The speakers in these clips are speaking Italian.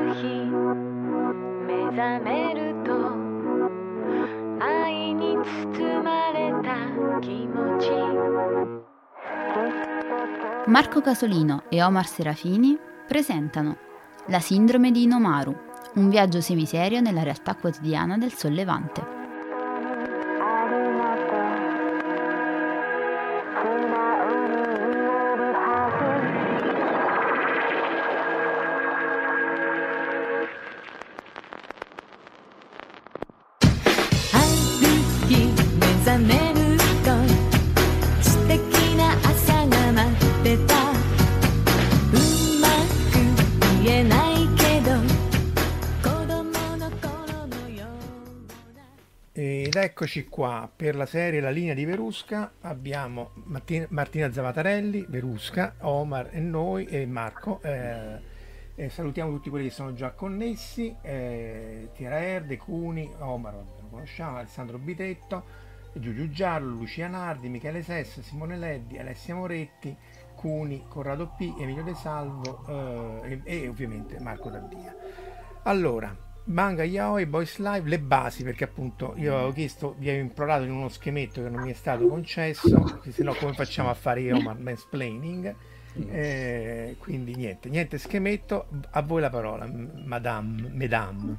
日目覚めると愛に包まれた気持ち。 Marco Casolino e Omar Serafini presentano La sindrome di Inomaru, un viaggio semiserio nella realtà quotidiana del sollevante. Ed eccoci qua per la serie La linea di Verusca. Abbiamo Martina Zavatarelli, Verusca, Omar e noi e Marco. Salutiamo tutti quelli che sono già connessi, Tiera Erde, Cuni, Omar, lo conosciamo, Alessandro Bitetto, Giulio Giallo, Lucia Nardi, Michele Sessa, Simone Leddi, Alessia Moretti, Cuni, Corrado P, Emilio De Salvo e ovviamente Marco Daddia. Allora, manga, yaoi, boys live, le basi, perché appunto io avevo chiesto, vi avevo implorato in uno schemetto che non mi è stato concesso, se no come facciamo a fare io mansplaining? Quindi niente schemetto, a voi la parola, mesdames.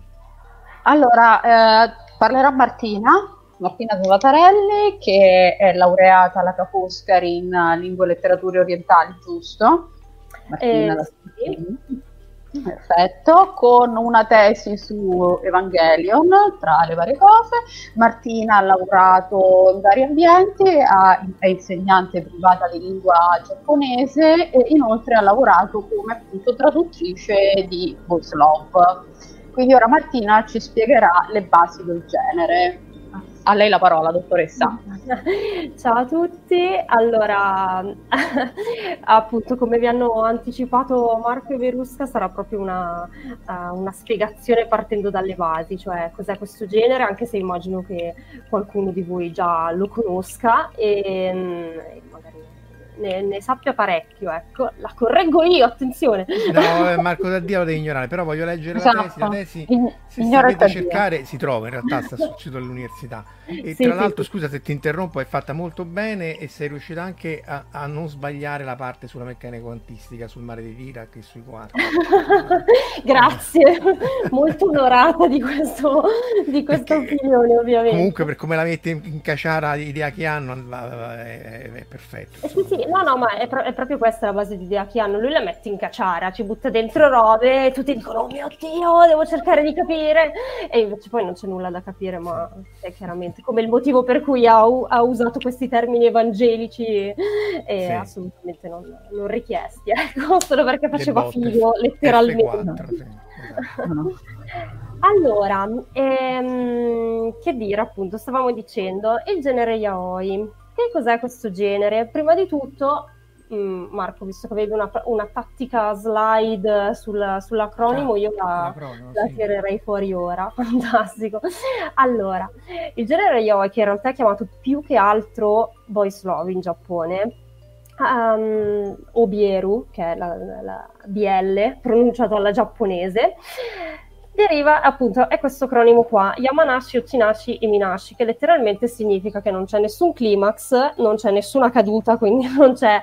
Allora, parlerà Martina Zavatarelli, che è laureata alla Ca' Foscari in lingue e letterature orientali, giusto? Martina, sì. Perfetto, con una tesi su Evangelion tra le varie cose. Martina ha lavorato in vari ambienti, è insegnante privata di lingua giapponese e inoltre ha lavorato come appunto traduttrice di Boys Love. Quindi ora Martina ci spiegherà le basi del genere. A lei la parola, dottoressa. Ciao a tutti. Allora, appunto, come vi hanno anticipato Marco e Verusca, sarà proprio una spiegazione partendo dalle basi, cioè cos'è questo genere, anche se immagino che qualcuno di voi già lo conosca e magari ne sappia parecchio, ecco. La correggo io, attenzione. No, Marco Daddia lo devi ignorare, però voglio leggere la tesi, se sapete cercare si trova, in realtà sta sul sito dell'università. E sì, tra l'altro, sì. scusa se ti interrompo, è fatta molto bene e sei riuscita anche a non sbagliare la parte sulla meccanica quantistica, sul mare di Dirac e sui quarti. Grazie, molto onorata di questa opinione, ovviamente. Comunque, per come la mette in caciara idea che hanno, è perfetto. Sì, no, ma è proprio questa la base di idea che hanno. Lui la mette in caciara, ci butta dentro robe e tutti dicono: oh mio Dio, devo cercare di capire. E invece poi non c'è nulla da capire, ma è chiaramente come il motivo per cui ha usato questi termini evangelici e assolutamente non richiesti, ecco, solo perché faceva figo, letteralmente. F4, sì, esatto. Allora, che dire, appunto, stavamo dicendo, il genere yaoi. Che cos'è questo genere? Prima di tutto, Marco, visto che vedo una tattica slide sull'acronimo, io la tirerei fuori ora. Fantastico. Allora, il genere yaoi, che in realtà è chiamato più che altro boys love in Giappone, o bieru, che è la BL, pronunciato alla giapponese, deriva appunto, è questo acronimo qua, Yamanashi, Ochinashi e Minashi, che letteralmente significa che non c'è nessun climax, non c'è nessuna caduta, quindi non c'è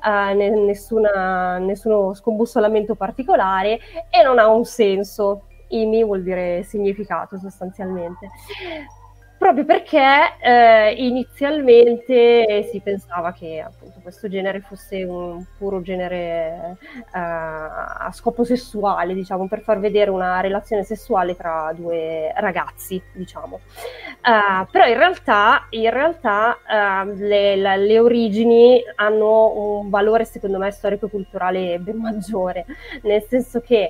nessuno scombussolamento particolare e non ha un senso. Imi vuol dire significato sostanzialmente. Proprio perché inizialmente si pensava che appunto questo genere fosse un puro genere a scopo sessuale, diciamo, per far vedere una relazione sessuale tra due ragazzi, diciamo. Però in realtà le origini hanno un valore, secondo me, storico-culturale ben maggiore, nel senso che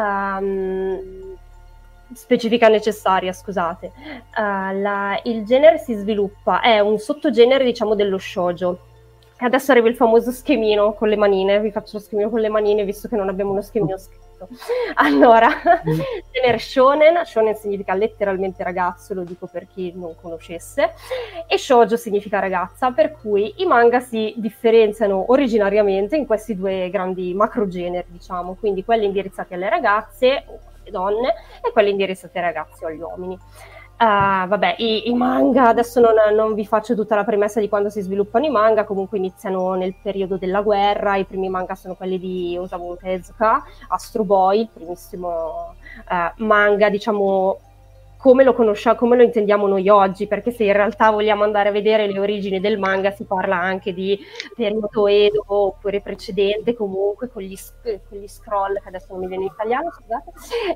specifica necessaria, scusate. Il genere si sviluppa, è un sottogenere, diciamo, dello shoujo. Adesso arriva il famoso schemino con le manine, vi faccio lo schemino con le manine, visto che non abbiamo uno schemino scritto. Allora, genere shonen significa letteralmente ragazzo, lo dico per chi non conoscesse, e shoujo significa ragazza, per cui i manga si differenziano originariamente in questi due grandi macrogeneri, diciamo, quindi quelli indirizzati alle ragazze, alle donne, e quelli indirizzati ai ragazzi o agli uomini. Vabbè, i manga, adesso non vi faccio tutta la premessa di quando si sviluppano i manga, comunque iniziano nel periodo della guerra. I primi manga sono quelli di Osamu Tezuka, Astro Boy, il primissimo manga, diciamo, come lo conosciamo, come lo intendiamo noi oggi, perché se in realtà vogliamo andare a vedere le origini del manga si parla anche di periodo Edo oppure precedente, comunque con gli scroll, che adesso non mi viene in italiano, scusate,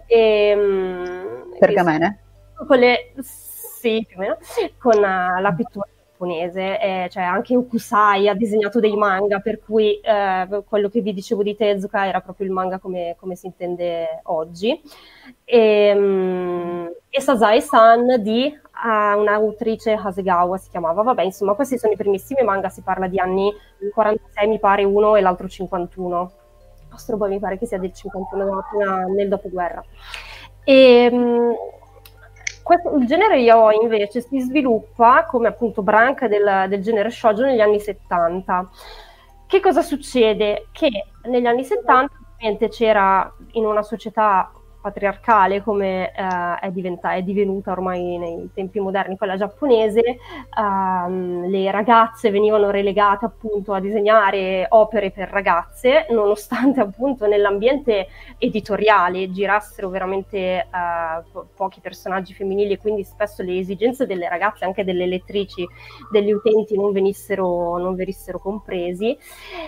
Pergamene? Sì, più o meno, con la pittura giapponese, cioè anche Okusai ha disegnato dei manga, per cui quello che vi dicevo di Tezuka era proprio il manga come si intende oggi. E Sazae-san di un'autrice Hasegawa si chiamava. Vabbè, insomma, questi sono i primissimi manga, si parla di anni 46 mi pare uno e l'altro 51. Astro Boy mi pare che sia del 51, nel dopoguerra. Il genere yaoi invece si sviluppa come appunto branca del genere shoujo negli anni 70. Che cosa succede? Che negli anni 70 ovviamente c'era, in una società patriarcale come è divenuta ormai nei tempi moderni quella giapponese, le ragazze venivano relegate appunto a disegnare opere per ragazze, nonostante appunto nell'ambiente editoriale girassero veramente pochi personaggi femminili, e quindi spesso le esigenze delle ragazze, anche delle lettrici, degli utenti non venissero compresi.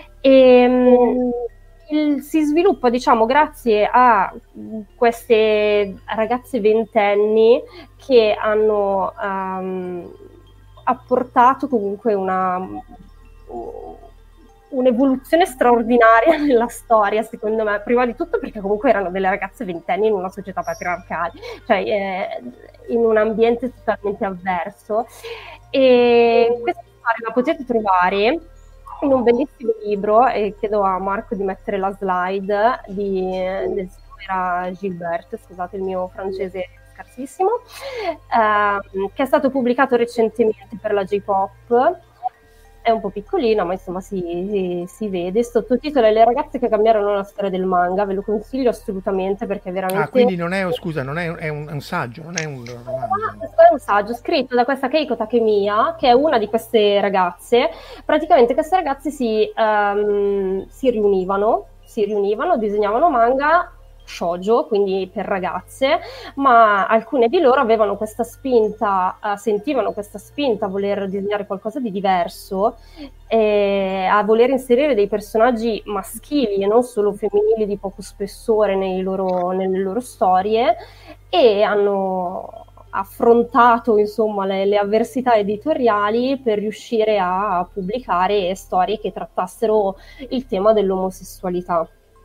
Si sviluppa, diciamo, grazie a queste ragazze ventenni che hanno apportato comunque un'evoluzione straordinaria nella storia, secondo me, prima di tutto perché comunque erano delle ragazze ventenni in una società patriarcale, cioè in un ambiente totalmente avverso. E questa storia la potete trovare in un bellissimo libro, e chiedo a Marco di mettere la slide, del signor Gilbert, scusate il mio francese scarsissimo, che è stato pubblicato recentemente per la J-Pop. È un po' piccolino, ma insomma si vede. Sottotitolo Le ragazze che cambiarono la storia del manga. Ve lo consiglio assolutamente perché veramente... quindi non è, scusa, non è un saggio, non è un romanzo. Questo è un saggio scritto da questa Keiko Takemiya, che è una di queste ragazze. Praticamente queste ragazze si riunivano, disegnavano manga shoujo, quindi per ragazze, ma alcune di loro avevano questa spinta, sentivano questa spinta a voler disegnare qualcosa di diverso, a voler inserire dei personaggi maschili e non solo femminili di poco spessore nelle loro storie, e hanno affrontato insomma le avversità editoriali per riuscire a pubblicare storie che trattassero il tema dell'omosessualità.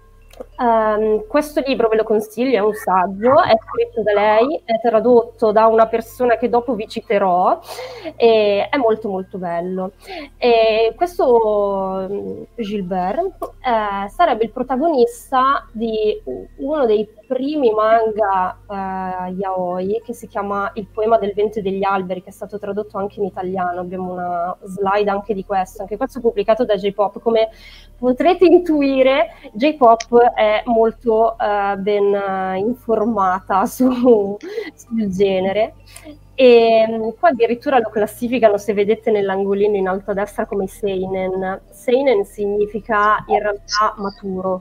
Questo libro ve lo consiglio, è un saggio, è scritto da lei, è tradotto da una persona che dopo vi citerò, e è molto molto bello. E questo Gilbert sarebbe il protagonista di uno dei primi manga yaoi, che si chiama Il poema del vento e degli alberi, che è stato tradotto anche in italiano. Abbiamo una slide anche di questo, anche questo pubblicato da J-Pop. Come potrete intuire, J-Pop è molto ben informata sul genere, e qua addirittura lo classificano, se vedete nell'angolino in alto a destra, come seinen. Seinen significa in realtà maturo,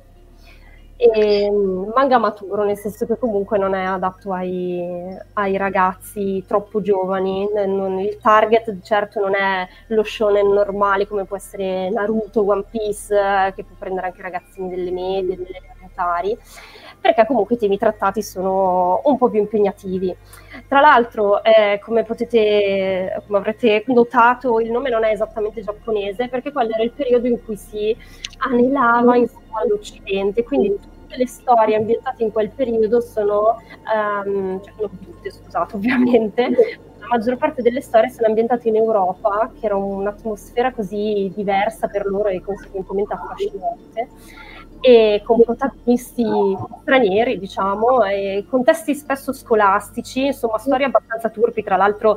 e manga maturo, nel senso che comunque non è adatto ai ragazzi troppo giovani. Il target certo non è lo shonen normale come può essere Naruto, One Piece, che può prendere anche ragazzini delle medie, delle elementari, perché comunque i temi trattati sono un po' più impegnativi. Tra l'altro, come avrete notato, il nome non è esattamente giapponese, perché quello era il periodo in cui si anelava insomma all'Occidente, quindi tutte le storie ambientate in quel periodo sono, non tutte, scusate, ovviamente, la maggior parte delle storie sono ambientate in Europa, che era un'atmosfera così diversa per loro e conseguentemente affascinante, e con protagonisti stranieri, diciamo, e contesti spesso scolastici, insomma storie abbastanza turpi. Tra l'altro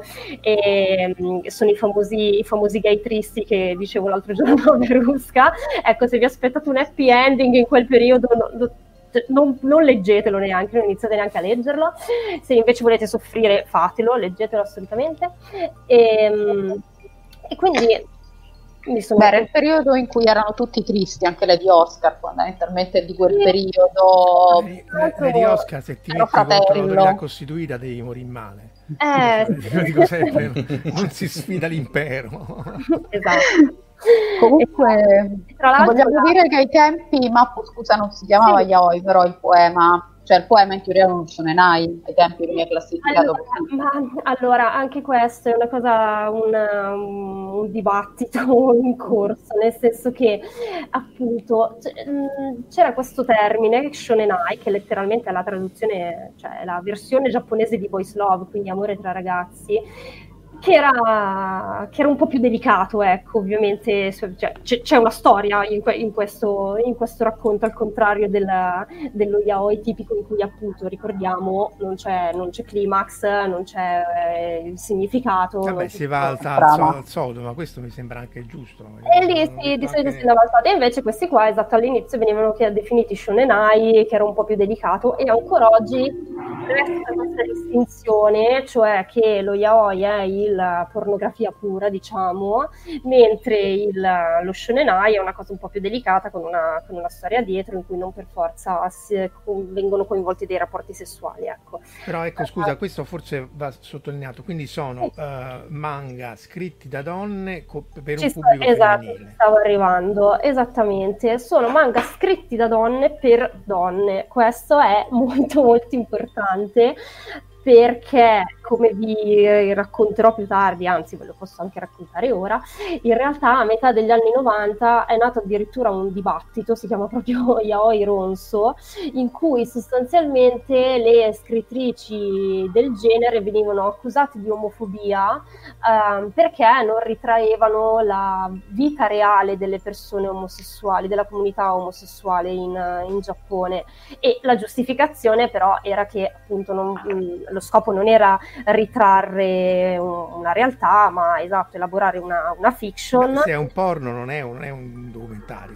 sono i famosi gay tristi che dicevo l'altro giorno a Verusca. Ecco, se vi aspettate un happy ending in quel periodo non leggetelo neanche, non iniziate neanche a leggerlo. Se invece volete soffrire, fatelo, leggetelo assolutamente. E quindi era il periodo in cui erano tutti tristi, anche le di Oscar, fondamentalmente di quel periodo. Le di Oscar, se ti metti contro l'autorità costituita devi morire male. Lo dico sempre, non si sfida l'impero. Esatto. Comunque, vogliamo dire che ai tempi Mappo, scusa, non si chiamava yaoi, però il poema in teoria era un shonenai, ai tempi veniva classificato allora, anche questo è una cosa, un dibattito in corso, nel senso che appunto c'era questo termine shonenai, che letteralmente è la traduzione, cioè la versione giapponese di boys love, quindi amore tra ragazzi, che era un po' più delicato, ecco, ovviamente cioè, c'è una storia in questo racconto, al contrario dello yaoi tipico, in cui appunto, ricordiamo, non c'è climax, non c'è il significato. Vabbè, si va al sodo, ma questo mi sembra anche giusto. E lì sì, di solito si andava al sodo, e invece questi qua, esatto, all'inizio venivano definiti shonenai, che era un po' più delicato, e ancora oggi resta questa distinzione, cioè che lo yaoi è la pornografia pura, diciamo, mentre lo shonenai è una cosa un po' più delicata, con una storia dietro, in cui non per forza vengono coinvolti dei rapporti sessuali, ecco. Però ecco, scusa, questo forse va sottolineato, quindi sono manga scritti da donne per un pubblico femminile. Stavo arrivando, esattamente, sono manga scritti da donne per donne, questo è molto molto importante, perché, come vi racconterò più tardi, anzi ve lo posso anche raccontare ora, in realtà a metà degli anni 90 è nato addirittura un dibattito, si chiama proprio yaoi ronso, in cui sostanzialmente le scrittrici del genere venivano accusate di omofobia perché non ritraevano la vita reale delle persone omosessuali, della comunità omosessuale in Giappone, e la giustificazione però era che appunto lo scopo non era ritrarre una realtà, ma elaborare una fiction. Se è un porno non è un documentario.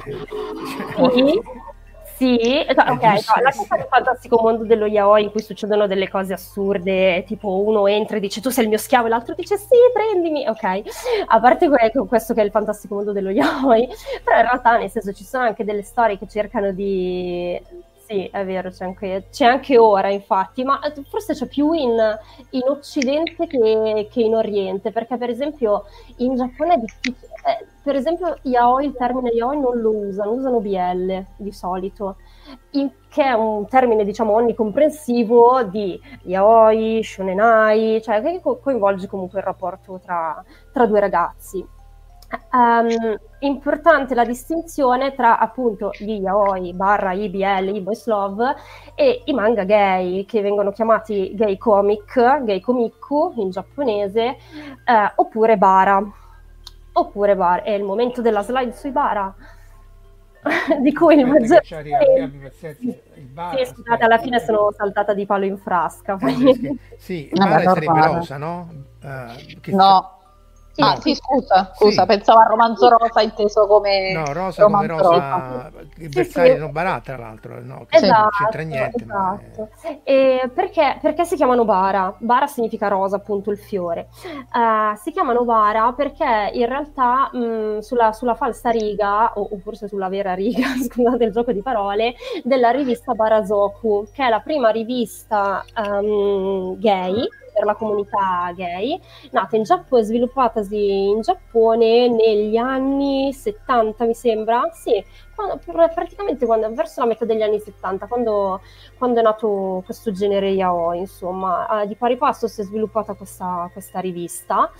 Sì, ok, la cosa del fantastico mondo dello yaoi, in cui succedono delle cose assurde, tipo uno entra e dice tu sei il mio schiavo e l'altro dice sì, prendimi, ok, a parte questo che è il fantastico mondo dello yaoi, però in realtà, nel senso, ci sono anche delle storie che cercano di... Sì, è vero, c'è anche ora, infatti, ma forse c'è più in Occidente che in Oriente, perché per esempio in Giappone è difficile, per esempio il termine yaoi non lo usano BL di solito, che è un termine, diciamo, onnicomprensivo di yaoi, shonenai, cioè che coinvolge comunque il rapporto tra due ragazzi. Importante la distinzione tra appunto gli yaoi / IBL, i boys love, e i manga gay, che vengono chiamati gay komiku in giapponese, oppure bara. È il momento della slide sui bara, di cui il maggior... Sì, scusate, alla fine sono saltata di palo in frasca. Sì, bara sarebbe rosa, no? No. Ah sì, scusa, sì. Pensavo a romanzo rosa inteso come... No, rosa come rosa, il bersaglio non bara, tra l'altro, no, che non c'entra niente. Esatto. Perché si chiamano bara? Bara significa rosa, appunto, il fiore. Si chiamano bara perché in realtà sulla falsa riga, o forse sulla vera riga, scusate il gioco di parole, della rivista Barazoku, che è la prima rivista gay, per la comunità gay, nata in Giappone, sviluppatasi in Giappone negli anni 70, mi sembra, sì, praticamente verso la metà degli anni 70, quando è nato questo genere yaoi, insomma, di pari passo si è sviluppata questa rivista.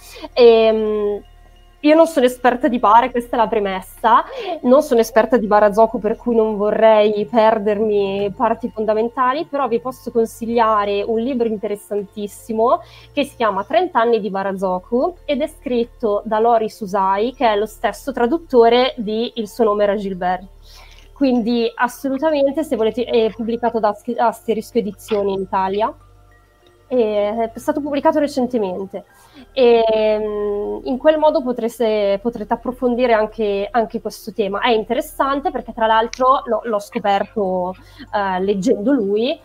Io non sono esperta di bara, questa è la premessa, non sono esperta di Barazoku, per cui non vorrei perdermi parti fondamentali, però vi posso consigliare un libro interessantissimo che si chiama 30 anni di Barazoku ed è scritto da Lori Susai, che è lo stesso traduttore di Il suo nome era Gilbert. Quindi assolutamente, se volete, è pubblicato da Asterisco Edizioni in Italia. è stato pubblicato recentemente e in quel modo potrete approfondire anche questo tema. È interessante perché tra l'altro l'ho scoperto leggendo lui,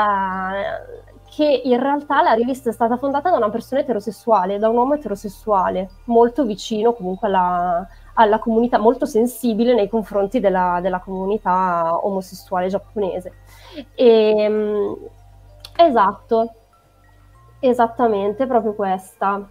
che in realtà la rivista è stata fondata da una persona eterosessuale, da un uomo eterosessuale, molto vicino comunque alla comunità, molto sensibile nei confronti della comunità omosessuale giapponese. Esatto, esattamente, proprio questa.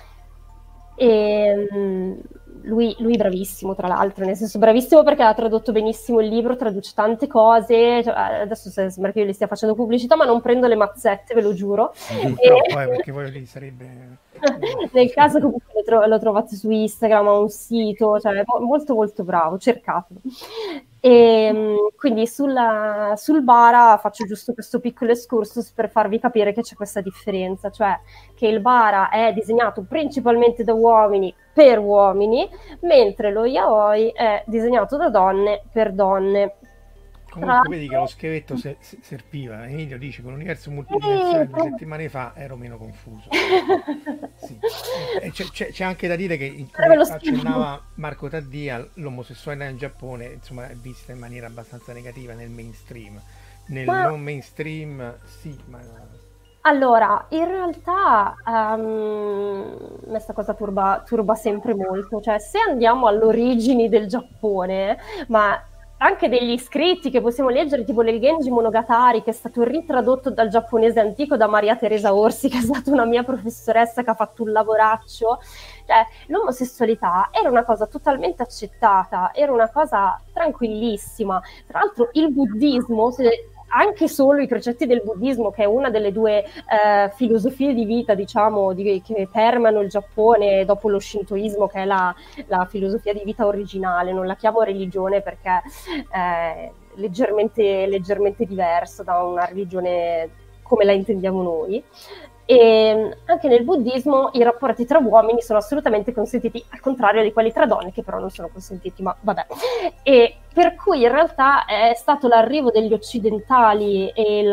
Lui bravissimo, tra l'altro, nel senso bravissimo perché ha tradotto benissimo il libro, traduce tante cose, cioè, adesso sembra che io gli stia facendo pubblicità, ma non prendo le mazzette, ve lo giuro. Poi perché poi lì sarebbe... Nel caso comunque lo trovate su Instagram, ha un sito, cioè molto molto bravo, cercatelo. Quindi sul bara faccio giusto questo piccolo excursus per farvi capire che c'è questa differenza, cioè che il bara è disegnato principalmente da uomini per uomini, mentre lo yaoi è disegnato da donne per donne. Comunque vedi che lo scheletro serviva. Emilio dice con l'universo multidimensionale 2 settimane fa ero meno confuso. Sì. C'è anche da dire che, come accennava Marco Taddia, l'omosessualità in Giappone insomma è vista in maniera abbastanza negativa nel mainstream. Non mainstream sì, ma... Allora, in realtà questa cosa turba sempre molto, cioè se andiamo all'origine del Giappone, ma anche degli scritti che possiamo leggere, tipo il Genji Monogatari, che è stato ritradotto dal giapponese antico da Maria Teresa Orsi, che è stata una mia professoressa che ha fatto un lavoraccio. Cioè, l'omosessualità era una cosa totalmente accettata, era una cosa tranquillissima. Tra l'altro il buddismo, anche solo i precetti del buddismo, che è una delle due filosofie di vita, diciamo, che permeano il Giappone dopo lo shintoismo, che è la filosofia di vita originale. Non la chiamo religione perché è leggermente diverso da una religione come la intendiamo noi. E anche nel buddismo i rapporti tra uomini sono assolutamente consentiti, al contrario di quelli tra donne, che però non sono consentiti, ma vabbè. E per cui in realtà è stato l'arrivo degli occidentali e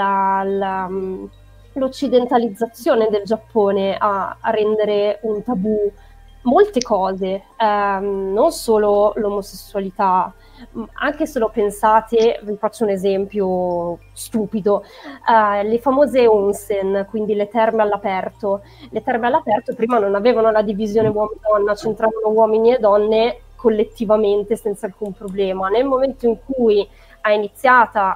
l'occidentalizzazione del Giappone a rendere un tabù molte cose, non solo l'omosessualità. Anche se lo pensate, vi faccio un esempio stupido, le famose onsen, quindi le terme all'aperto. Le terme all'aperto prima non avevano la divisione uomo-donna, c'entravano uomini e donne collettivamente senza alcun problema. Nel momento in cui è iniziata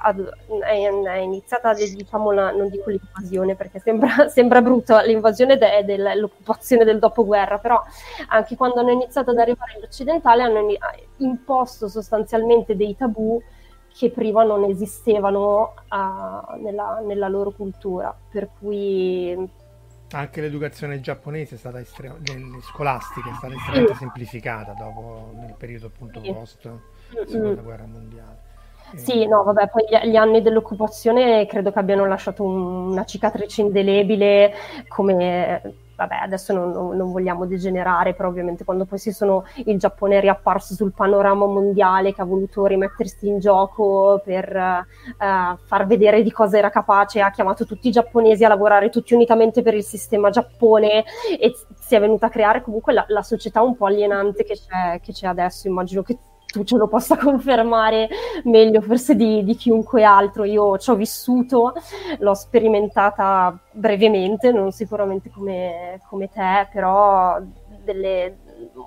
diciamo, non dico l'invasione perché sembra brutto, l'invasione dell'occupazione del dopoguerra, però anche quando hanno iniziato ad arrivare gli occidentali hanno imposto sostanzialmente dei tabù che prima non esistevano nella loro cultura, per cui anche l'educazione giapponese è stata scolastica è stata estremamente semplificata dopo, nel periodo appunto post seconda guerra mondiale. Sì, no, vabbè, poi gli anni dell'occupazione credo che abbiano lasciato una cicatrice indelebile, come, vabbè, adesso non vogliamo degenerare, però ovviamente quando poi il Giappone è riapparso sul panorama mondiale, che ha voluto rimettersi in gioco per far vedere di cosa era capace, ha chiamato tutti i giapponesi a lavorare tutti unitamente per il sistema Giappone e si è venuta a creare comunque la società un po' alienante che c'è adesso. Immagino che tu ce lo possa confermare meglio forse di chiunque altro. Io ci ho vissuto, l'ho sperimentata brevemente, non sicuramente come te, però delle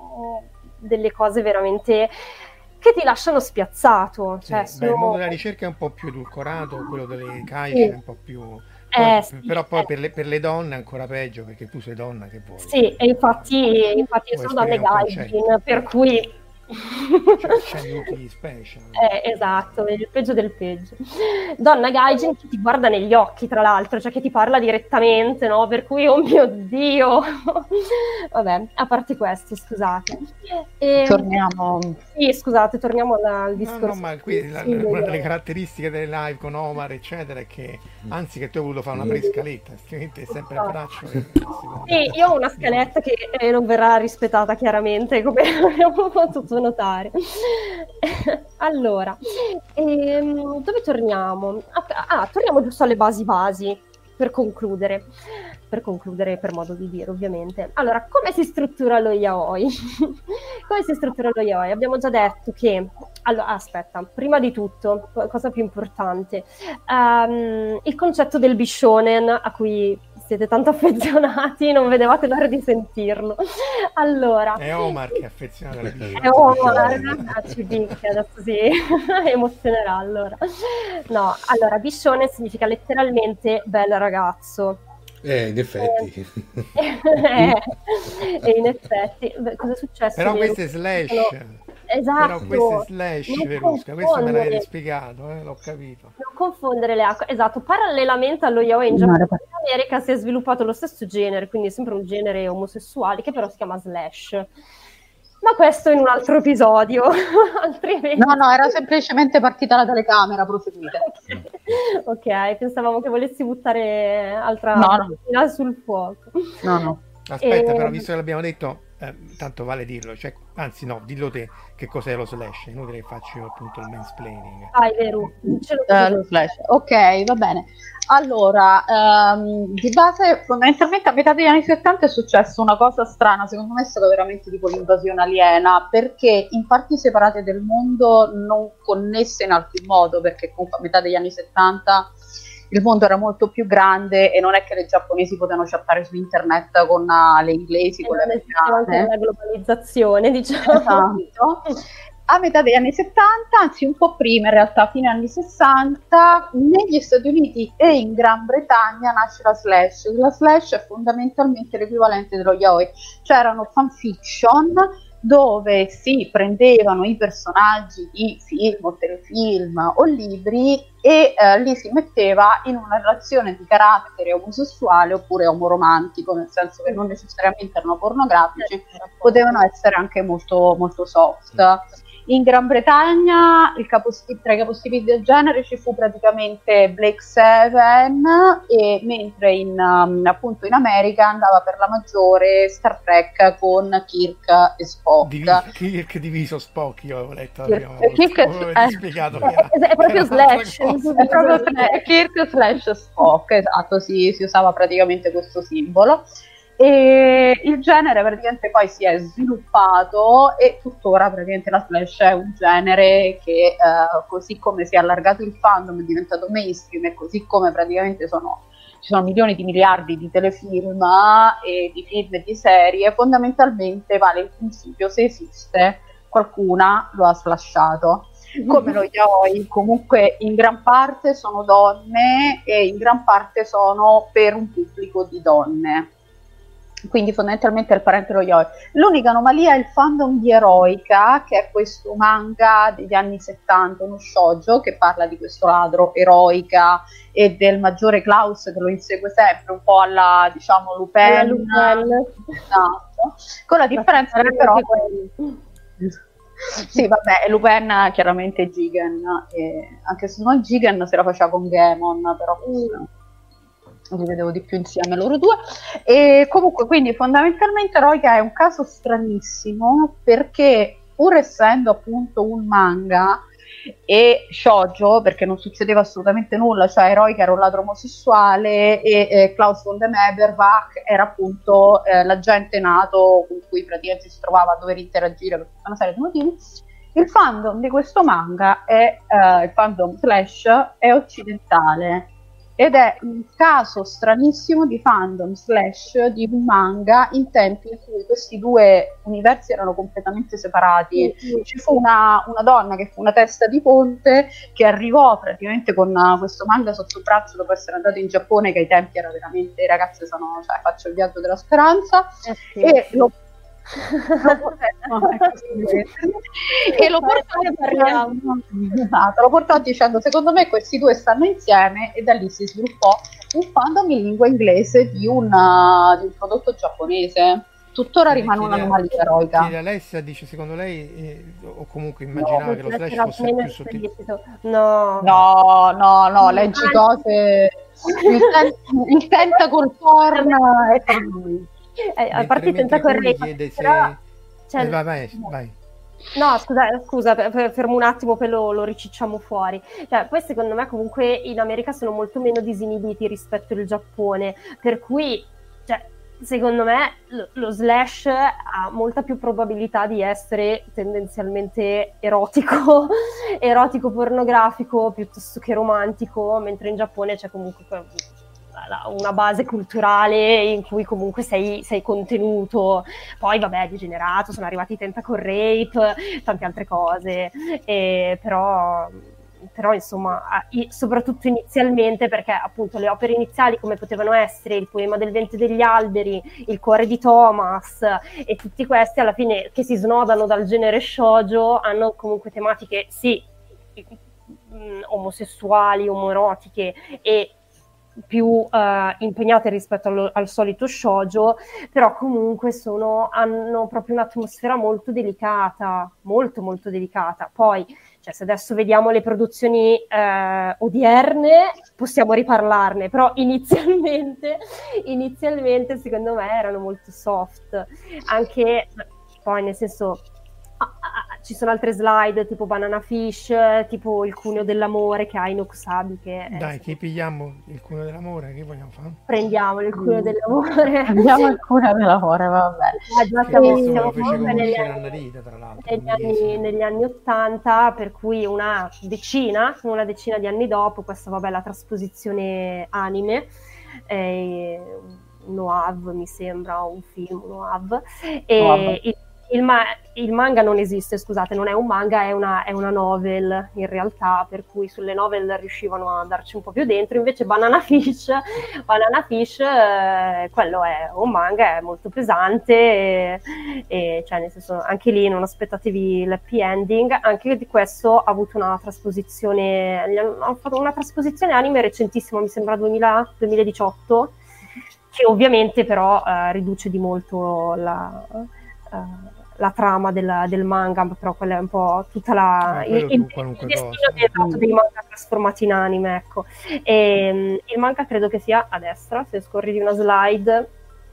cose veramente che ti lasciano spiazzato. Cioè, il mondo della ricerca è un po' più edulcorato, quello delle Kaishi è un po' più... però poi per le donne è ancora peggio, perché tu sei donna, che vuoi? Sì, e infatti io sono donne gaijin, per cui... c'è gli special. Esatto, è il peggio del peggio. Donna gaijin che ti guarda negli occhi, tra l'altro, cioè che ti parla direttamente, no? Per cui, oh mio Dio! Vabbè, a parte questo, scusate. Torniamo. Sì, scusate, torniamo al discorso. No, ma qui una delle caratteristiche delle live con Omar, eccetera, è che anzi che tu hai voluto fare una pre-scaletta, altrimenti è sempre a braccio. Sì, io ho una scaletta che non verrà rispettata chiaramente, come abbiamo potuto notare. Allora, dove torniamo? Torniamo giusto alle basi. per concludere, per modo di dire, ovviamente. Allora, come si struttura lo yaoi? Come si struttura lo yaoi? Abbiamo già detto che, allora, aspetta, prima di tutto, cosa più importante, il concetto del bishonen, a cui siete tanto affezionati, non vedevate l'ora di sentirlo. Allora, è Omar che è affezionato alla bishonen. è Omar, ci picchia, adesso si emozionerà allora. No, allora, bishonen significa letteralmente bel ragazzo. In effetti. E in effetti, cosa è successo? Però questo è slash. Esatto. Però questo è slash, Verusca, questo me l'hai spiegato, l'ho capito. Non confondere le acque, esatto. Parallelamente allo yaoi in Giappone e in America si è sviluppato lo stesso genere, quindi è sempre un genere omosessuale che però si chiama slash. Ma questo in un altro episodio, altrimenti... No, era semplicemente partita la telecamera, proseguite. Ok, pensavamo che volessi buttare altra no. sul fuoco. No. Aspetta, però, visto che l'abbiamo detto, tanto vale dirlo, cioè, anzi no, dillo te, che cos'è lo slash, è inutile che faccio appunto il mansplaining. Ah, è vero, lo slash. Ok, va bene. Allora, di base, fondamentalmente a metà degli anni 70 è successa una cosa strana, secondo me è stata veramente tipo l'invasione aliena, perché in parti separate del mondo, non connesse in alcun modo, perché comunque a metà degli anni 70 il mondo era molto più grande e non è che le giapponesi potevano chattare su internet con le inglesi, con le americane. La globalizzazione, diciamo. Esatto. A metà degli anni 70, anzi un po' prima, in realtà a fine anni 60, negli Stati Uniti e in Gran Bretagna nasce la slash. La slash è fondamentalmente l'equivalente dello yaoi, cioè erano fanfiction dove si prendevano i personaggi di film o telefilm o libri e li si metteva in una relazione di carattere omosessuale oppure omoromantico, nel senso che non necessariamente erano pornografici, potevano essere anche molto, molto soft. In Gran Bretagna tra i capostipiti del genere ci fu praticamente Blake Seven, e mentre appunto in America andava per la maggiore Star Trek con Kirk e Spock. Kirk diviso Spock, io avevo letto. Spiegato è proprio slash. È proprio Kirk / Spock, esatto, si usava praticamente questo simbolo. E il genere praticamente poi si è sviluppato e tuttora praticamente la slash è un genere che così come si è allargato il fandom è diventato mainstream, e così come praticamente ci sono milioni di miliardi di telefilm e di film e di serie, fondamentalmente vale il principio: se esiste qualcuna lo ha slashato. Come lo yaoi, comunque in gran parte sono donne e in gran parte sono per un pubblico di donne, quindi fondamentalmente è il parente dello yaoi. L'unica anomalia è il fandom di Eroica, che è questo manga degli anni 70, uno shoujo che parla di questo ladro Eroica e del maggiore Klaus che lo insegue sempre, un po' alla, diciamo, Lupin. Esatto. Con la differenza che però sì, vabbè, Lupin chiaramente Jigen, anche se non Jigen se la faceva con Gemon, però li vedevo di più insieme loro due. E comunque, quindi fondamentalmente Eroica è un caso stranissimo, perché pur essendo appunto un manga e shoujo, perché non succedeva assolutamente nulla, cioè Eroica era un ladro omosessuale e Klaus von dem Eberbach era appunto l'agente NATO con cui praticamente si trovava a dover interagire per tutta una serie di motivi. Il fandom di questo manga il fandom slash è occidentale, ed è un caso stranissimo di fandom slash di un manga in tempi in cui questi due universi erano completamente separati. Ci fu una donna che fu una testa di ponte, che arrivò praticamente con questo manga sotto braccio dopo essere andato in Giappone, che ai tempi era veramente, ragazze, faccio il viaggio della speranza, e lo lo portò dicendo: secondo me questi due stanno insieme, e da lì si sviluppò un fandom in lingua inglese di un prodotto giapponese. Tuttora rimane un'anomalia Eroica. Alessia dice: secondo lei, o comunque immaginava che lo slash fosse più sottile? No, leggi cose. Il tentacle porn è per lui. A parte senza correggere, vai. No, scusa, fermo un attimo, poi lo ricicciamo fuori. Cioè, poi secondo me comunque in America sono molto meno disinibiti rispetto al Giappone, per cui, cioè, secondo me lo slash ha molta più probabilità di essere tendenzialmente erotico, erotico pornografico piuttosto che romantico, mentre in Giappone c'è comunque una base culturale in cui comunque sei contenuto. Poi vabbè, degenerato, sono arrivati i tentacle rape, tante altre cose, però insomma, soprattutto inizialmente, perché appunto le opere iniziali come potevano essere il poema del vento degli alberi, il cuore di Thomas e tutti questi alla fine che si snodano dal genere shoujo hanno comunque tematiche sì omosessuali, omoerotiche e più impegnate rispetto al solito shoujo, però comunque hanno proprio un'atmosfera molto delicata, molto molto delicata. Poi, cioè, se adesso vediamo le produzioni odierne, possiamo riparlarne, però inizialmente secondo me erano molto soft, anche poi nel senso ci sono altre slide tipo Banana Fish, tipo il cuneo dell'amore che ha Inokusabi dai, che pigliamo il cuneo dell'amore, che vogliamo fare? Prendiamo il cuneo dell'amore. Prendiamo il cuneo dell'amore, va bene. Siamo comunque Annalita, tra l'altro, negli anni 80, per cui una decina di anni dopo, questa vabbè la trasposizione anime, Noav mi sembra, un film Noav, e il manga non esiste, scusate, non è un manga, è una novel in realtà, per cui sulle novel riuscivano a darci un po' più dentro. Invece Banana Fish, quello è un manga, è molto pesante e cioè nel senso anche lì non aspettatevi l'happy ending. Anche di questo ha avuto una trasposizione, hanno fatto una trasposizione anime recentissima, mi sembra 2018, che ovviamente però riduce di molto la trama del manga, però quella è un po' tutta il destino dei manga trasformati in anime, ecco. E il manga credo che sia a destra, se scorri di una slide.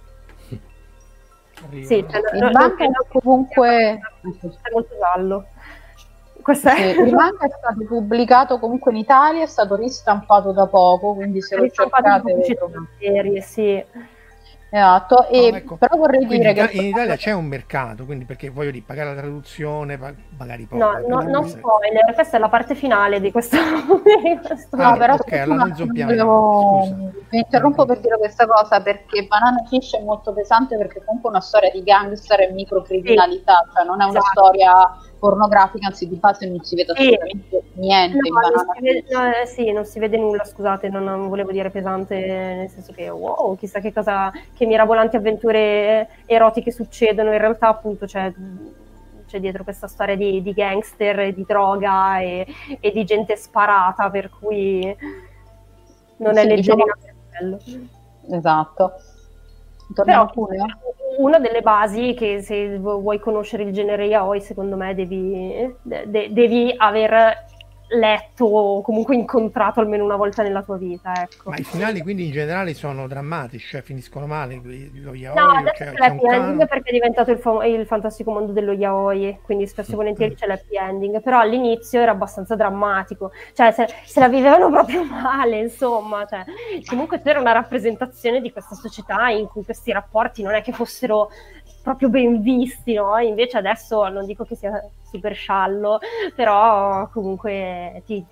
Sì, il manga comunque è molto giallo. Il manga è stato pubblicato comunque in Italia, è stato ristampato da poco, quindi se lo cercate serie, sì. Esatto, ecco. Però vorrei dire che in Italia c'è un mercato, quindi perché voglio dire, pagare la traduzione, magari poco. No, non spoiler, questa è la parte finale di questo. No, però ok, allora non zompiamo. Vi interrompo per dire questa cosa, perché Banana Fish è molto pesante, perché comunque è una storia di gangster e microcriminalità, sì. Cioè non è una storia pornografica, anzi di base non si vede assolutamente niente in Banana Fish. Non si vede nulla, scusate, non volevo dire pesante, nel senso che wow, chissà che cosa, che mirabolanti avventure erotiche succedono. In realtà appunto c'è dietro questa storia di gangster, di droga e di gente sparata, per cui non è leggero, diciamo. Esatto. Però una delle basi che se vuoi conoscere il genere yaoi, secondo me devi aver letto o comunque incontrato almeno una volta nella tua vita, ecco. Ma i finali quindi in generale sono drammatici, cioè finiscono male lo yaoi? No, adesso c'è l'happy ending perché è diventato il fantastico mondo dello yaoi, quindi spesso e volentieri c'è l'happy ending, però all'inizio era abbastanza drammatico, cioè se la vivevano proprio male, insomma, cioè comunque c'era una rappresentazione di questa società in cui questi rapporti non è che fossero proprio ben visti, no? Invece adesso non dico che sia super sciallo, però comunque ti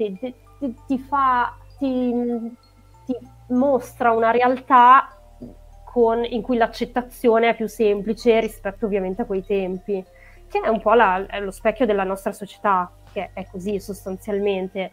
mostra una realtà in cui l'accettazione è più semplice rispetto ovviamente a quei tempi, che è un po' lo specchio della nostra società, che è così sostanzialmente.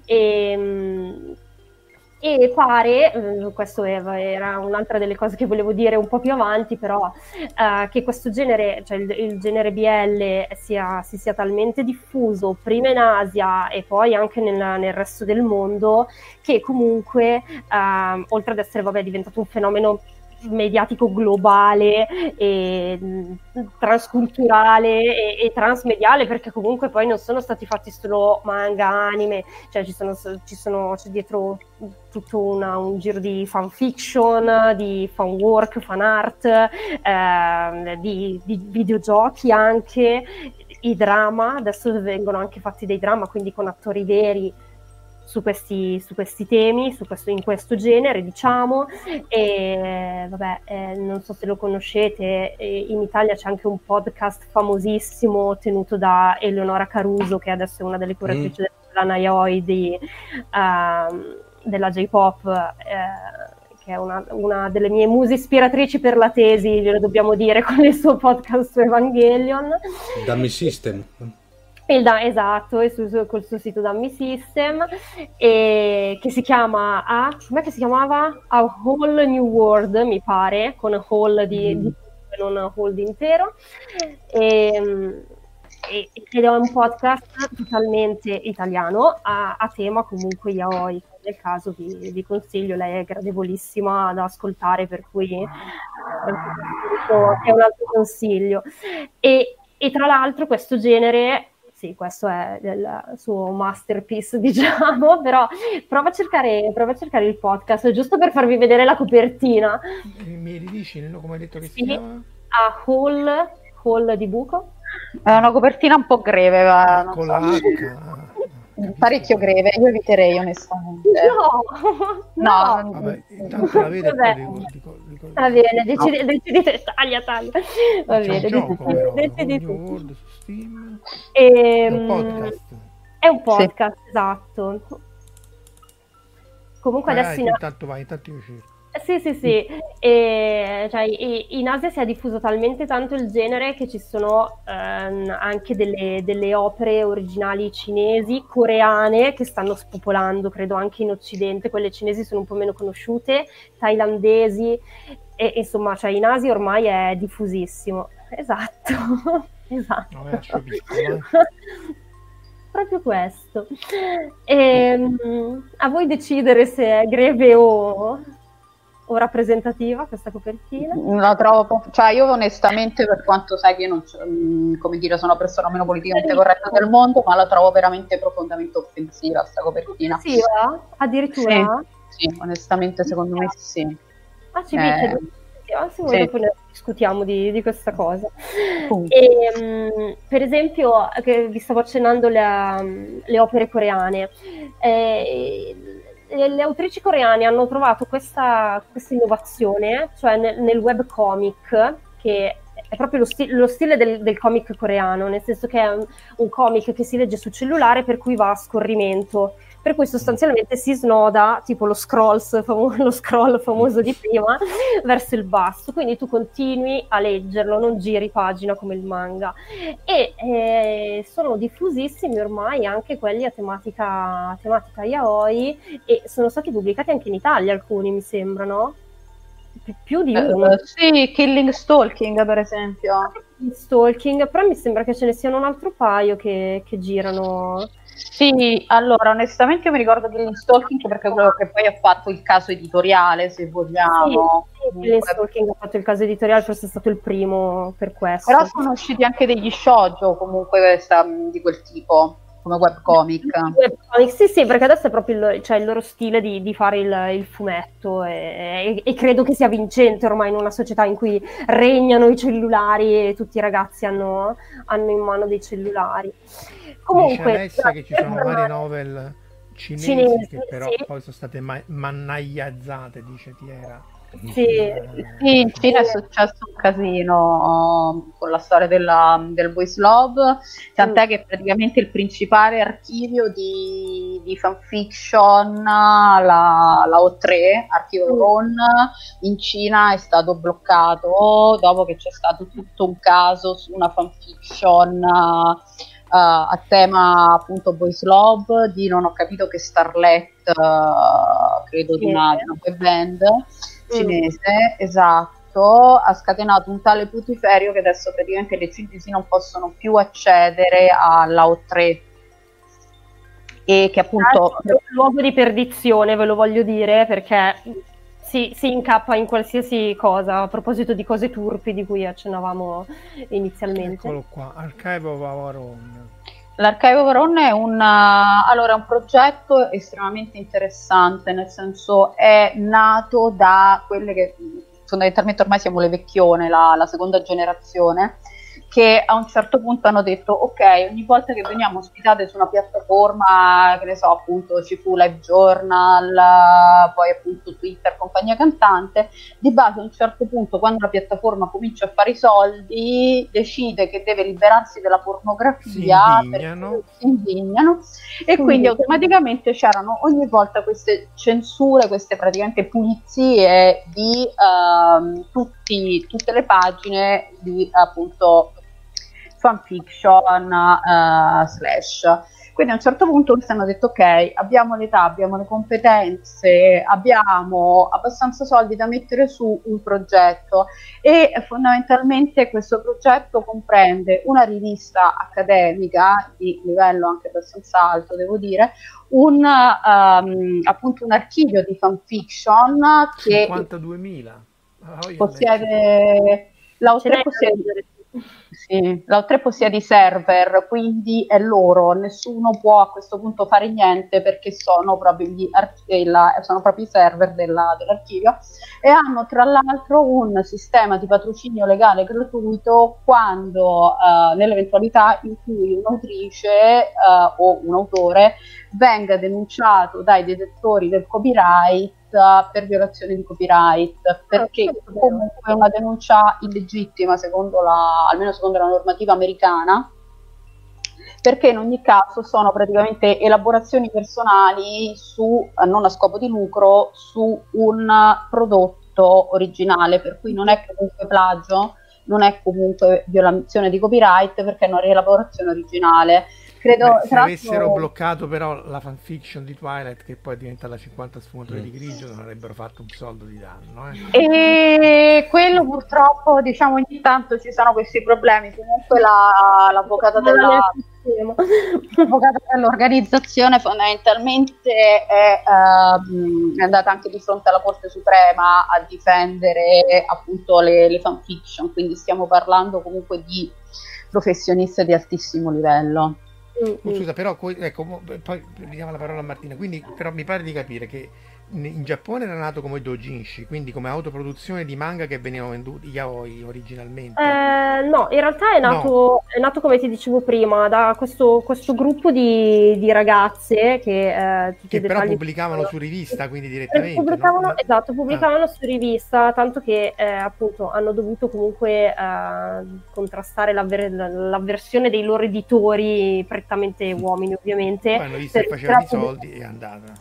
E pare, questo era un'altra delle cose che volevo dire un po' più avanti, però che questo genere, cioè il genere BL si sia talmente diffuso prima in Asia e poi anche nel resto del mondo, che comunque oltre ad essere diventato un fenomeno mediatico globale e transculturale e transmediale, perché comunque poi non sono stati fatti solo manga, anime, cioè c'è dietro tutto un giro di fanfiction, di fan work, fan art, di videogiochi anche. i drama, adesso vengono anche fatti dei drama, quindi con attori veri su questi temi, in questo genere, diciamo. E vabbè, non so se lo conoscete, in Italia c'è anche un podcast famosissimo tenuto da Eleonora Caruso, che adesso è una delle curatrici della Naioi della J-pop, che è una delle mie muse ispiratrici per la tesi, glielo dobbiamo dire, con il suo podcast su Evangelion. Dummy System. Esatto, e col suo sito Dummy System, e che si chiama com'è che si chiamava? A Whole New World, mi pare, con whole di non whole di intero, ed è un podcast totalmente italiano a tema comunque yaoi. Nel caso vi consiglio, lei è gradevolissima da ascoltare, per cui è un altro consiglio. E tra l'altro questo genere, sì, questo è il suo masterpiece, diciamo, però prova a cercare il podcast, giusto per farvi vedere la copertina. Mi ridici, come hai detto che sì, si chiama? A Hall di buco. È una copertina un po' greve, Con la H. Parecchio greve, io eviterei onestamente. No. Vabbè, intanto la vede e poi dico. Va bene, decidete, taglia. Va bene, decidete tu. Su Steam. È un podcast. È un podcast, sì. Esatto. Comunque adesso intanto io cerco. Sì. In Asia si è diffuso talmente tanto il genere che ci sono anche delle opere originali cinesi, coreane, che stanno spopolando, credo anche in Occidente. Quelle cinesi sono un po' meno conosciute, thailandesi, e insomma, in Asia ormai è diffusissimo. Esatto. Proprio questo. A voi decidere se è greve o rappresentativa questa copertina. La trovo, io onestamente, per quanto sai che io non come dire, sono la persona meno politicamente corretta del mondo, ma la trovo veramente profondamente offensiva questa copertina. Offensiva? Addirittura? Sì, onestamente secondo me sì. Ci dice se vuoi dopo ne discutiamo di questa cosa. Per esempio, che vi stavo accennando le opere coreane, le autrici coreane hanno trovato questa innovazione, cioè nel webcomic, che è proprio lo stile del comic coreano, nel senso che è un comic che si legge sul cellulare, per cui va a scorrimento, per cui sostanzialmente si snoda tipo lo scroll famoso di prima verso il basso, quindi tu continui a leggerlo, non giri pagina come il manga, e sono diffusissimi ormai anche quelli a tematica yaoi, e sono stati pubblicati anche in Italia alcuni, mi sembrano. Più di uno. Sì, Killing Stalking per esempio. Stalking, però mi sembra che ce ne siano un altro paio che girano. Sì, allora onestamente io mi ricordo Killing Stalking perché è quello che poi ha fatto il caso editoriale, se vogliamo. Sì, Killing Stalking ha fatto il caso editoriale, forse è stato il primo per questo. Però sono usciti anche degli shoujo comunque di quel tipo, come webcomic. Sì, perché adesso è proprio il loro stile di fare il fumetto, e credo che sia vincente ormai in una società in cui regnano i cellulari e tutti i ragazzi hanno in mano dei cellulari. Comunque, dice Alessia che ci sono varie novel cinesi che però poi sono state mannagliazzate, dice Tiera. Sì, in Cina è successo un casino con la storia del boys love, tant'è che praticamente il principale archivio di fanfiction, la O3, archivio RON, in Cina è stato bloccato dopo che c'è stato tutto un caso su una fanfiction a tema appunto boys love di non ho capito che Starlet, credo di una web band cinese, esatto, ha scatenato un tale putiferio che adesso praticamente le cinesi non possono più accedere alla O3, e che appunto è un luogo di perdizione, ve lo voglio dire, perché si incappa in qualsiasi cosa, a proposito di cose turpi di cui accennavamo inizialmente. Eccolo qua, Archive of Our Own. L'Archive of Our Own è un progetto estremamente interessante, nel senso è nato da quelle che fondamentalmente ormai siamo le vecchione, la seconda generazione, che a un certo punto hanno detto ok, ogni volta che veniamo ospitate su una piattaforma, che ne so, appunto ci fu Live Journal, poi appunto Twitter, compagnia cantante, di base a un certo punto, quando la piattaforma comincia a fare i soldi, decide che deve liberarsi della pornografia, si indignano, e quindi automaticamente c'erano ogni volta queste censure, queste praticamente pulizie di tutte le pagine di appunto fanfiction slash. Quindi a un certo punto questi hanno detto ok, abbiamo l'età, abbiamo le competenze, abbiamo abbastanza soldi da mettere su un progetto, e fondamentalmente questo progetto comprende una rivista accademica di livello anche abbastanza alto, devo dire, appunto un archivio di fanfiction che 52.000 possiede la O3 possiede i server, quindi è loro, nessuno può a questo punto fare niente perché sono proprio sono proprio i server dell'archivio, e hanno tra l'altro un sistema di patrocinio legale gratuito quando nell'eventualità in cui un'autrice o un autore venga denunciato dai detettori del copyright per violazione di copyright, perché comunque è una denuncia illegittima almeno secondo la normativa americana, perché in ogni caso sono praticamente elaborazioni personali non a scopo di lucro, su un prodotto originale, per cui non è comunque plagio, non è comunque violazione di copyright, perché è una rielaborazione originale. Credo, se avessero bloccato però la fanfiction di Twilight, che poi diventa la 50 sfumature di grigio, non avrebbero fatto un soldo di danno. E quello purtroppo, diciamo, ogni tanto ci sono questi problemi. Comunque l'avvocata dell'organizzazione fondamentalmente è andata anche di fronte alla Corte Suprema a difendere appunto le fanfiction, quindi stiamo parlando comunque di professioniste di altissimo livello. Scusa, però ecco, poi diamo la parola a Martina. Quindi però mi pare di capire che in Giappone era nato come doujinshi, quindi come autoproduzione di manga che venivano venduti yaoi originalmente. No, in realtà è nato come ti dicevo prima, da questo gruppo di ragazze che però pubblicavano su rivista, quindi direttamente. Pubblicavano su rivista, tanto che appunto hanno dovuto comunque contrastare l'avversione dei loro editori, prettamente uomini ovviamente. Poi hanno visto che facevano i soldi e è andata.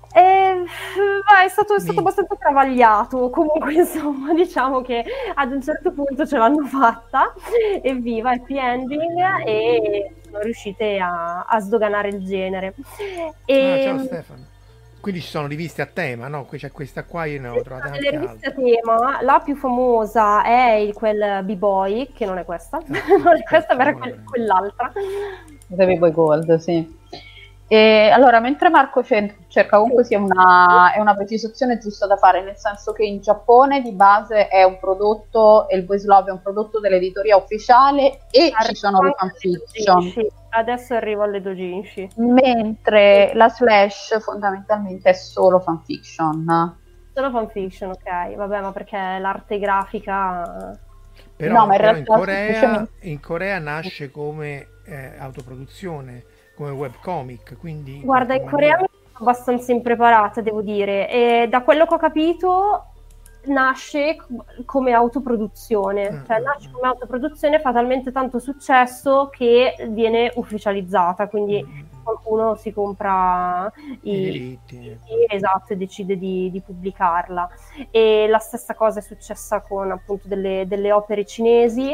È stato abbastanza travagliato, comunque insomma diciamo che ad un certo punto ce l'hanno fatta, evviva, happy ending, e sono riuscite a sdoganare il genere. Ciao Stefano. Quindi ci sono riviste a tema, no? Qui c'è questa qua, io ne ho trovate anche altre. Le riviste a tema, la più famosa è quel B-Boy, che non è questa, non è questa, ma era quell'altra. The B-Boy Gold, sì. E allora, mentre Marco cerca, comunque sia è una precisazione giusta da fare, nel senso che in Giappone di base è un prodotto, e il Boys Love è un prodotto dell'editoria ufficiale, e ci sono le fanfiction. Adesso arrivo alle doujinshi. Mentre la Slash fondamentalmente è solo fanfiction. Solo fanfiction, ok, vabbè, ma perché l'arte grafica... Però, no, però in Corea nasce come autoproduzione, come webcomic, quindi... Guarda, in coreano sono abbastanza impreparata, devo dire, e da quello che ho capito nasce come autoproduzione, fa talmente tanto successo che viene ufficializzata, quindi qualcuno si compra i diritti, esatto, e decide di pubblicarla. E la stessa cosa è successa con appunto delle opere cinesi.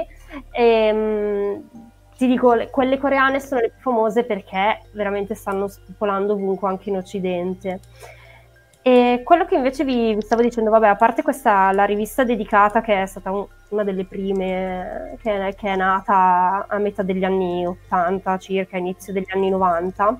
Ti dico, quelle coreane sono le più famose perché veramente stanno spopolando ovunque, anche in Occidente. E quello che invece vi stavo dicendo, vabbè, a parte la rivista dedicata, che è stata una delle prime, che è nata a metà degli anni 80 circa, inizio degli anni 90,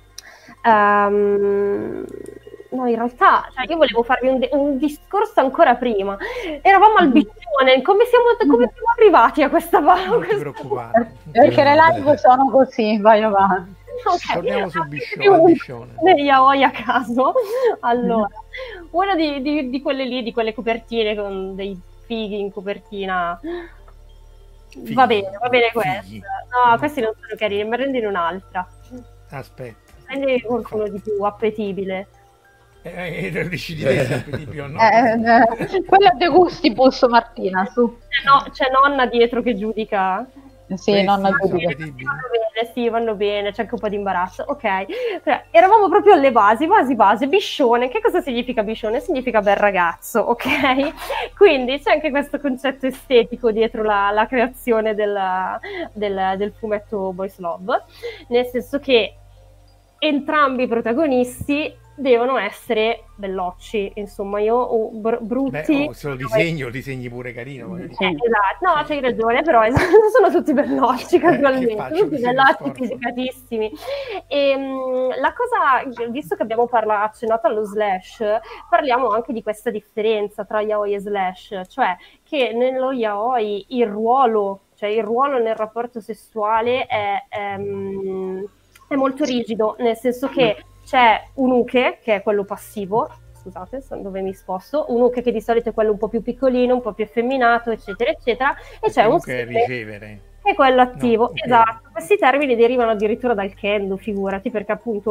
no, in realtà, io volevo farvi un discorso ancora prima. Eravamo al biccione, come siamo arrivati a questa parte? Non ti preoccupare. Perché le live sono così, vai avanti. Okay. Torniamo sul biccione. Degli yaoi a caso. Allora, una di quelle lì, di quelle copertine con dei fighi in copertina. Fighi. Va bene questa. Fighi. No, questi non sono carini, ma prendine un'altra. Aspetta. Prendine qualcuno di più appetibile. Decidi te se è appetibile o no. Quella de gustibus, Martina, su. C'è nonna dietro che giudica. Sì, nonna giudica. Vanno bene, c'è anche un po' di imbarazzo. Ok, eravamo proprio alle basi. Biscione. Che cosa significa biscione? Significa bel ragazzo, ok? Quindi c'è anche questo concetto estetico dietro la creazione del fumetto Boys Love, nel senso che entrambi i protagonisti devono essere bellocci, insomma, brutti. Se lo disegni pure carino. Esatto, no, c'hai ragione, però sono tutti bellocci casualmente, tutti bellocci, fisicatissimi. E la cosa, visto che abbiamo accennato allo slash, parliamo anche di questa differenza tra yaoi e slash, cioè che nello yaoi il ruolo nel rapporto sessuale è molto rigido, nel senso che c'è un uke, che è quello passivo, scusate, dove mi sposto, un uke che di solito è quello un po' più piccolino, un po' più effeminato, eccetera, eccetera, e c'è un seme, ricevere. Che è quello attivo, no, okay. Esatto. Questi termini derivano addirittura dal kendo, figurati, perché appunto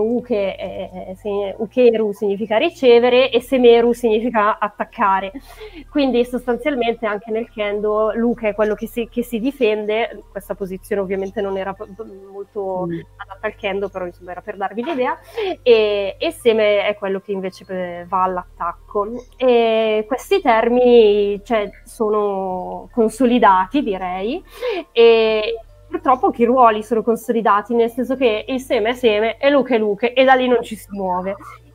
ukeru significa ricevere e semeru significa attaccare. Quindi sostanzialmente anche nel kendo l'uke è quello che si difende. Questa posizione ovviamente non era molto adatta al kendo, però insomma era per darvi l'idea, e seme è quello che invece va all'attacco. E questi termini sono consolidati, direi, e purtroppo anche i ruoli sono consolidati, nel senso che il seme è seme e Luke è Luke, e da lì non ci si muove.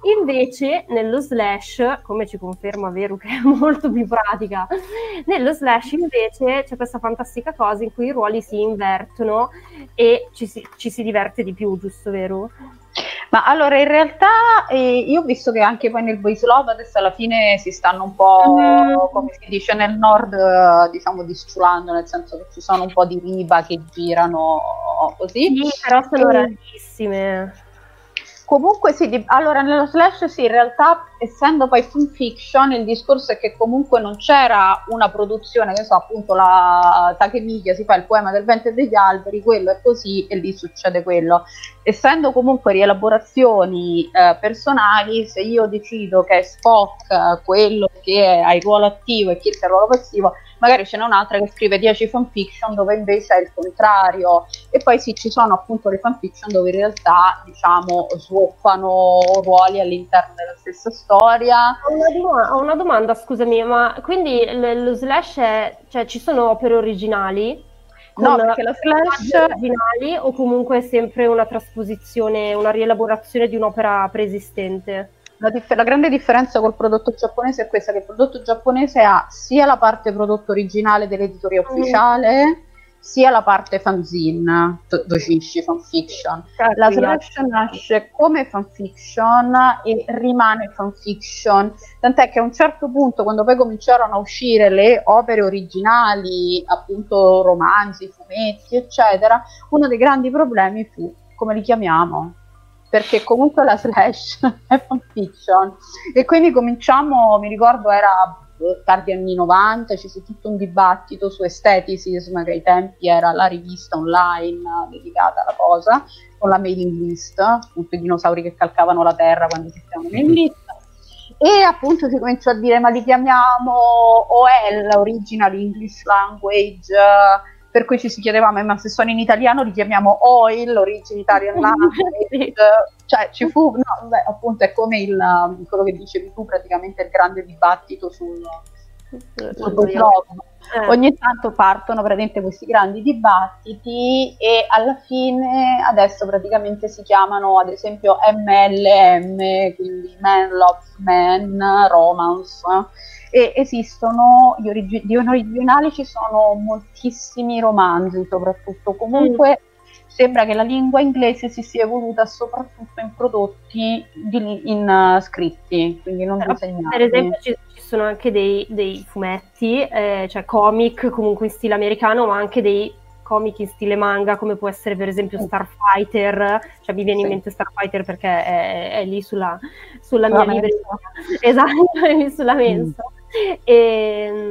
Invece nello slash, come ci conferma Veru che è molto più pratica, nello slash invece c'è questa fantastica cosa in cui i ruoli si invertono e ci si diverte di più, giusto Veru? Ma allora in realtà io ho visto che anche poi nel Boys Love adesso alla fine si stanno un po', come si dice nel nord, diciamo disciulando, nel senso che ci sono un po' di riba che girano così. Sì, però sono rarissime. Comunque sì, allora nello slash sì, in realtà essendo poi fanfiction il discorso è che comunque non c'era una produzione, che so, appunto la Takemiya si fa il poema del vento e degli alberi, quello è così e lì succede quello. Essendo comunque rielaborazioni personali, se io decido che è Spock quello che ha il ruolo attivo e Kirk ha il ruolo passivo, magari ce n'è un'altra che scrive 10 fanfiction dove invece è il contrario, e poi sì, ci sono appunto le fanfiction dove in realtà diciamo swappano ruoli all'interno della stessa storia. Ho una domanda, scusami, ma quindi lo slash cioè ci sono opere originali? No, perché lo slash originali o comunque è sempre una trasposizione, una rielaborazione di un'opera preesistente? La grande differenza col prodotto giapponese è questa, che il prodotto giapponese ha sia la parte prodotto originale dell'editoria ufficiale, sia la parte fanzine, doshishi, fanfiction. La slash nasce come fanfiction e rimane fanfiction, tant'è che a un certo punto, quando poi cominciarono a uscire le opere originali, appunto romanzi, fumetti, eccetera, uno dei grandi problemi fu come li chiamiamo, perché comunque la slash è fanfiction, e quindi cominciamo, mi ricordo era tardi anni 90, ci fu tutto un dibattito su Aestheticism, che ai tempi era la rivista online dedicata alla cosa, con la mailing list, appunto i dinosauri che calcavano la terra quando esisteva una mailing list, e appunto si cominciò a dire ma li chiamiamo OL, Original English Language, per cui ci si chiedeva ma se sono in italiano li chiamiamo OIL, Origin Italian Language, cioè ci fu, no, beh, appunto è come quello che dicevi tu, praticamente il grande dibattito sul Boys Love. Ogni tanto partono praticamente questi grandi dibattiti e alla fine adesso praticamente si chiamano ad esempio MLM, quindi Man Loves Man, Romance, e esistono di originali, ci sono moltissimi romanzi soprattutto, comunque sembra che la lingua inglese si sia evoluta soprattutto in prodotti in scritti, quindi non disegnati. Per esempio ci sono anche dei fumetti, cioè comic comunque in stile americano, ma anche dei comic in stile manga, come può essere per esempio Starfighter, cioè mi viene in mente Starfighter perché è lì sulla mia libreria, esatto, è lì sulla mensa.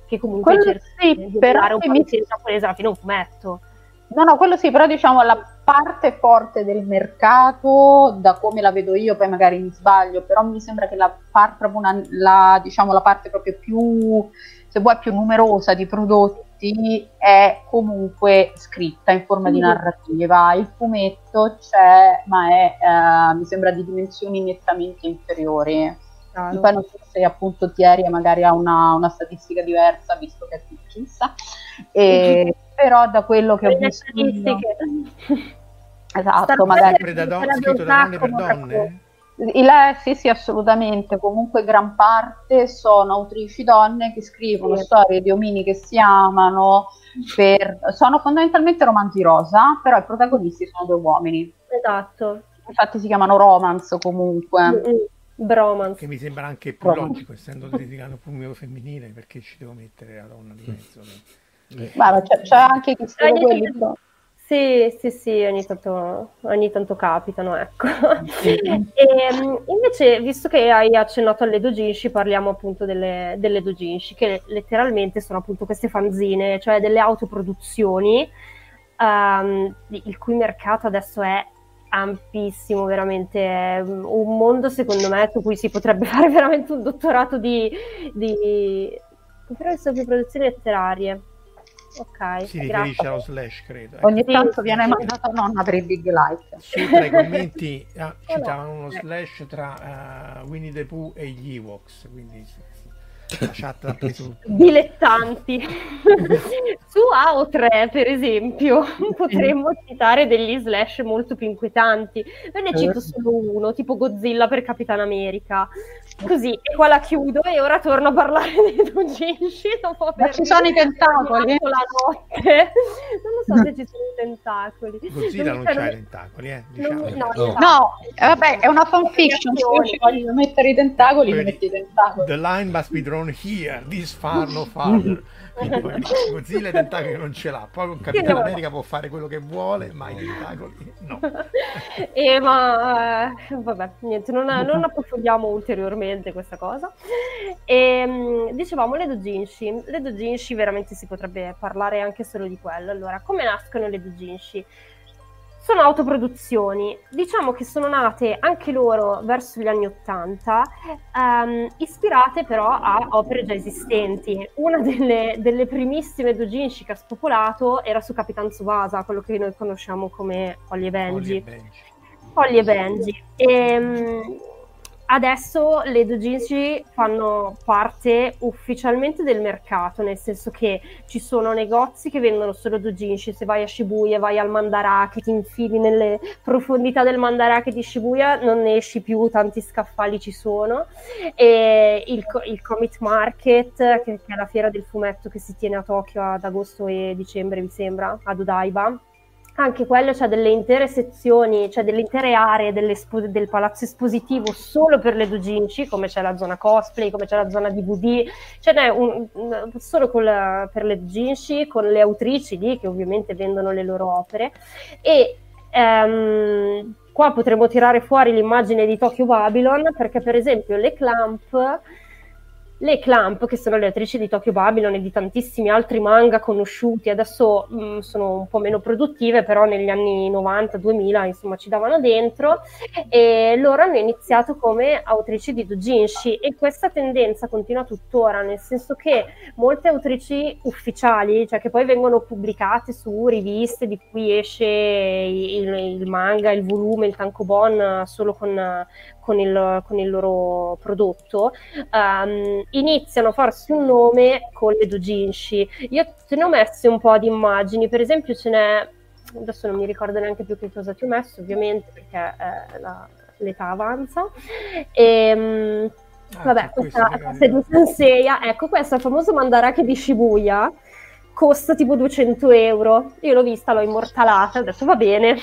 che comunque Quello cerca sì, di però dare un poi po' di giapponese alla fine è un fumetto. No, quello sì, però diciamo la parte forte del mercato, da come la vedo io, poi magari mi sbaglio, però mi sembra che diciamo, la parte proprio più, se vuoi, più numerosa di prodotti è comunque scritta in forma di narrativa. Il fumetto c'è, ma è, mi sembra, di dimensioni nettamente inferiori. Chiaro. Poi non so se appunto Thierry magari ha una statistica diversa, visto che è più precisa, però da quello che ho Le visto io, statistiche. esatto, magari Sempre scritto da donne per donne? sì, assolutamente. Comunque gran parte sono autrici donne che scrivono storie di omini che si amano, sono fondamentalmente romanzi rosa, però i protagonisti sono 2 uomini. Esatto. Infatti si chiamano romance comunque. Bromance. Che mi sembra anche più logico, essendo dedicando al pubblico femminile, perché ci devo mettere la donna di mezzo. Ma c'è anche chi scrive quelli. Sì, ogni tanto capitano, ecco. E invece, visto che hai accennato alle doujinshi, parliamo appunto delle doujinshi, che letteralmente sono appunto queste fanzine, cioè delle autoproduzioni, il cui mercato adesso è ampissimo, veramente è un mondo secondo me su cui si potrebbe fare veramente un dottorato di produzioni letterarie. Ok, si riferisce allo slash, credo. Ogni tanto viene mandato nonna per il big like. Tra i commenti citavano uno slash tra Winnie the Pooh e gli Ewoks, quindi la chat l'ha preso tutto. Dilettanti. Su AO3 per esempio potremmo citare degli slash molto più inquietanti. Ve ne cito solo uno, tipo Godzilla per Capitan America. Così, e qua la chiudo e ora torno a parlare dei doujinshi dopo aver... Ma ci sono i tentacoli? La notte. Non lo so se ci sono i tentacoli. Godzilla non c'ha i tentacoli, diciamo. No, vabbè, è una fanfiction, se io ci voglio mettere i tentacoli, mi metti i tentacoli. The line must be drawn here, this far, no farther. Godzilla i tentacoli non ce l'ha, poi con Capitano America può fare quello che vuole, ma i tentacoli no. Ma vabbè, niente, non approfondiamo ulteriormente questa cosa. Dicevamo le doujinshi veramente si potrebbe parlare anche solo di quello. Allora, come nascono le doujinshi? Sono autoproduzioni, diciamo che sono nate anche loro verso gli anni '80, ispirate però a opere già esistenti. Una delle primissime doujinshi che ha spopolato era su Capitan Tsubasa, quello che noi conosciamo come Holly e Benji. Adesso le doujinshi fanno parte ufficialmente del mercato, nel senso che ci sono negozi che vendono solo doujinshi. Se vai a Shibuya, vai al Mandarake, ti infili nelle profondità del Mandarake di Shibuya, non ne esci più, tanti scaffali ci sono. E il Comic Market, che è la fiera del fumetto che si tiene a Tokyo ad agosto e dicembre, mi sembra, ad Odaiba. Anche quello c'ha delle intere sezioni, cioè delle intere aree del palazzo espositivo solo per le doujinshi, come c'è la zona cosplay, come c'è la zona DVD, ce n'è solo per le doujinshi, con le autrici lì che ovviamente vendono le loro opere. E qua potremmo tirare fuori l'immagine di Tokyo Babylon, perché per esempio le Clamp, che sono le autrici di Tokyo Babylon e di tantissimi altri manga conosciuti, adesso sono un po' meno produttive, però negli anni 90-2000 insomma ci davano dentro, e loro hanno iniziato come autrici di doujinshi e questa tendenza continua tuttora, nel senso che molte autrici ufficiali, cioè che poi vengono pubblicate su riviste di cui esce il manga, il volume, il tankobon solo con il loro prodotto, iniziano a farsi un nome con le doujinshi. Io te ne ho messe un po' di immagini, per esempio ce n'è, adesso non mi ricordo neanche più che cosa ti ho messo, ovviamente perché l'età avanza. Vabbè, questa è di Senseiya, ecco, questo è il famoso Mandarake di Shibuya, costa tipo 200 euro. Io l'ho vista, l'ho immortalata, ho detto va bene.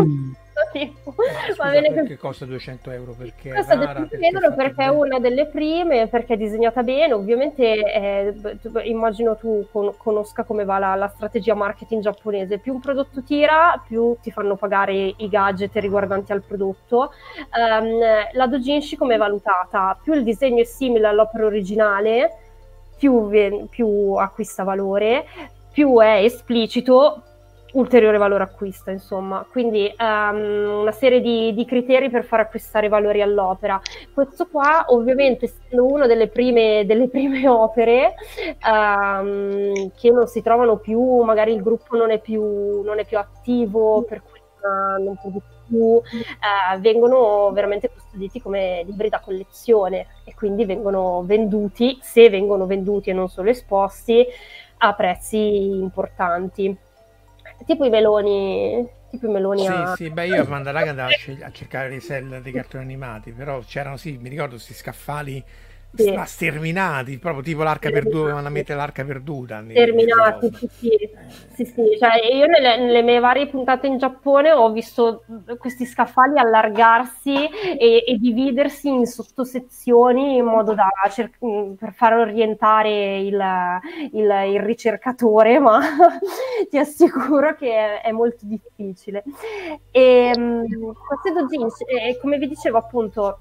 Va bene, perché costa 200 euro? Perché costa 200 euro perché è una delle prime, perché è disegnata bene. Ovviamente immagino tu conosca come va la strategia marketing giapponese: più un prodotto tira, più ti fanno pagare i gadget riguardanti al prodotto. La doujinshi come è valutata? Più il disegno è simile all'opera originale, più acquista valore, più è esplicito, ulteriore valore acquista, insomma. Quindi una serie di criteri per far acquistare valori all'opera. Questo qua, ovviamente, essendo una delle prime opere che non si trovano più, magari il gruppo non è più attivo, per cui non produce più, vengono veramente custoditi come libri da collezione e quindi vengono venduti, se vengono venduti e non solo esposti, a prezzi importanti. Tipo i meloni Sì, beh, io quando andavo a cercare le selle dei cartoni animati, però c'erano, sì, mi ricordo questi scaffali Sì. sterminati, proprio tipo l'arca perduta, vanno a mettere l'arca perduta. Terminati, sì. Cioè, io nelle mie varie puntate in Giappone ho visto questi scaffali allargarsi e dividersi in sottosezioni in modo da per far orientare il ricercatore, ma ti assicuro che è molto difficile. E queste doujinshi, come vi dicevo appunto,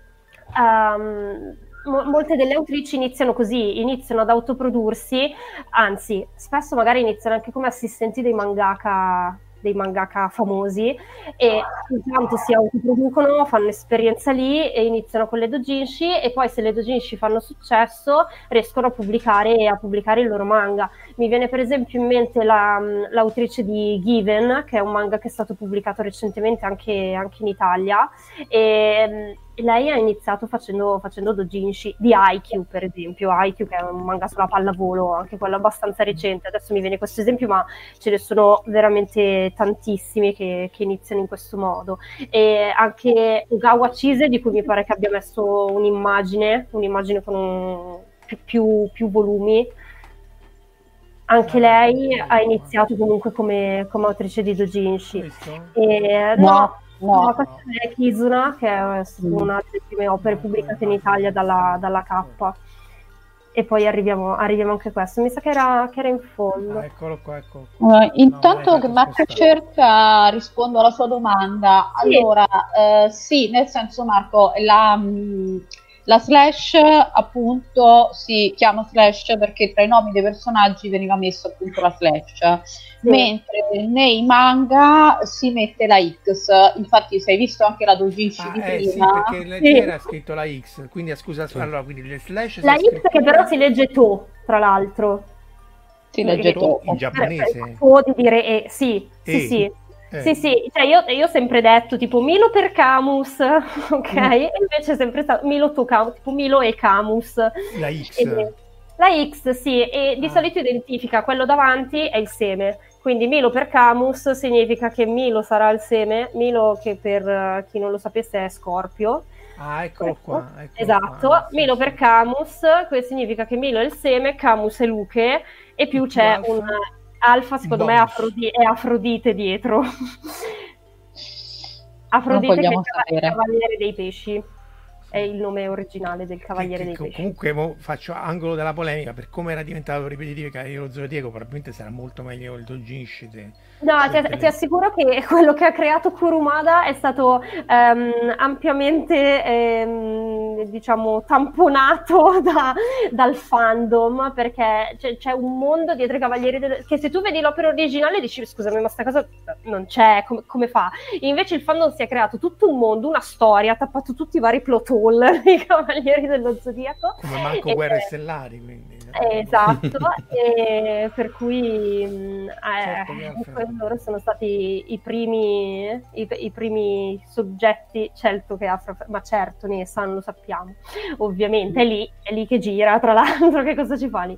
molte delle autrici iniziano così, iniziano ad autoprodursi, anzi, spesso magari iniziano anche come assistenti dei mangaka famosi, e intanto si autoproducono, fanno esperienza lì e iniziano con le doujinshi, e poi se le doujinshi fanno successo riescono a pubblicare il loro manga. Mi viene per esempio in mente l'autrice di Given, che è un manga che è stato pubblicato recentemente anche in Italia, e lei ha iniziato facendo doujinshi di Haikyuu, per esempio. Haikyuu, che è un manga sulla pallavolo, anche quello abbastanza recente. Adesso mi viene questo esempio, ma ce ne sono veramente tantissimi che iniziano in questo modo. E anche Ogawa Chise, di cui mi pare che abbia messo un'immagine con più volumi. Anche lei ha iniziato comunque come autrice di doujinshi. No, questa è Kizuna, che è una delle prime opere pubblicate in Italia dalla K. E poi arriviamo anche a questo. Mi sa che era in fondo. Eccolo qua. Intanto che Marco cerca, rispondo alla sua domanda. Sì. Allora, sì, nel senso, Marco, la slash appunto si chiama slash perché tra i nomi dei personaggi veniva messo appunto la slash, mentre nei manga si mette la X. Infatti se hai visto anche la doujinshi di prima, sì, perché era scritto la X, quindi scusa, allora quindi le slash la X che però si legge To, tra l'altro si legge To in giapponese, To di dire sì. Sì, cioè io ho sempre detto tipo Milo per Camus, ok? E invece è sempre stato Milo to Camus, tipo Milo e Camus. La X. La X, sì, e di solito identifica quello davanti è il seme. Quindi Milo per Camus significa che Milo sarà il seme, Milo che per chi non lo sapesse è Scorpio. Eccolo qua. Esatto, qua, Milo sì. per Camus, questo significa che Milo è il seme, Camus è Luche, e più c'è un... Alfa, secondo me, è Afrodite dietro. Afrodite, che è il cavaliere dei pesci. È il nome originale del cavaliere dei pesci. Comunque faccio angolo della polemica, per come era diventato ripetitivo lo Zodiaco, probabilmente sarà molto meglio il doujinshi. No, ti assicuro che quello che ha creato Kurumada è stato ampiamente diciamo tamponato dal fandom, perché c'è un mondo dietro i Cavalieri che se tu vedi l'opera originale dici scusami, ma sta cosa non c'è, come fa? Invece il fandom si è creato tutto un mondo, una storia, ha tappato tutti i vari plot hole dei Cavalieri dello Zodiaco, come manco Guerre Stellari, quindi esatto. E per cui loro sono stati i primi soggetti, certo che ma certo Nessa, lo sappiamo, ovviamente è lì che gira, tra l'altro, che cosa ci fa lì.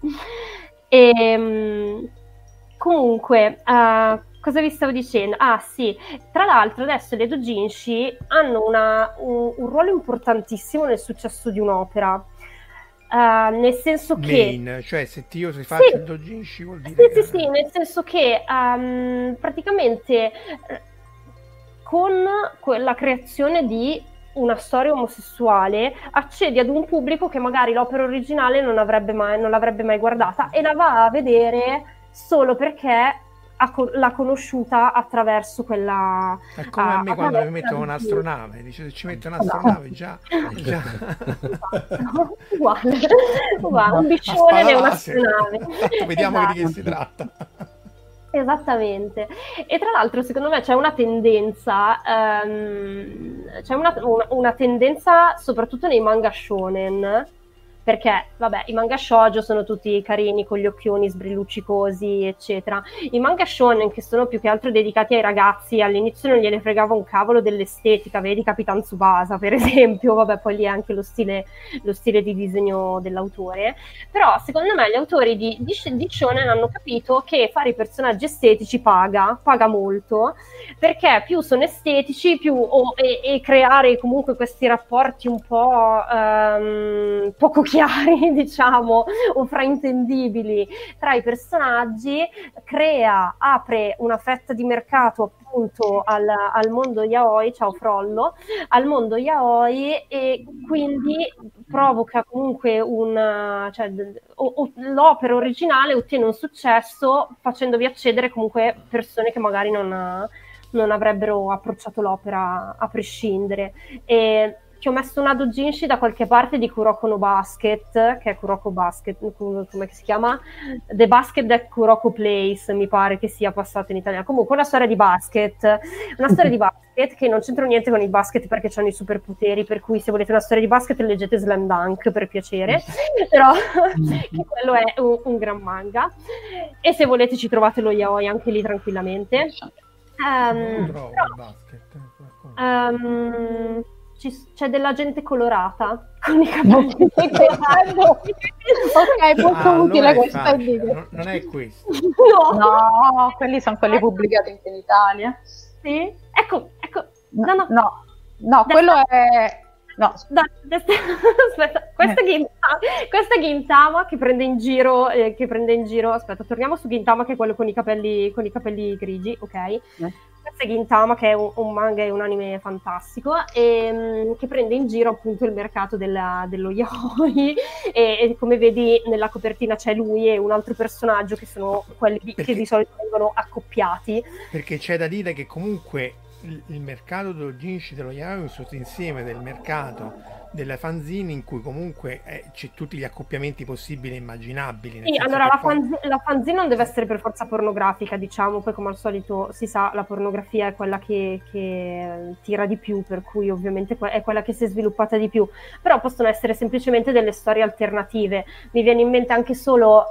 E comunque cosa vi stavo dicendo? Sì, tra l'altro adesso le doujinshi hanno un ruolo importantissimo nel successo di un'opera. Nel senso che cioè se io faccio il doujinshi vuol dire sì, nel senso che praticamente con la creazione di una storia omosessuale accedi ad un pubblico che magari l'opera originale non l'avrebbe mai guardata e la va a vedere solo perché l'ha conosciuta attraverso quella... È come a me quando mi mettono un'astronave, dice se ci metto un'astronave già. Uguale, un biccione e un'astronave. Vediamo di che si tratta. Esattamente. E tra l'altro secondo me c'è una tendenza una tendenza soprattutto nei manga shonen, perché vabbè, i manga shoujo sono tutti carini con gli occhioni sbrilluccicosi eccetera. I manga shonen, che sono più che altro dedicati ai ragazzi, all'inizio non gliene fregava un cavolo dell'estetica, vedi Capitan Tsubasa per esempio, vabbè poi lì è anche lo stile di disegno dell'autore, però secondo me gli autori di shonen hanno capito che fare i personaggi estetici paga molto, perché più sono estetici e creare comunque questi rapporti un po' poco chiari, diciamo, o fraintendibili tra i personaggi, apre una fetta di mercato appunto al mondo yaoi, ciao Frollo, al mondo yaoi, e quindi provoca comunque l'opera originale ottiene un successo facendovi accedere comunque persone che magari non avrebbero approcciato l'opera a prescindere. E ci ho messo una doujinshi da qualche parte di Kuroko no Basket, che è Kuroko Basket, come si chiama? The Basket That Kuroko Plays, mi pare che sia passato in italiano. Comunque una storia di basket che non c'entra niente con il basket perché hanno i superpoteri, per cui se volete una storia di basket leggete Slam Dunk per piacere, però che quello è un gran manga. E se volete ci trovate lo yaoi anche lì tranquillamente. C'è della gente colorata con i capelli. Ok, molto utile questo video. Non è questo. No, quelli sono quelli pubblicati in Italia. Sì? Ecco. No, quello è... No. Aspetta, questa Gintama che prende in giro, aspetta, torniamo su Gintama, che è quello con i capelli grigi, ok? Questa è Gintama, che è un manga e un anime fantastico, e che prende in giro appunto il mercato dello yaoi, e come vedi nella copertina c'è lui e un altro personaggio che sono quelli che di solito vengono accoppiati. Perché c'è da dire che comunque il mercato dello doujinshi, dello yaoi, è un sottoinsieme del mercato delle fanzine, in cui comunque c'è tutti gli accoppiamenti possibili e immaginabili. Sì, allora la fanzine non deve essere per forza pornografica, diciamo, poi come al solito si sa, la pornografia è quella che tira di più, per cui ovviamente è quella che si è sviluppata di più, però possono essere semplicemente delle storie alternative. Mi viene in mente anche solo...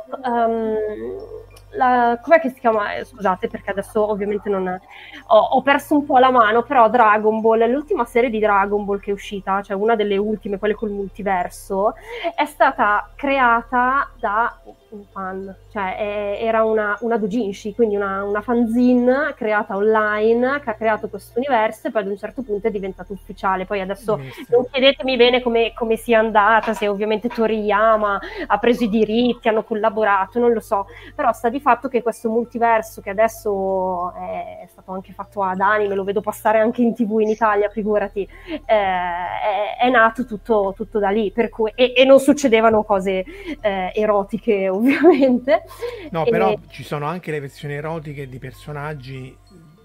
com'è che si chiama? Scusate, perché adesso ovviamente non ho perso un po' la mano, però Dragon Ball, l'ultima serie di Dragon Ball che è uscita, cioè una delle ultime, quelle col multiverso, è stata creata da un fan, cioè era una doujinshi, quindi una fanzine creata online che ha creato questo universo, e poi ad un certo punto è diventato ufficiale. Poi adesso non chiedetemi bene come sia andata, se ovviamente Toriyama ha preso i diritti, hanno collaborato, non lo so, però sta di fatto che questo multiverso, che adesso è stato anche fatto ad anime, lo vedo passare anche in TV in Italia, figurati, è nato tutto da lì, per cui, e non succedevano cose erotiche ovviamente. No, però ci sono anche le versioni erotiche di personaggi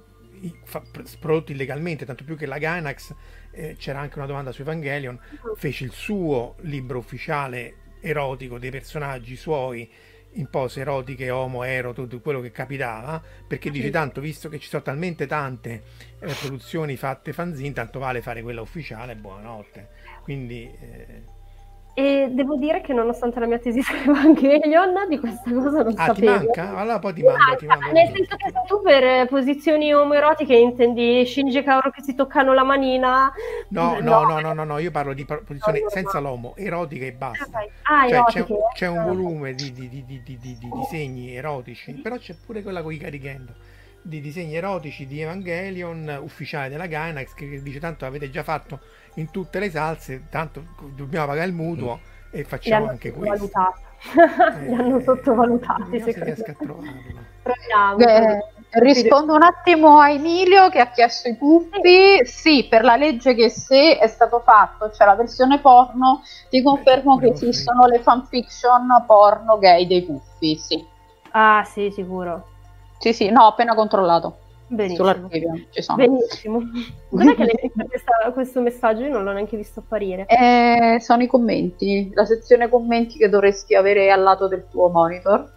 prodotti illegalmente, tanto più che la Gainax, c'era anche una domanda su Evangelion, fece il suo libro ufficiale erotico dei personaggi suoi in pose erotiche, homo, ero, tutto quello che capitava, perché dice tanto, visto che ci sono talmente tante produzioni fatte fanzine, tanto vale fare quella ufficiale, buonanotte. Quindi e devo dire che nonostante la mia tesi su Evangelion, di questa cosa non sapevo. Ti manca? Allora poi ti mando. Nel senso che se tu per posizioni omoerotiche intendi Shinji e Kaoru che si toccano la manina... No, io parlo di posizioni senza l'omo, erotica e basta. Cioè, c'è un volume di disegni erotici, però c'è pure quella con i Karigendo, di disegni erotici di Evangelion, ufficiale della Gainax, che dice tanto avete già fatto in tutte le salse, tanto dobbiamo pagare il mutuo e facciamo anche questo. Li hanno sottovalutati. Se riesco a trovarlo. Rispondo un attimo a Emilio che ha chiesto i puffi. Sì, per la legge che se è stato fatto, cioè la versione porno, ti confermo che esistono le fanfiction porno gay dei puffi, sì. Ah sì, sicuro. Sì, no, ho appena controllato. Benissimo. Sull'archivio ci sono. Benissimo. Dov'è che l'hai visto questo messaggio? Io non l'ho neanche visto apparire. Sono i commenti, la sezione commenti che dovresti avere al lato del tuo monitor.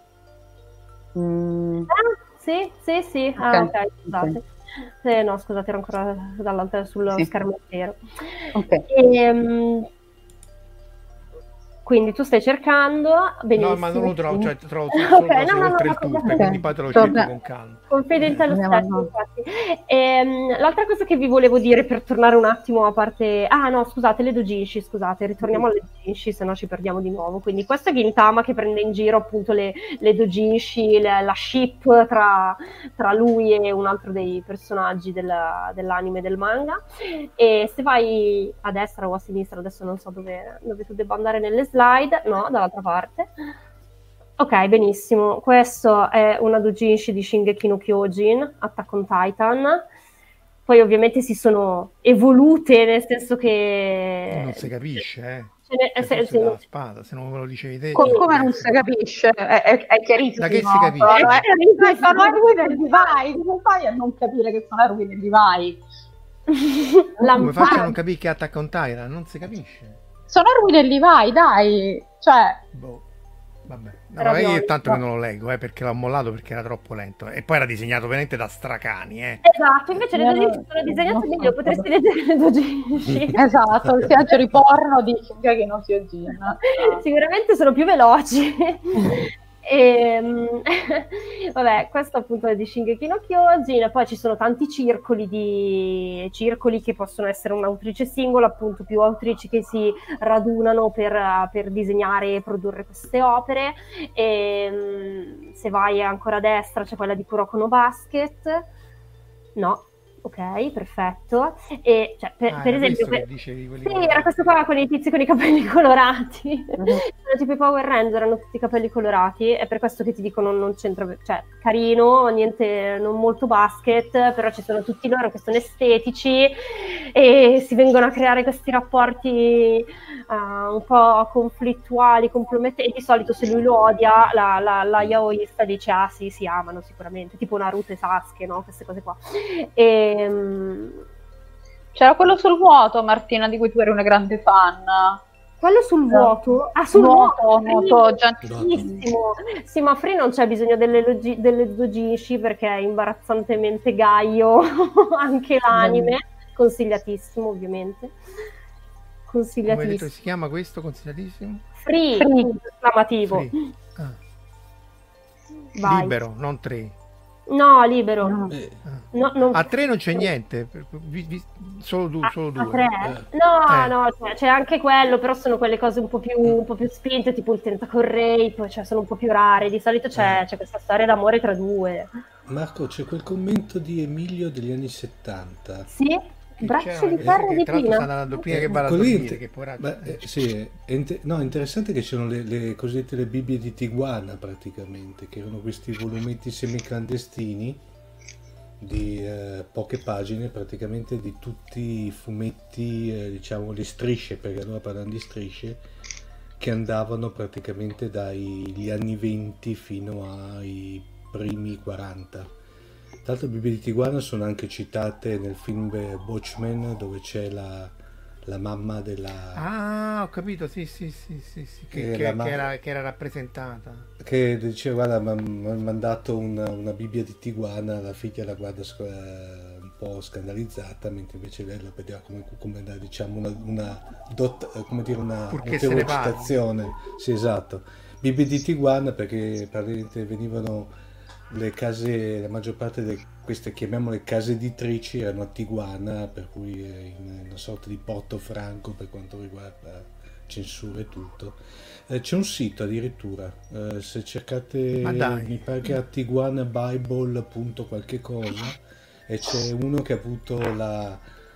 Sì. Ok, scusate. No, scusate, ero ancora dall'altra sullo schermo intero. Ok. Quindi tu stai cercando, benissimo. No, ma non lo trovo, cioè trovo solo oltre il tutto, quindi poi te lo cerco con calma. Confida in te lo stesso, infatti. L'altra cosa che vi volevo dire per tornare un attimo a parte... Ah no, scusate, le doujinshi, ritorniamo alle doujinshi, se no ci perdiamo di nuovo. Quindi questo è Gintama che prende in giro appunto le doujinshi, la ship tra lui e un altro dei personaggi dell'anime e del manga. E se vai a destra o a sinistra, adesso non so dove tu debba andare nelle slide, no, dall'altra parte. Ok, benissimo. Questo è una doujinshi di Shingeki no Kyojin, Attack on Titan. Poi ovviamente si sono evolute, nel senso che... Non si capisce, la spada, se non me lo dicevi te. Come non si capisce? È chiarissimo. Da che si capisce? Sono eroi del Levi, come fai a non capire che sono eroi del Levi? Come faccio a non capire che Attack on Titan? Non si capisce. Sono eroi del Levi, dai! Cioè... Vabbè, no, io tanto che non lo leggo, perché l'ho mollato perché era troppo lento e poi era disegnato veramente da stracani, Esatto, invece le doujinshi sono disegnate meglio, potresti leggere le doujinshi. Esatto, il viaggio di porno di Shingeki no Kyojin. Sicuramente sono più veloci. Vabbè, questo appunto è di Shingeki no Kyojin. Poi ci sono tanti circoli che possono essere un'autrice singola, appunto più autrici che si radunano per disegnare e produrre queste opere. Se vai ancora a destra c'è quella di Kuroko no Basket. No, ok, perfetto. E cioè, per esempio, era questo qua con i tizi con i capelli colorati. Sono tipo i Power Ranger, hanno tutti i capelli colorati. È per questo che ti dicono non c'entra, cioè carino, niente, non molto basket, però ci sono tutti loro che sono estetici e si vengono a creare questi rapporti un po' conflittuali, compromettenti. E di solito se lui lo odia, la yaoista dice ah sì, si amano sicuramente, tipo Naruto e Sasuke, no? Queste cose qua. C'era quello sul vuoto, Martina, di cui tu eri una grande fan. Quello sul vuoto? Ah, sul vuoto gentilissimo. Sì, ma Free non c'è bisogno delle doujinshi perché è imbarazzantemente gaio anche l'anime. Consigliatissimo, ovviamente. Consigliatissimo. Come hai detto, si chiama questo? Consigliatissimo? Free. Esclamativo. Free. Libero, non 3. No, libero. No, a 3 non c'è niente, solo 2. A 3? No, c'è anche quello, però sono quelle cose un po' più spinte, tipo il Tentacle Rape, cioè sono un po' più rare. Di solito c'è questa storia d'amore tra due. Marco, c'è quel commento di Emilio degli anni 70. Sì? Braccio di ferro di Pina. Sta andando prima che vada a dormire, che sì, è interessante che c'erano le cosiddette le Bibbie di Tiguana praticamente, che erano questi volumetti semiclandestini di poche pagine praticamente di tutti i fumetti, diciamo le strisce, perché allora parlano di strisce, che andavano praticamente dagli anni 20 fino ai primi 40. Tra l'altro le Bibbie di Tiguana sono anche citate nel film Watchmen, dove c'è la mamma della... Ah, ho capito, sì, che era rappresentata. Che diceva, guarda, mi ha mandato una Bibbia di Tiguana, la figlia la guarda un po' scandalizzata, mentre invece lei la vedeva come diciamo una citazione. Sì, esatto. Bibbia di Tiguana, perché praticamente venivano... le case, la maggior parte di queste, chiamiamole case editrici, erano a Tiguana, per cui una sorta di porto franco per quanto riguarda censura e tutto. C'è un sito addirittura, se cercate, mi pare che a tiguanabible. qualche cosa, e c'è uno che ha avuto la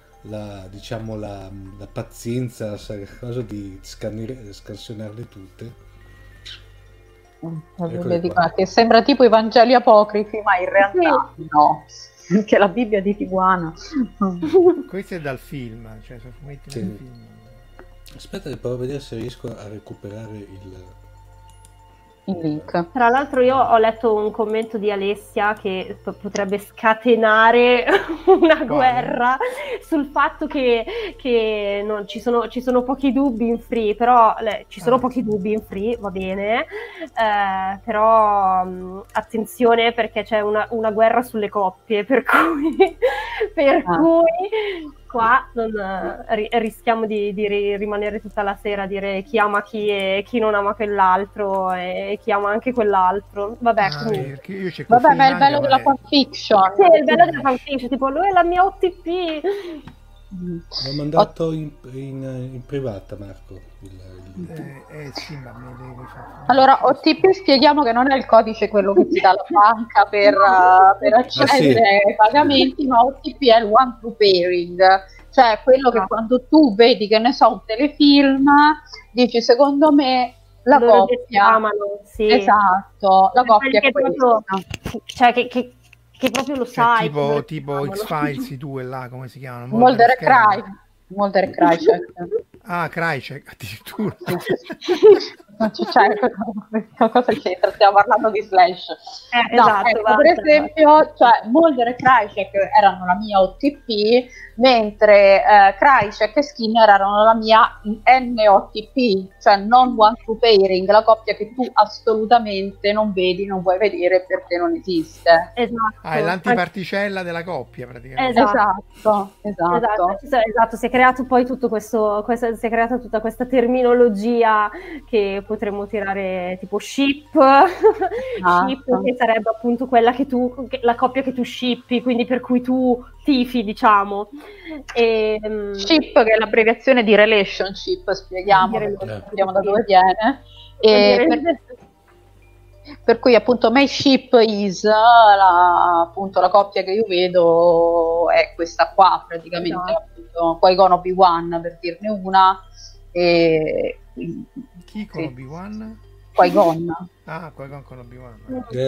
pazienza di scansionarle tutte. Che sembra tipo i Vangeli apocrifi, ma in realtà no, perché la Bibbia di Tiguana. Questo è dal film, cioè sono fumetti del film. Aspetta che provo a vedere se riesco a recuperare il... il link. Tra l'altro io ho letto un commento di Alessia che potrebbe scatenare una guerra sul fatto che non, ci sono pochi dubbi in Free, però ci sono pochi dubbi in Free, va bene, però attenzione perché c'è una guerra sulle coppie, per cui qua rischiamo di rimanere tutta la sera a dire chi ama chi e chi non ama quell'altro e chi ama anche quell'altro. Vabbè, comunque. Vabbè, ma è il bello della fanfiction. Sì, è il bello della fanfiction, tipo lui è la mia OTP. L'ho mandato in privata, Marco. Sì, ma me devi fare. Allora, OTP spieghiamo che non è il codice quello che ti dà la banca per accedere ai pagamenti, ma OTP è il one to pairing, cioè quello che quando tu vedi, che ne so, un telefilm, dici secondo me la loro coppia amano, sì. Esatto, la coppia è questa. Cioè che proprio lo sai. Tipo X-Files 2 là, come si chiamano? Mulder e Krycek. Ah, Krycek, addirittura. Cosa c'entra? Stiamo parlando di Slash. Esatto, ecco, per esempio, cioè, Mulder e Krycek erano la mia OTP, mentre Krycek e Skinner erano la mia NOTP, cioè non one to pairing, la coppia che tu assolutamente non vedi, non vuoi vedere perché non esiste. Esatto. È l'antiparticella della coppia, praticamente. Esatto. Si è creato poi tutto si è creata tutta questa terminologia che potremmo tirare tipo ship, ship che sarebbe appunto quella la coppia che tu shippi, quindi per cui tu tifi, diciamo. Ship, che è l'abbreviazione di relationship, spieghiamo da dove viene. Per cui appunto my ship is appunto la coppia che io vedo è questa qua praticamente, appunto, Qui-Gon Obi-Wan per dirne una, e chi con Obi-Wan? Qui-Gon. Ah, Qui-Gon con Obi-Wan.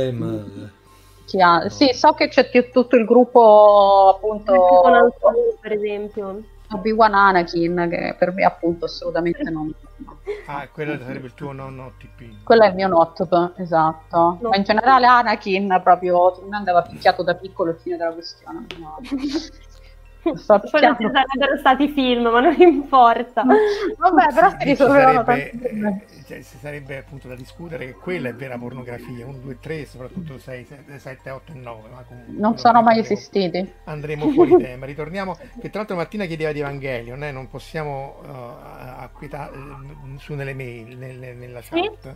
Sì, so che c'è tutto il gruppo appunto per esempio Obi-Wan Anakin, che per me appunto assolutamente non. Quello sarebbe il tuo non OTP. Quello è il mio NOTP, esatto. Ma in generale Anakin proprio mi andava picchiato da piccolo, il fine della questione. No. Poi non ci sarebbero stati film, ma non importa. Vabbè, però si risolvevano si sarebbe appunto da discutere che quella è vera pornografia, 1, 2, 3, soprattutto 6, 7, 8 e 9. Ma non sono mai esistiti. Andremo fuori tema. Ritorniamo, che tra l'altro Martina chiedeva di Evangelion, non possiamo acquietare su nelle mail, nella chat.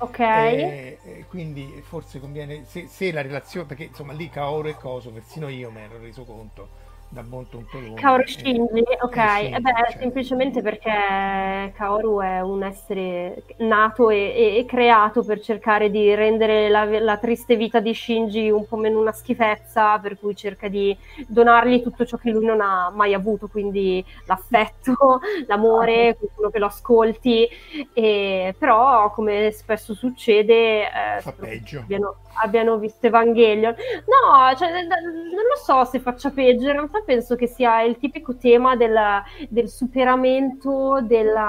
Ok. Quindi forse conviene, se la relazione, perché insomma lì Kaoru e coso, persino io mi ero reso conto da buon tontolone. Kaoru Shinji, ok, certo. Semplicemente perché Kaoru è un essere nato e creato per cercare di rendere la triste vita di Shinji un po' meno una schifezza, per cui cerca di donargli tutto ciò che lui non ha mai avuto, quindi l'affetto, l'amore, qualcuno che lo ascolti, però come spesso succede fa peggio. Abbiano visto Evangelion. No, cioè, non lo so se faccia peggio, in realtà penso che sia il tipico tema del superamento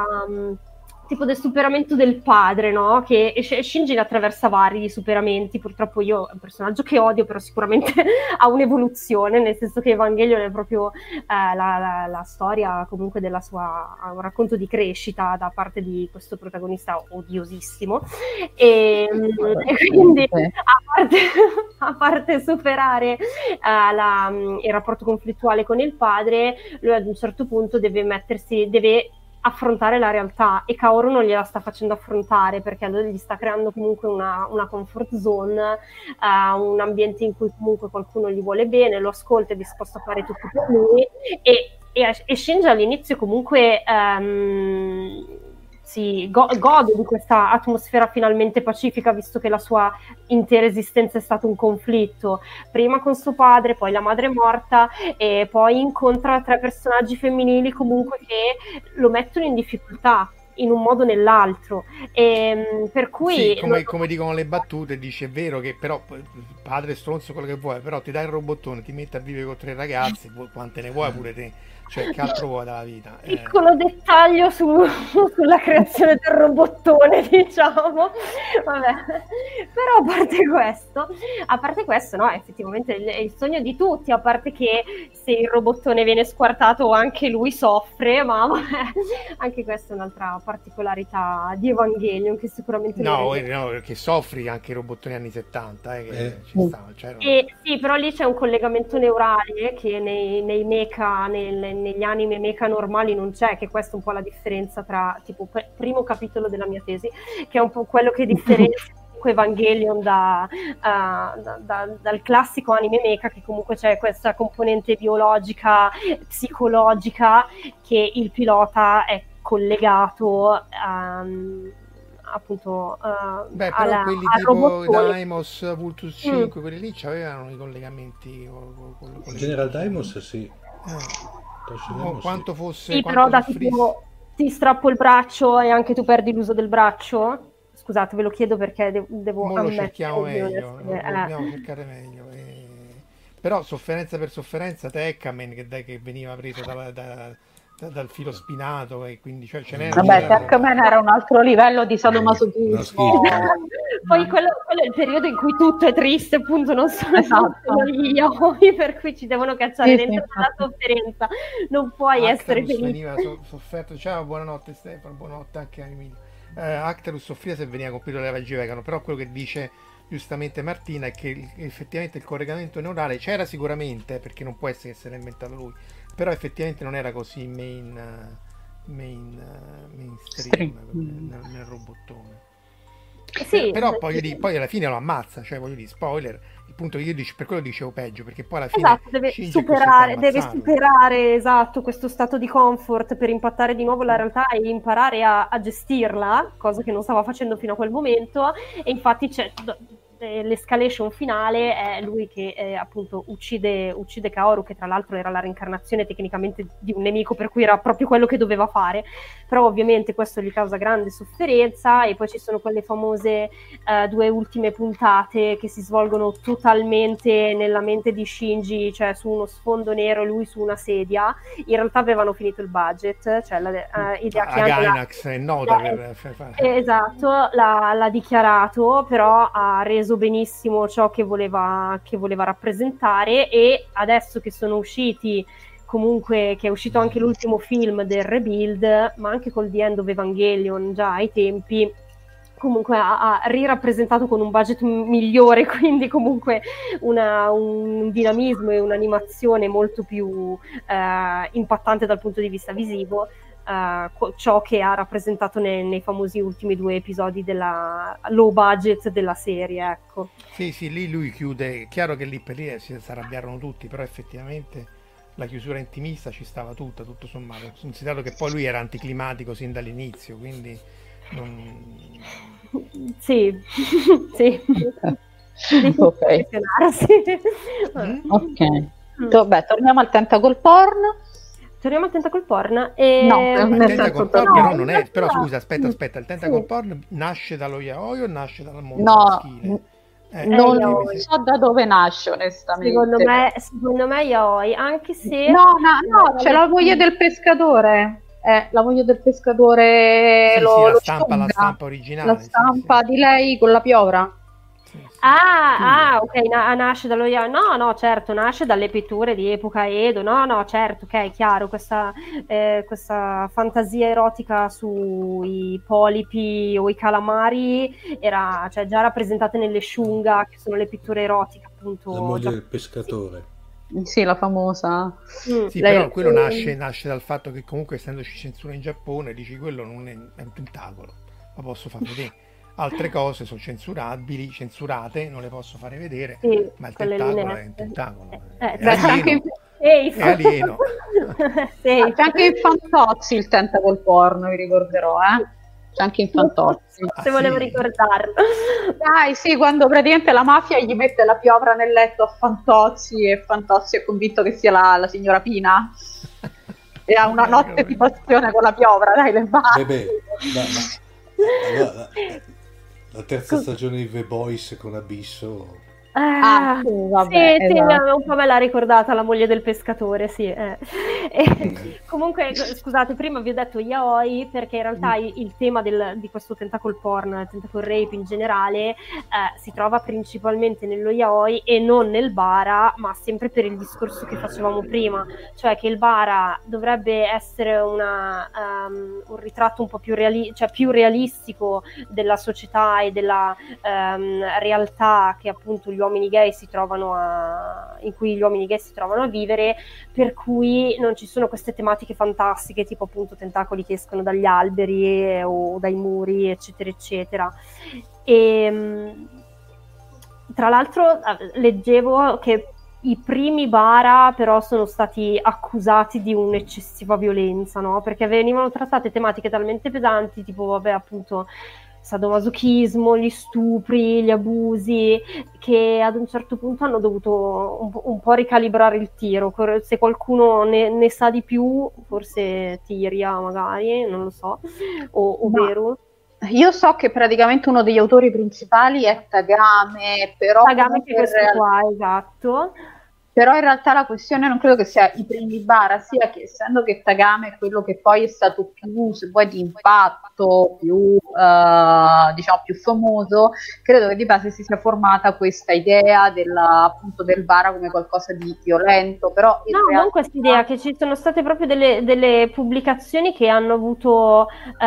tipo del superamento del padre, no? Che Shinji attraversa vari superamenti. Purtroppo io è un personaggio che odio, però sicuramente ha un'evoluzione, nel senso che Evangelion è proprio la storia comunque della sua, un racconto di crescita da parte di questo protagonista odiosissimo, e quindi a parte superare il rapporto conflittuale con il padre, lui ad un certo punto deve affrontare la realtà, e Kaoru non gliela sta facendo affrontare, perché gli sta creando comunque una comfort zone, un ambiente in cui comunque qualcuno gli vuole bene, lo ascolta, è disposto a fare tutto per lui, e Shinji all'inizio comunque si gode di questa atmosfera finalmente pacifica, visto che la sua intera esistenza è stato un conflitto, prima con suo padre, poi la madre è morta, e poi incontra 3 personaggi femminili comunque che lo mettono in difficoltà in un modo o nell'altro, e per cui come dicono le battute, dice: è vero che però padre stronzo quello che vuoi, però ti dai il robottone, ti metti a vivere con 3 ragazzi, quante ne vuoi pure te, Cioè, che altro vuoi dalla vita? Piccolo dettaglio sulla creazione del robottone, diciamo. Vabbè. Però a parte questo, no, effettivamente è il sogno di tutti, a parte che se il robottone viene squartato anche lui soffre, ma vabbè, anche questa è un'altra particolarità di Evangelion che sicuramente no, perché soffri anche i robottoni anni 70, che ci stavano, cioè, sì, però lì c'è un collegamento neurale che nei mecha, negli anime mecha normali non c'è, che questa è un po' la differenza tra, tipo, primo capitolo della mia tesi, che è un po' quello che differenzia Evangelion dal classico anime mecha, che comunque c'è questa componente biologica, psicologica, che il pilota è collegato appunto però alla, quelli al tipo robottone. Daimos, Vultus 5, quelli lì avevano i collegamenti con General Daimos sì. Quanto fosse, sì, quanto però da soffrissi. tipo ti strappo il braccio e anche tu perdi l'uso del braccio. Scusate, ve lo chiedo perché devo Mo lo ammettere cerchiamo di meglio, non lo essere- dobbiamo cercare meglio. Però sofferenza per sofferenza, Tekkamen che veniva preso dal filo spinato, e quindi cioè, ce n'era. Vabbè, Tekkamen era un altro livello di sadomasochismo. Poi quello è il periodo in cui tutto è triste, appunto, non sono Esatto. gli yaoi, per cui ci devono cacciare Sì, dentro sì, la infatti. sofferenza. Non puoi essere Actarus felice. veniva sofferto. Ciao, buonanotte Stefano, buonanotte anche a Emilio. Actarus soffriva se veniva colpito dalle raggi vegano, però quello che dice giustamente Martina è che effettivamente il collegamento neurale c'era sicuramente, perché non può essere che se l'ha inventato lui, però effettivamente non era così mainstream nel robottone. Sì, Però poi alla fine lo ammazza, cioè voglio dire, spoiler, il punto che io per quello dicevo peggio, perché poi alla fine esatto, deve Shinji è costretto a deve ammazzarlo. superare esatto, questo stato di comfort per impattare di nuovo la realtà e imparare a gestirla, cosa che non stava facendo fino a quel momento, e infatti c'è l'escalation finale è lui che appunto uccide Kaoru, che tra l'altro era la reincarnazione tecnicamente di un nemico, per cui era proprio quello che doveva fare, però ovviamente questo gli causa grande sofferenza. E poi ci sono quelle famose 2 ultime puntate che si svolgono totalmente nella mente di Shinji, cioè su uno sfondo nero e lui su una sedia. In realtà avevano finito il budget, cioè Hideaki Anno Gainax è nota per fare. esatto, l'ha dichiarato, però ha reso benissimo ciò che voleva rappresentare. E adesso che sono usciti, comunque che è uscito anche l'ultimo film del Rebuild, ma anche col The End of Evangelion già ai tempi, comunque ha rirappresentato con un budget migliore, quindi comunque un dinamismo e un'animazione molto più impattante dal punto di vista visivo, ciò che ha rappresentato nei famosi ultimi 2 episodi della low budget della serie, ecco. Sì, lì lui chiude, chiaro che lì per lì si arrabbiarono tutti, però effettivamente la chiusura intimista ci stava tutto sommato, considerato che poi lui era anticlimatico sin dall'inizio, quindi sì. Ok. Beh, torniamo al tentacle porn. Torniamo al tentacle porn. No, il nel tentacle senso porn no, però non è, no, però no. scusa, aspetta, il tentacle Sì. porn nasce dallo yaoi o nasce dal mondo No, maschile? non yaoi. so da dove nasce, onestamente. Secondo me yaoi, anche se No, c'è la moglie del pescatore. La moglie del pescatore Sì, lo la stampa sciuga. originale. La stampa di lei con la piovra. Ok, nasce dallo yaoi. No, certo, nasce dalle pitture di epoca Edo. No, certo, ok, chiaro, questa fantasia erotica sui polipi o i calamari era, cioè, già rappresentata nelle shunga, che sono le pitture erotiche, appunto. La moglie del pescatore. Sì, la famosa. Sì, però quello nasce dal fatto che comunque, essendoci censura in Giappone, dici quello non è un tentacolo, lo posso far vedere. Altre cose sono censurate, non le posso fare vedere, Sì, ma il quelle tentacolo linee. è un tentacolo. Beh, c'è anche È alieno. c'è anche in Fantozzi il tentacle porn, vi ricorderò, C'è anche in Fantozzi. Se volevo ricordarlo. Dai, sì, quando praticamente la mafia gli mette la piovra nel letto a Fantozzi e Fantozzi è convinto che sia la signora Pina e ha una notte di passione con la piovra, dai, le mani. Allora, la terza stagione di The Boys con Abisso Ah, sì, vabbè, sì, esatto. un po' me l'ha ricordata la moglie del pescatore, sì. Comunque, scusate, prima vi ho detto yaoi perché in realtà il tema di questo tentacle porn, tentacle rape in generale, si trova principalmente nello yaoi e non nel bara, ma sempre per il discorso che facevamo prima, cioè che il bara dovrebbe essere un ritratto un po' più, cioè più realistico della società e della realtà che appunto gli uomini gay in cui gli uomini gay si trovano a vivere, per cui non ci sono queste tematiche fantastiche tipo appunto tentacoli che escono dagli alberi o dai muri, eccetera eccetera. E tra l'altro leggevo che i primi bara però sono stati accusati di un'eccessiva violenza, no? Perché venivano trattate tematiche talmente pesanti, tipo vabbè appunto sadomasochismo, gli stupri, gli abusi, che ad un certo punto hanno dovuto un po' ricalibrare il tiro. Se qualcuno ne sa di più, forse Tiria magari, non lo so, o Veru. Io so che praticamente uno degli autori principali è Tagame, però Tagame che è questo qua, esatto. Però in realtà la questione non credo che sia i primi bara, sia che essendo che Tagame è quello che poi è stato più, se vuoi, di impatto, più diciamo più famoso, credo che di base si sia formata questa idea appunto del bara come qualcosa di violento, però in realtà... non questa idea, che ci sono state proprio delle pubblicazioni che hanno avuto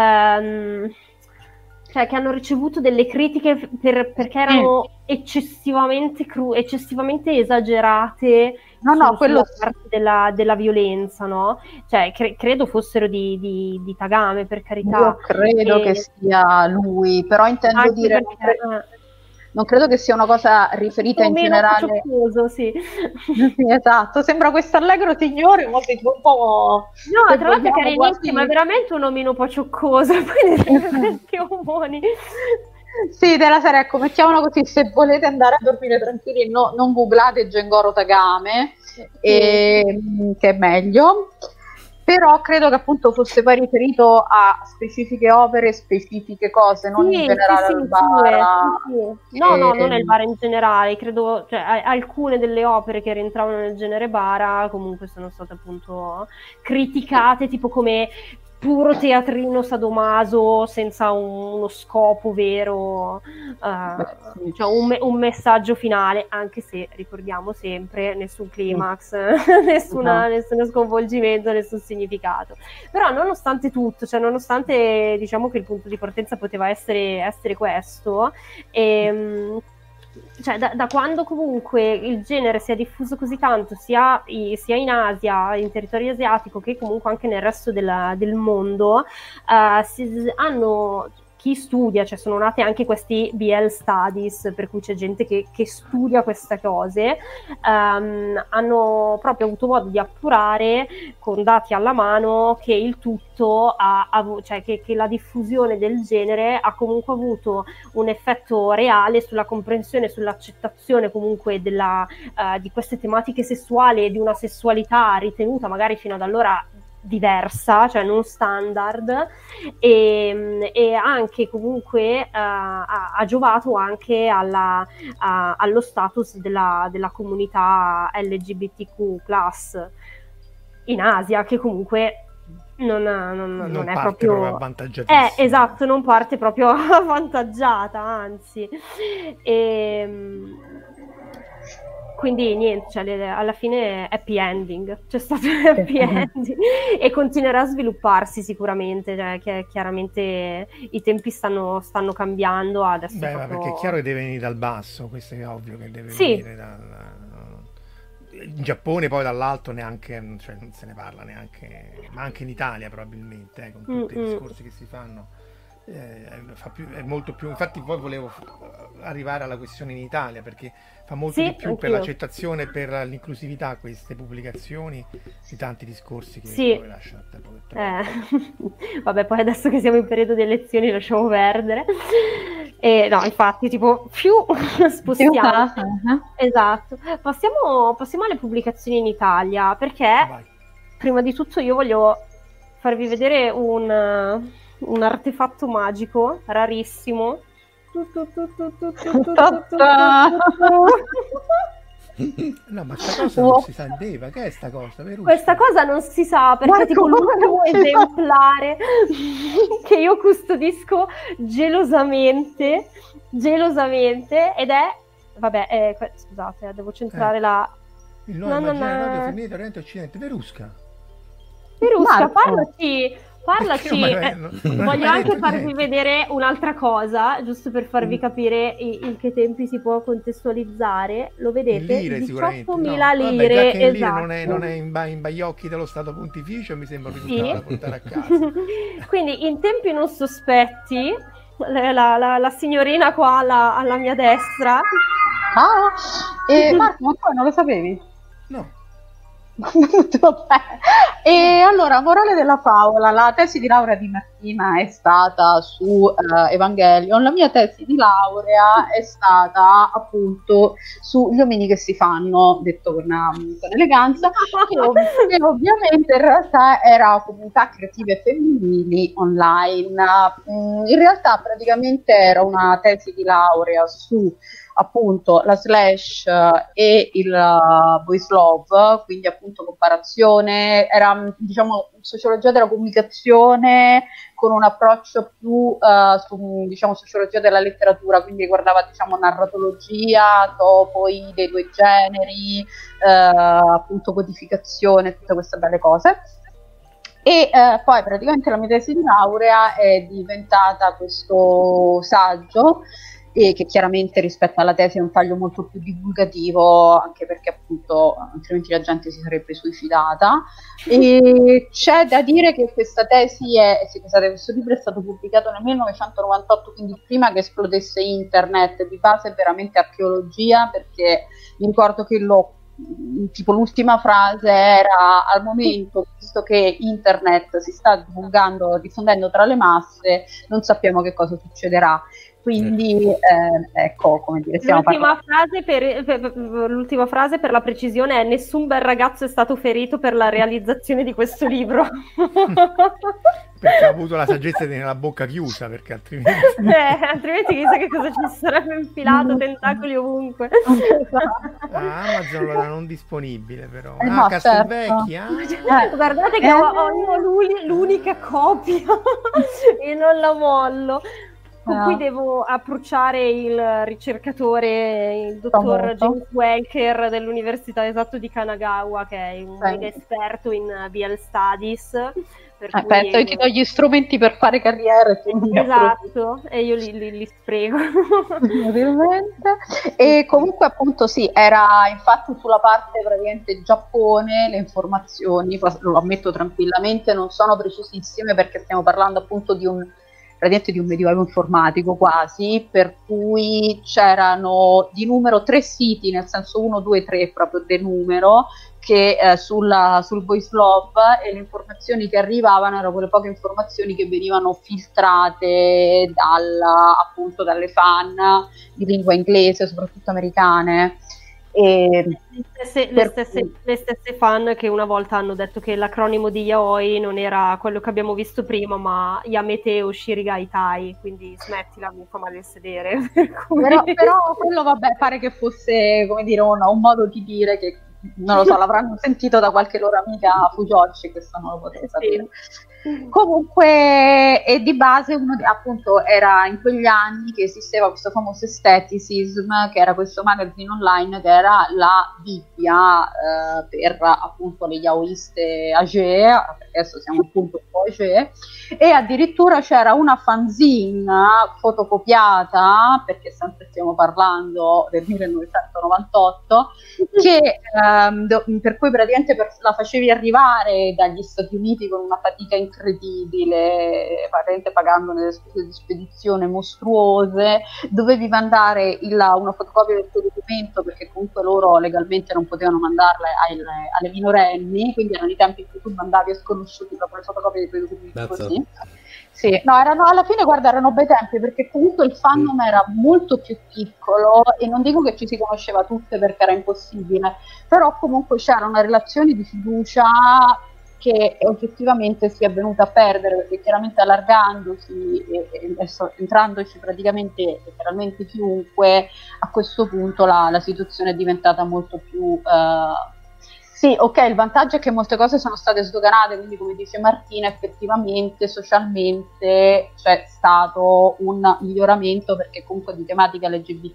cioè che hanno ricevuto delle critiche perché erano eccessivamente esagerate sulla parte della violenza, no? Cioè credo fossero di Tagame, per carità. Io credo che sia lui, però intendo dire non credo che sia una cosa riferita in generale. Cioccoso, sì. Sì, esatto, sembra questo allegro signore, ma sei un po'... No, tra l'altro carinissimo, è veramente un omino un po' cioccoso, questi omoni. Sì, della serie, ecco, mettiamola così, se volete andare a dormire tranquilli, non googlate Gengoro Tagame, che è meglio. Però credo che appunto fosse poi riferito a specifiche opere, specifiche cose, non in generale al bara. No, non è il bara in generale, credo, cioè, alcune delle opere che rientravano nel genere bara comunque sono state appunto criticate, tipo come puro teatrino sadomaso senza uno scopo vero, cioè un messaggio finale, anche se ricordiamo sempre nessun climax, nessuno sconvolgimento, nessun significato. Però nonostante tutto, cioè nonostante diciamo che il punto di partenza poteva essere questo, cioè da quando comunque il genere si è diffuso così tanto sia in Asia, in territorio asiatico, che comunque anche nel resto del mondo, chi studia, cioè sono nati anche questi BL studies, per cui c'è gente che studia queste cose, hanno proprio avuto modo di appurare con dati alla mano che il tutto cioè che la diffusione del genere ha comunque avuto un effetto reale sulla comprensione, sull'accettazione comunque di queste tematiche sessuali e di una sessualità ritenuta magari fino ad allora diversa, cioè non standard, e anche comunque ha giovato anche allo status della comunità LGBTQ+ in Asia, che comunque non è proprio avvantaggiatissima. Esatto, non parte proprio avvantaggiata, anzi. Quindi niente, cioè, alla fine happy ending, c'è stato un happy ending e continuerà a svilupparsi sicuramente, cioè, che chiaramente i tempi stanno cambiando adesso. Perché è chiaro che deve venire dal basso, questo è ovvio che deve venire in Giappone, poi dall'alto neanche, cioè non se ne parla neanche, ma anche in Italia probabilmente, con tutti i discorsi che si fanno. È molto più, infatti poi volevo arrivare alla questione in Italia, perché fa molto di più per l'accettazione, per l'inclusività, queste pubblicazioni, di tanti discorsi che poi lasciano a tempo. Vabbè, poi adesso che siamo in periodo di elezioni lasciamo perdere. No, infatti, tipo, spostiamo. Esatto. Passiamo alle pubblicazioni in Italia, perché prima di tutto io voglio farvi vedere un artefatto magico rarissimo No, ma sta cosa non si sapeva. Che è sta cosa? Verusca? Questa cosa non si sa perché è tipo l'ultimo esemplare che io custodisco gelosamente ed è vabbè, scusate, devo centrare la il nuovo immaginario femminile Oriente Occidente. Verusca, parlaci. Voglio anche farvi niente. vedere un'altra cosa, giusto per farvi capire in che tempi si può contestualizzare. Lo vedete? Lire sicuramente. 18.000 No. Vabbè, lire, già che in lire esatto. non è in baiocchi dello Stato Pontificio, mi sembra risultato da portare a casa. Quindi in tempi non sospetti, la signorina qua alla mia destra. E Marco, ma tu non lo sapevi? No. Vabbè. E allora, morale della favola, la tesi di laurea di Martina è stata su Evangelion, la mia tesi di laurea è stata appunto sugli omini che si fanno, detto con eleganza, che ovviamente in realtà era comunità creative femminili online. In realtà praticamente era una tesi di laurea su appunto la slash e il boys love, quindi appunto comparazione, era diciamo sociologia della comunicazione con un approccio più su diciamo sociologia della letteratura, quindi riguardava diciamo narratologia, topoi dei due generi, appunto codificazione, tutte queste belle cose. E poi praticamente la mia tesi di laurea è diventata questo saggio, e che chiaramente rispetto alla tesi è un taglio molto più divulgativo, anche perché appunto altrimenti la gente si sarebbe suicidata. E c'è da dire che questa tesi questo libro è stato pubblicato nel 1998, quindi prima che esplodesse internet. Di base è veramente archeologia, perché mi ricordo che tipo l'ultima frase era: al momento, visto che internet si sta diffondendo tra le masse, non sappiamo che cosa succederà. Quindi ecco, come dire, l'ultima frase per la precisione è: nessun bel ragazzo è stato ferito per la realizzazione di questo libro. Perché ha avuto la saggezza di tenere la bocca chiusa, perché altrimenti chissà che cosa ci sarebbe infilato, tentacoli ovunque. Amazon lo non disponibile però. No, Castelvecchia. Guardate che ho l'unica copia e non la mollo. Con cui devo approcciare il ricercatore, il dottor James Welker dell'Università di Kanagawa, che è un mega esperto in BL Studies. Penso che ti do gli strumenti per fare carriera. Esatto, e io li sprego. E comunque appunto sì, era infatti sulla parte praticamente Giappone, le informazioni, lo ammetto tranquillamente, non sono precisissime, perché stiamo parlando appunto di un medioevo informatico quasi, per cui c'erano di numero 3 siti, nel senso 1, 2, 3 proprio del numero, che sul voice love, e le informazioni che arrivavano erano quelle poche informazioni che venivano filtrate appunto dalle fan di lingua inglese, soprattutto americane. Le stesse fan che una volta hanno detto che l'acronimo di yaoi non era quello che abbiamo visto prima, ma Yamete o Shirigai Tai, quindi smettila, mi fa male il sedere. Però quello vabbè, pare che fosse, come dire, un modo di dire che, non lo so, l'avranno sentito da qualche loro amica Fujocci, questo non lo potevo sapere. Comunque, e di base appunto era in quegli anni che esisteva questo famoso Aestheticism, che era questo magazine online che era la Bibbia per appunto le yaoiste age, perché adesso siamo appunto un po' age, e addirittura c'era una fanzine fotocopiata, perché sempre stiamo parlando del 1998, che per cui praticamente la facevi arrivare dagli Stati Uniti con una fatica incredibile, pagando delle spese di spedizione mostruose. Dovevi mandare una fotocopia del tuo documento, perché comunque loro legalmente non potevano mandarle alle minorenni, quindi erano i tempi in cui tu mandavi a sconosciuti proprio le fotocopie dei tuoi documenti. Così. Sì, no, alla fine, guarda, erano bei tempi, perché comunque il fandom era molto più piccolo, e non dico che ci si conosceva tutte, perché era impossibile, però comunque c'era una relazione di fiducia che oggettivamente si è venuta a perdere, perché chiaramente allargandosi e entrandoci praticamente letteralmente chiunque, a questo punto la situazione è diventata molto più... Sì, ok, il vantaggio è che molte cose sono state sdoganate, quindi come dice Martina, effettivamente socialmente c'è stato un miglioramento, perché comunque di tematica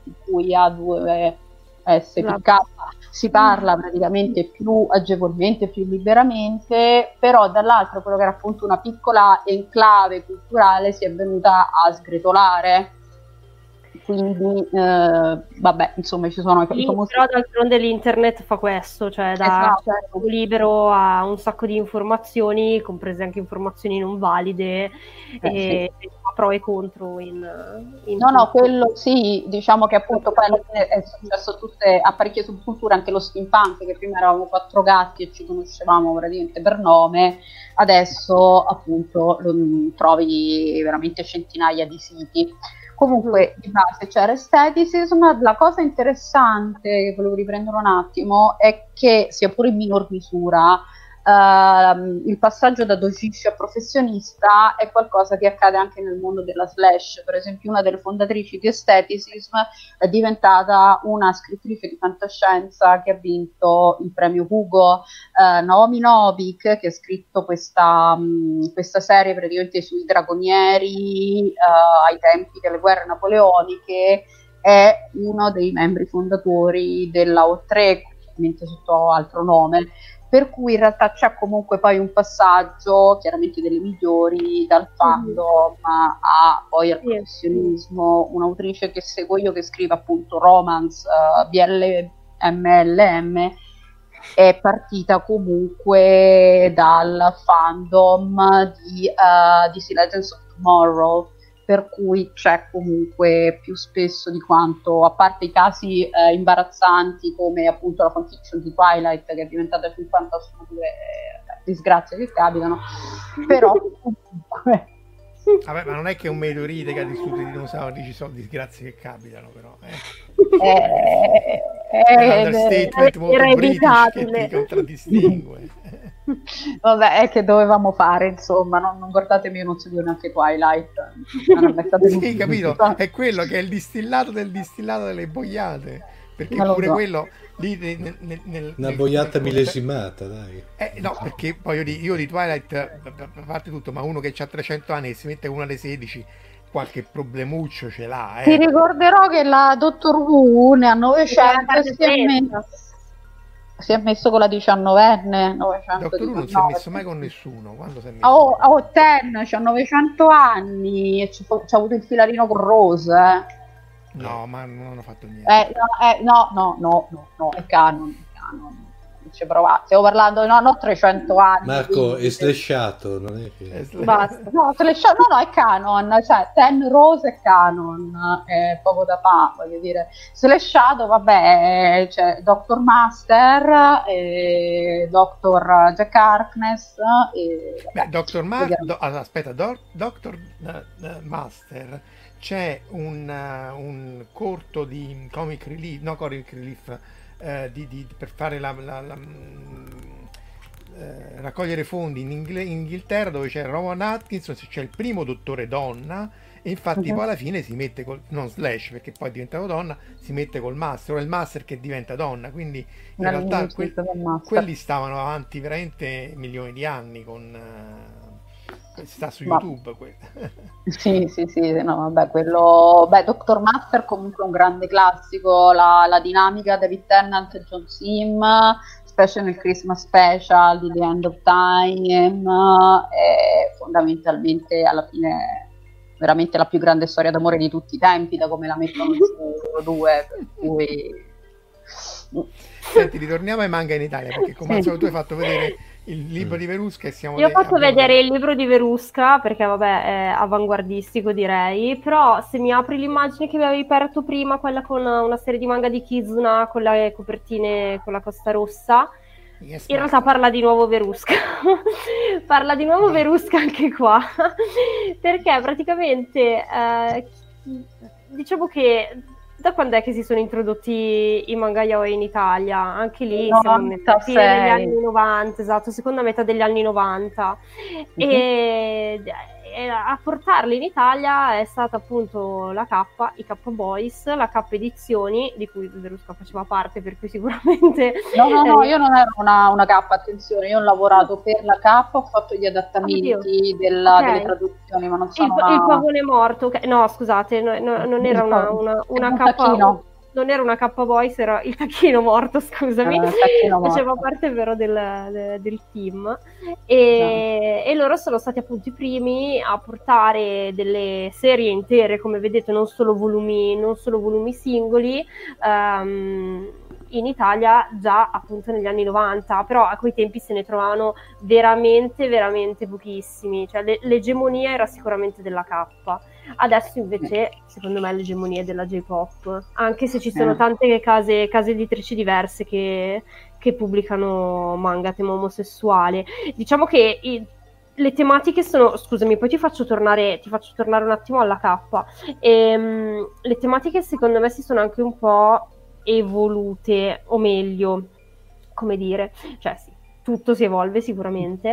LGBTQIA2SPK si parla praticamente più agevolmente, più liberamente, però dall'altro quello che era appunto una piccola enclave culturale si è venuta a sgretolare. Quindi vabbè, insomma, ci sono sì, però d'altronde l'internet fa questo, cioè dà accesso libero a un sacco di informazioni, comprese anche informazioni non valide, e sì. pro e contro in no, quello sì, diciamo che appunto poi è successo tutte a parecchie subculture, anche lo steampunk, che prima eravamo 4 gatti e ci conoscevamo praticamente per nome, adesso appunto trovi veramente centinaia di siti. Comunque di base c'era Aestheticism. La cosa interessante che volevo riprendere un attimo è che, sia pure in minor misura, il passaggio da docificio a professionista è qualcosa che accade anche nel mondo della slash. Per esempio, una delle fondatrici di Aestheticism è diventata una scrittrice di fantascienza che ha vinto il premio Hugo, Naomi Novik, che ha scritto questa serie praticamente sui dragonieri ai tempi delle guerre napoleoniche. È uno dei membri fondatori della O3, sotto altro nome, per cui in realtà c'è comunque poi un passaggio, chiaramente delle migliori, dal fandom a poi al professionismo. Un'autrice che seguo io, che scrive appunto romance BLMLM, è partita comunque dal fandom di DC Legends of Tomorrow, per cui c'è comunque più spesso di quanto, a parte i casi imbarazzanti come appunto la fanfiction di Twilight, che è diventata 50 su 2 disgrazie che capitano, però comunque... Vabbè, ma non è che un meteorite che ha distrutto i dinosauri ci sono disgrazie che capitano, però è un understatement molto british che ti contraddistingue. Vabbè, è che dovevamo fare, insomma, non guardatemi, io non seguo neanche Twilight. Sì, capito? È quello che è il distillato del distillato delle boiate, perché pure quello lì una boiata millesimata, dai. No, perché poi io di Twilight, a parte tutto, ma uno che ha 300 anni e si mette una alle 16, qualche problemuccio ce l'ha. Ti ricorderò che la Dottor Who ne ha 900 si è messo con la 19enne. Dottor Who non si è messo mai con nessuno. Quando si è messo? Ten, c'ha 900 anni e c'ha avuto il filarino con Rose. No, ma non hanno fatto niente. No, è canon. Ci provate. Stiamo parlando, no, 300 anni. Marco, è slashato, non è che... Basta. No, è canon, cioè Ten Rose è canon, è poco da fa, voglio dire. Slashato, vabbè, c'è Dr. Master, Dr. Jack Harkness Dr. Master, c'è un corto di comic relief, per fare raccogliere fondi in Inghilterra, dove c'è Rowan Atkinson, c'è il primo dottore donna, e infatti poi alla fine si mette non Slash, perché poi è diventato donna, si mette col Master, o è il Master che diventa donna, quindi in realtà quelli stavano avanti veramente milioni di anni sta su YouTube. Sì, no, vabbè, quello... Dr. Master comunque è un grande classico, la dinamica David Tennant e John Sim, specie nel Christmas Special di The End of Time, è fondamentalmente alla fine veramente la più grande storia d'amore di tutti i tempi, da come la mettono su due, per cui... Senti, ritorniamo ai manga in Italia, perché come al solito tu hai fatto vedere il libro di Verusca e io ho fatto vedere il libro di Verusca perché vabbè è avanguardistico, direi, però se mi apri l'immagine che mi avevi aperto prima, quella con una serie di manga di Kizuna con le copertine con la costa rossa, in realtà parla di nuovo Verusca parla di nuovo Verusca anche qua perché praticamente diciamo che Da quando è che si sono introdotti i manga yaoi in Italia? Anche lì siamo nel 96. fine degli anni 90, esatto, seconda metà degli anni 90. E a portarli in Italia è stata appunto la K, i K Boys, la K Edizioni, di cui Verusca faceva parte, per cui sicuramente... No, io non ero una K, attenzione, io ho lavorato per la K, ho fatto gli adattamenti Ok. delle traduzioni, ma non sono Il pavone morto, no scusate, non era una un K, tacchino. non era una K Boys, era il tacchino morto, scusami, Il tacchino faceva morto. parte però del team e loro sono stati appunto i primi a portare delle serie intere, come vedete, non solo volumi singoli, in Italia già appunto negli anni 90, però a quei tempi se ne trovavano veramente veramente pochissimi, cioè l'egemonia era sicuramente della K. Adesso invece secondo me l'egemonia è della J-pop, anche se ci sono tante case editrici diverse che pubblicano manga a tema omosessuale. Diciamo che le tematiche sono, scusami, poi ti faccio tornare un attimo alla K. Le tematiche secondo me si sono anche un po' evolute, o meglio, come dire, cioè sì, tutto si evolve sicuramente,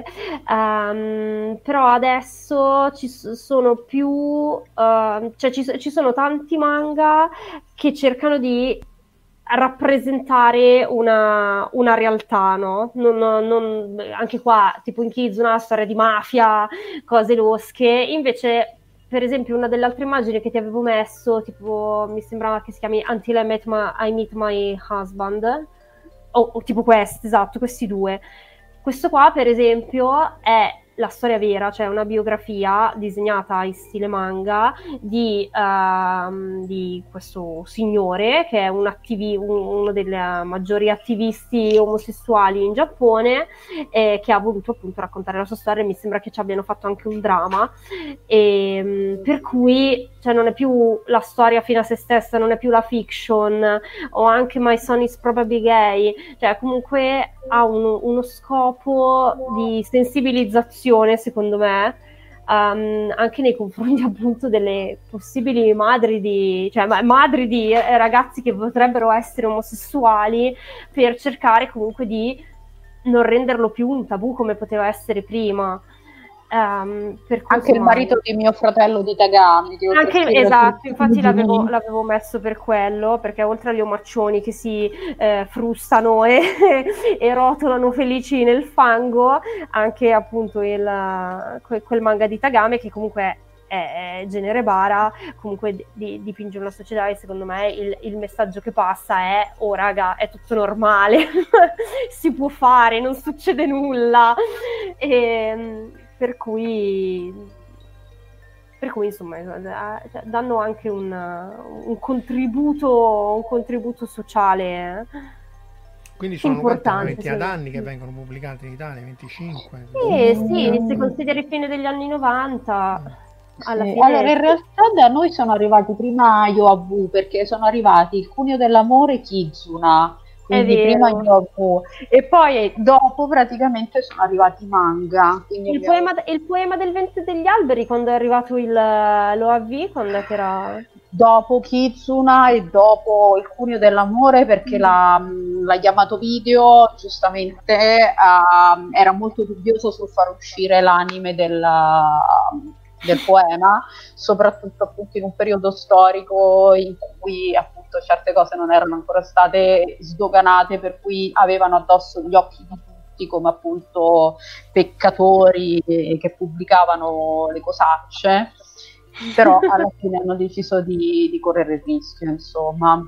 però adesso ci sono più, cioè ci sono tanti manga che cercano di rappresentare una realtà, no? Anche qua, tipo in Kids, una storia di mafia, cose losche, invece... Per esempio, una delle altre immagini che ti avevo messo, tipo, mi sembrava che si chiami Until I Meet My Husband, o tipo esatto, questi due. Questo qua, per esempio, è la storia vera, cioè una biografia disegnata in stile manga di questo signore che è uno dei maggiori attivisti omosessuali in Giappone, che ha voluto appunto raccontare la sua storia, e mi sembra che ci abbiano fatto anche un dramma, per cui cioè, non è più la storia fino a se stessa, non è più la fiction, o anche My Son is Probably Gay, cioè comunque ha uno scopo di sensibilizzazione, secondo me, anche nei confronti appunto delle possibili madri di ragazzi che potrebbero essere omosessuali, per cercare comunque di non renderlo più un tabù come poteva essere prima. Per cui, anche il marito di mio fratello di Tagami, esatto, infatti l'avevo messo per quello, perché oltre agli omaccioni che si frustano e rotolano felici nel fango, anche appunto quel manga di Tagame, che comunque è genere bara, comunque dipinge una società, e secondo me il messaggio che passa è: oh raga, è tutto normale, si può fare, non succede nulla, per cui insomma danno anche un contributo sociale quindi sono importante, 20 ad anni che vengono pubblicati in Italia, 25. Sì, se consideri il fine degli anni 90 alla fine... Allora, in realtà da noi sono arrivati prima Yoabu, perché sono arrivati Il Cuneo dell'Amore e Kizuna, quindi prima Yoabu, e poi dopo praticamente sono arrivati i manga. Il poema del vento degli alberi, quando è arrivato l'OAV, quando è che era? Dopo Kizuna e dopo Il Cuneo dell'Amore, perché la Yamato Video giustamente era molto dubbioso sul far uscire l'anime del poema, soprattutto appunto in un periodo storico in cui appunto certe cose non erano ancora state sdoganate, per cui avevano addosso gli occhi di tutti come appunto peccatori che pubblicavano le cosacce, però alla fine hanno deciso di correre il rischio, insomma.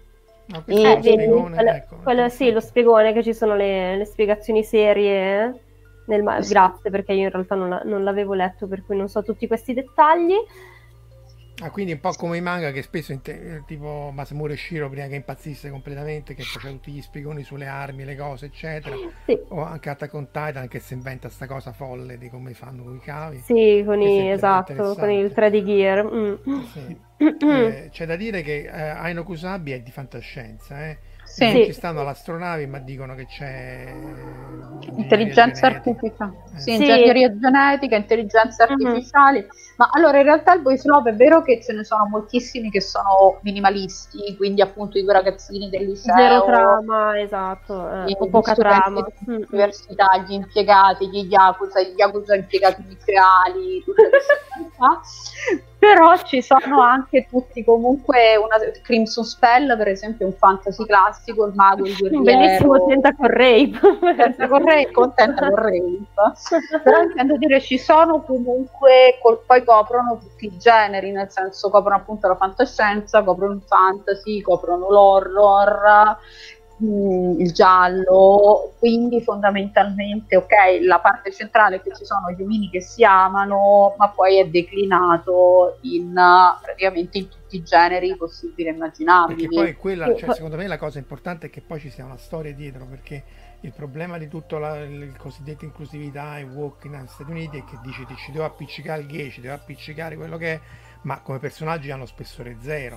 Sì, lo spiegone, che ci sono le spiegazioni serie grazie, perché io in realtà non l'avevo letto, per cui non so tutti questi dettagli. Quindi un po' come i manga che spesso tipo Masamune Shiro, prima che impazzisse completamente, che faceva tutti gli spiegoni sulle armi, le cose eccetera, sì. O anche Attack on Titan che si inventa sta cosa folle di come fanno con i cavi, sì, con il 3D Gear. Sì. C'è da dire che Aino Kusabi è di fantascienza, Sì. non ci stanno astronavi, ma dicono che c'è Intelligenza genetica. artificiale, sì, Sì. ingegneria genetica, intelligenze artificiali. Ma allora in realtà il voice love è vero che ce ne sono moltissimi che sono minimalisti, quindi appunto i ragazzini del liceo, Zero trama, esatto, o gli poca studenti trama. dell'università, gli impiegati, gli yakuza impiegati nucleari, tutte queste cose qua. Però ci sono anche tutti comunque Crimson Spell, per esempio, è un fantasy classico, il mago, il Un guerriero. bellissimo Tentacle Rape. Contenta con Rape. Però intendo dire, ci sono comunque, poi coprono tutti i generi, nel senso coprono appunto la fantascienza, coprono il fantasy, coprono l'horror, il giallo, quindi fondamentalmente la parte centrale è che ci sono gli omini che si amano, ma poi è declinato praticamente in tutti i generi possibili e immaginabili. Perché poi quella, cioè, secondo me la cosa importante è che poi ci sia una storia dietro, perché il problema di tutto il cosiddetto inclusività e woke negli Stati Uniti è che dici ci devo appiccicare il gay, ci devo appiccicare quello che è, ma come personaggi hanno spessore zero.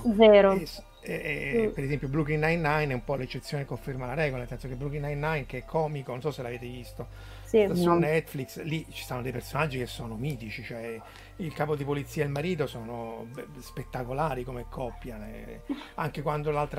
Per esempio Brooklyn Nine-Nine è un po' l'eccezione che conferma la regola, nel senso che Brooklyn Nine-Nine, che è comico, non so se l'avete visto, su Netflix, lì ci stanno dei personaggi che sono mitici, cioè il capo di polizia e il marito sono spettacolari come coppia, anche quando la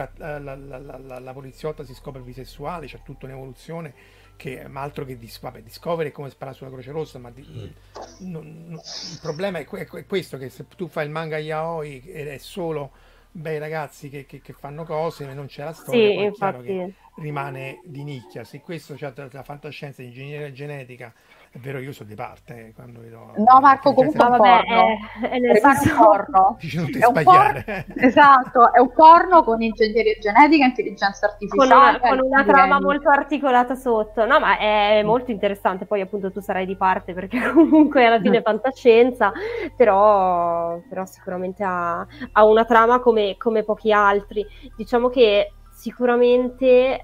poliziotta si scopre bisessuale, c'è tutta un'evoluzione ma altro che Discovery è come sparare sulla Croce Rossa, ma il problema è questo, che se tu fai il manga yaoi ed è solo bei ragazzi che fanno cose e non c'è la storia, poi è chiaro che rimane di nicchia. Se questo c'è la fantascienza, l'ingegneria genetica, è vero, io sono di parte quando vedo. No, Marco, comunque è un porno. È un porno. È un porno. Esatto, è un porno con ingegneria genetica, intelligenza artificiale. Con una trama molto articolata sotto. No, ma è molto interessante. Poi appunto tu sarai di parte perché comunque alla fine è fantascienza, però sicuramente ha una trama come pochi altri. Diciamo che sicuramente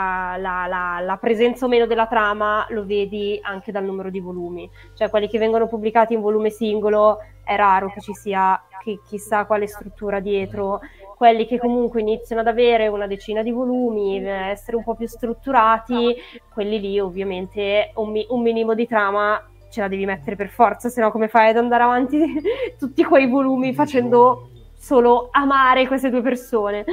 la presenza o meno della trama lo vedi anche dal numero di volumi, cioè quelli che vengono pubblicati in volume singolo è raro che ci sia chissà quale struttura dietro. Quelli che comunque iniziano ad avere una decina di volumi, essere un po' più strutturati, quelli lì ovviamente un minimo di trama ce la devi mettere per forza, se no come fai ad andare avanti tutti quei volumi facendo solo amare queste due persone?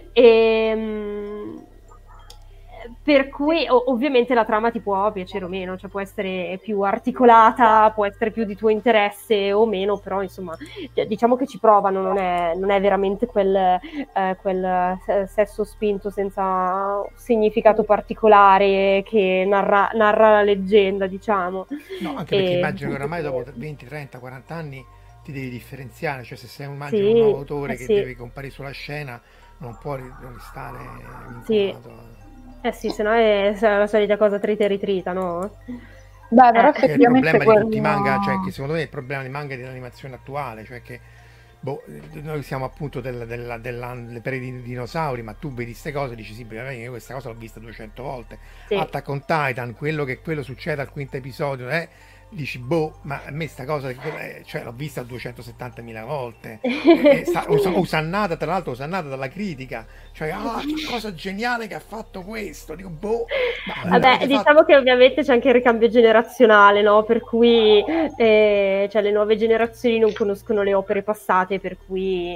Per cui ovviamente la trama ti può piacere o meno, cioè può essere più articolata, può essere più di tuo interesse o meno, però insomma diciamo che ci provano, non è veramente quel sesso spinto senza significato particolare che narra la leggenda, diciamo. No, anche perché immagino che oramai dopo 20, 30, 40 anni ti devi differenziare, cioè se sei un nuovo autore che deve comparire sulla scena non può restare vincolato. Sì, se no è la solita cosa trita e ritrita, no? Beh, però effettivamente il problema di tutti i manga, cioè che secondo me è il problema dei manga dell'animazione attuale, cioè che noi siamo appunto delle pere di dinosauri, ma tu vedi queste cose e dici sì, io questa cosa l'ho vista 200 volte. Attack on Titan, quello succede al quinto episodio, dici ma a me sta cosa cioè l'ho vista 270.000 volte. Osannata, tra l'altro osannata dalla critica, cioè che cosa geniale che ha fatto questo, dico diciamo che ovviamente c'è anche il ricambio generazionale, no? Per cui cioè, le nuove generazioni non conoscono le opere passate, per cui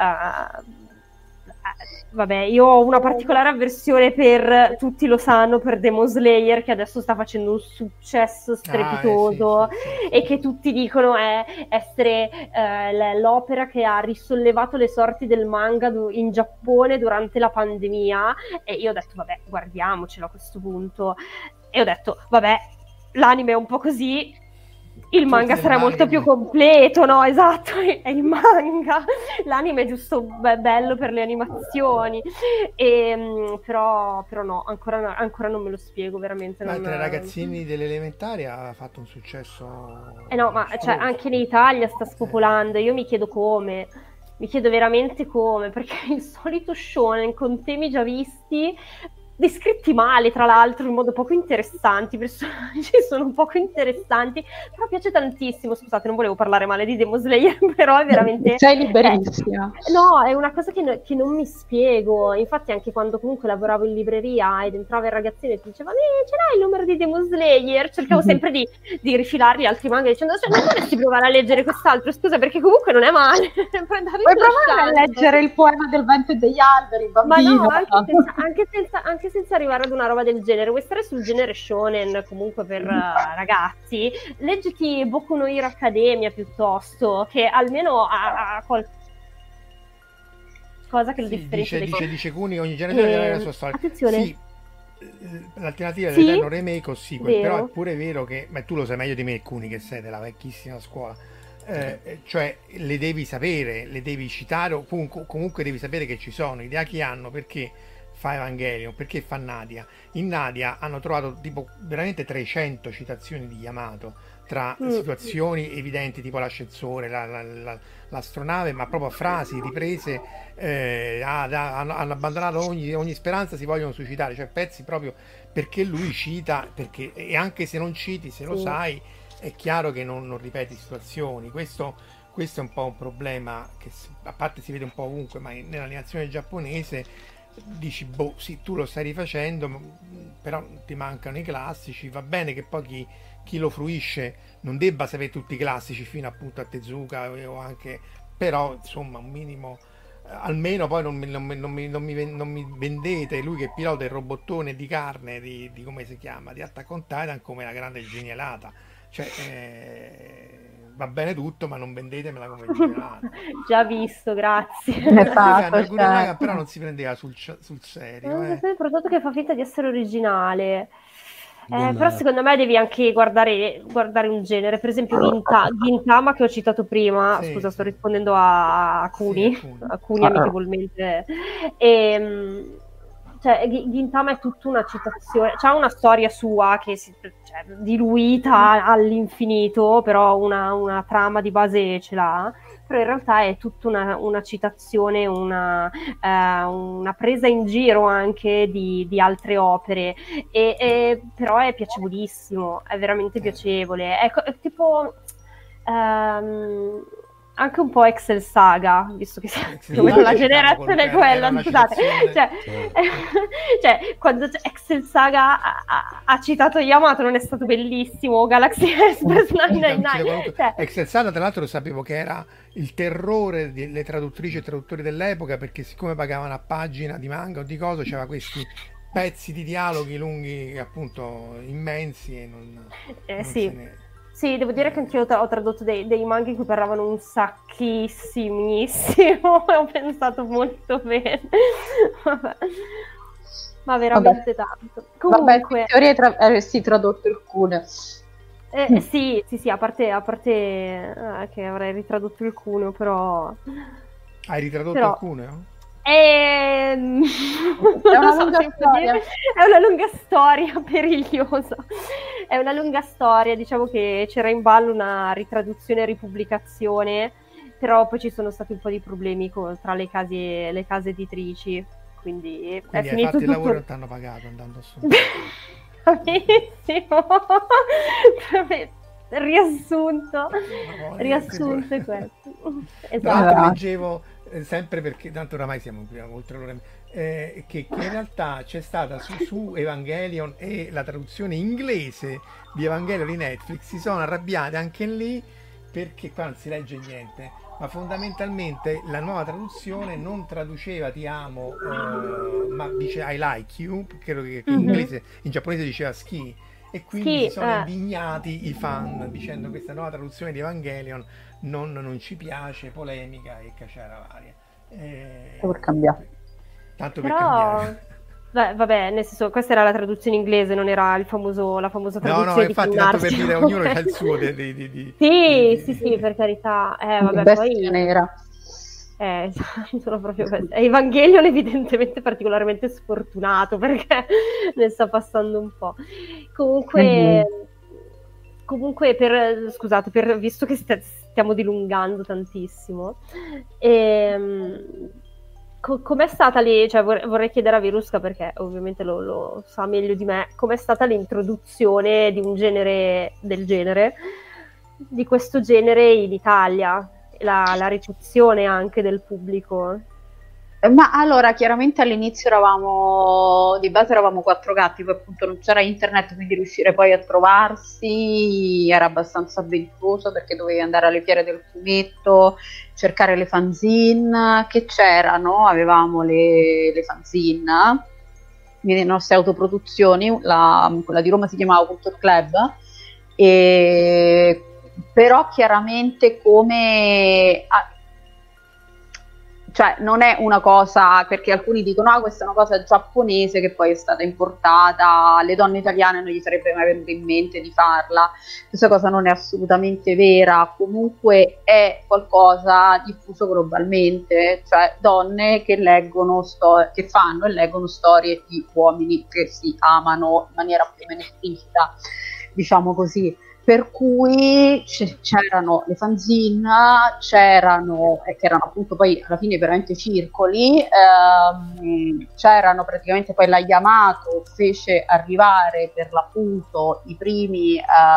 vabbè, io ho una particolare avversione per, tutti lo sanno, per Demon Slayer, che adesso sta facendo un successo strepitoso, e che tutti dicono essere l'opera che ha risollevato le sorti del manga in Giappone durante la pandemia, e io ho detto vabbè, guardiamocelo a questo punto, e ho detto vabbè, l'anime è un po' così, il manga sarà molto più completo, no? Esatto, è il manga. L'anime è giusto bello per le animazioni, però no, ancora non me lo spiego veramente. Ma tra i ragazzini delle elementari ha fatto un successo. No, ma cioè, anche in Italia sta spopolando. Io mi chiedo come. Mi chiedo veramente come, perché il solito shonen con temi già visti descritti male, tra l'altro, in modo poco interessanti, i personaggi sono poco interessanti, però piace tantissimo. Scusate, non volevo parlare male di Demon Slayer, però è veramente... Sei liberissima. No, è una cosa che non mi spiego. Infatti anche quando comunque lavoravo in libreria ed entrava il ragazzino e ti diceva ce l'hai il numero di Demon Slayer? Cercavo sempre di rifilargli altri manga dicendo non dovresti provare a leggere quest'altro, scusa, perché comunque non è male. Puoi provare a leggere il poema del vento e degli alberi, bambino. Ma no, anche senza arrivare ad una roba del genere, vuoi stare sul genere shonen comunque per ragazzi, leggiti Boku no Hero Academia piuttosto, che almeno ha qualcosa che lo differenzia. Dice Kuni, ogni generazione ha la sua storia. Attenzione. Sì, l'alternativa è l'Eterno Remake o sequel, però è pure vero che, ma tu lo sai meglio di me, Kuni, che sei della vecchissima scuola, cioè le devi sapere, le devi citare, o comunque devi sapere che ci sono, idea che hanno, perché fa Evangelion, perché fa Nadia. In Nadia hanno trovato tipo veramente 300 citazioni di Yamato, tra situazioni evidenti tipo l'ascensore, l'astronave, ma proprio frasi riprese, hanno abbandonato ogni speranza, si vogliono suicidare, cioè pezzi proprio perché lui cita, perché, e anche se non citi, se lo sai, è chiaro che non ripeti situazioni. Questo è un po' un problema che a parte si vede un po' ovunque, ma nell'animazione giapponese dici, boh, sì, tu lo stai rifacendo, però ti mancano i classici. Va bene che poi chi lo fruisce non debba sapere tutti i classici fino appunto a Tezuka o anche, però insomma un minimo, almeno poi non mi vendete lui che pilota il robottone di carne di come si chiama, di Attack on Titan, come la grande genialata, cioè va bene tutto, ma non vendetemela come genialata. Già visto, grazie. Manga, però non si prendeva sul serio. È un prodotto che fa finta di essere originale. Però secondo me devi anche guardare un genere, per esempio Gintama che ho citato prima, sì, scusa, sto rispondendo a Kuni, a Kuni amichevolmente. Cioè, Gintama è tutta una citazione, c'ha una storia sua che diluita all'infinito, però una trama di base ce l'ha, però in realtà è tutta una citazione, una presa in giro anche di altre opere, però è piacevolissimo, è veramente piacevole, è tipo... anche un po' Excel Saga, visto che più o meno la generazione è quella, scusate. Cioè, quando Excel Saga ha citato Yamato non è stato bellissimo, Galaxy Express 999. Excel Saga, tra l'altro, sapevo che era il terrore delle traduttrici e traduttori dell'epoca, perché siccome pagavano a pagina di manga o di cosa, c'era questi pezzi di dialoghi lunghi, appunto, immensi e non sì. se ne... Sì, devo dire che anch'io ho tradotto dei manga in cui parlavano un sacchissimissimo e ho pensato molto bene. Vabbè. Ma veramente tanto. Comunque... Vabbè, in teoria avresti tradotto il cuneo. Sì, a parte che avrei ritradotto il cuneo, però... Hai ritradotto il cuneo? È una lunga storia perigliosa. È una lunga storia, diciamo che c'era in ballo una ritraduzione e ripubblicazione, però poi ci sono stati un po' di problemi tra le case editrici, quindi è finito tutto. Il lavoro non ti hanno pagato andando su. Bravissimo. Riassunto è questo. Esatto. Leggevo sempre, perché tanto oramai siamo oltre l'ora, che in realtà c'è stata su Evangelion e la traduzione inglese di Evangelion di Netflix si sono arrabbiate anche lì, perché qua non si legge niente, ma fondamentalmente la nuova traduzione non traduceva ti amo, ma dice I like you, credo che in inglese, in giapponese diceva ski, e quindi si sono indignati i fan dicendo questa nuova traduzione di Evangelion non ci piace, polemica e cacciara varia. Per cambiare. Tanto per cambiare. Beh, vabbè, nel senso, questa era la traduzione inglese, non era la famosa traduzione. No, infatti, tanto per dire, ognuno ha il suo. Sì, per carità. Vabbè, poi... nera. Sono proprio queste. Evangelion evidentemente particolarmente sfortunato, perché ne sta passando un po'. Comunque visto che stiamo dilungando tantissimo, com'è stata lì, cioè vorrei chiedere a Verusca perché ovviamente lo sa meglio di me, com'è stata l'introduzione di un genere del genere, di questo genere in Italia, la ricezione anche del pubblico? Ma allora, chiaramente all'inizio di base eravamo 4 gatti, poi appunto non c'era internet, quindi riuscire poi a trovarsi era abbastanza avventuroso perché dovevi andare alle fiere del fumetto, cercare le fanzine che c'erano, avevamo le fanzine, le nostre autoproduzioni, quella di Roma si chiamava Culture Club, però chiaramente cioè non è una cosa, perché alcuni dicono questa è una cosa giapponese che poi è stata importata, alle donne italiane non gli sarebbe mai venuto in mente di farla. Questa cosa non è assolutamente vera, comunque è qualcosa diffuso globalmente, cioè donne che leggono che fanno e leggono storie di uomini che si amano in maniera più o meno esplicita, diciamo così. Per cui c'erano le fanzine, che erano appunto poi alla fine veramente circoli, c'erano praticamente poi la Yamato fece arrivare per l'appunto i primi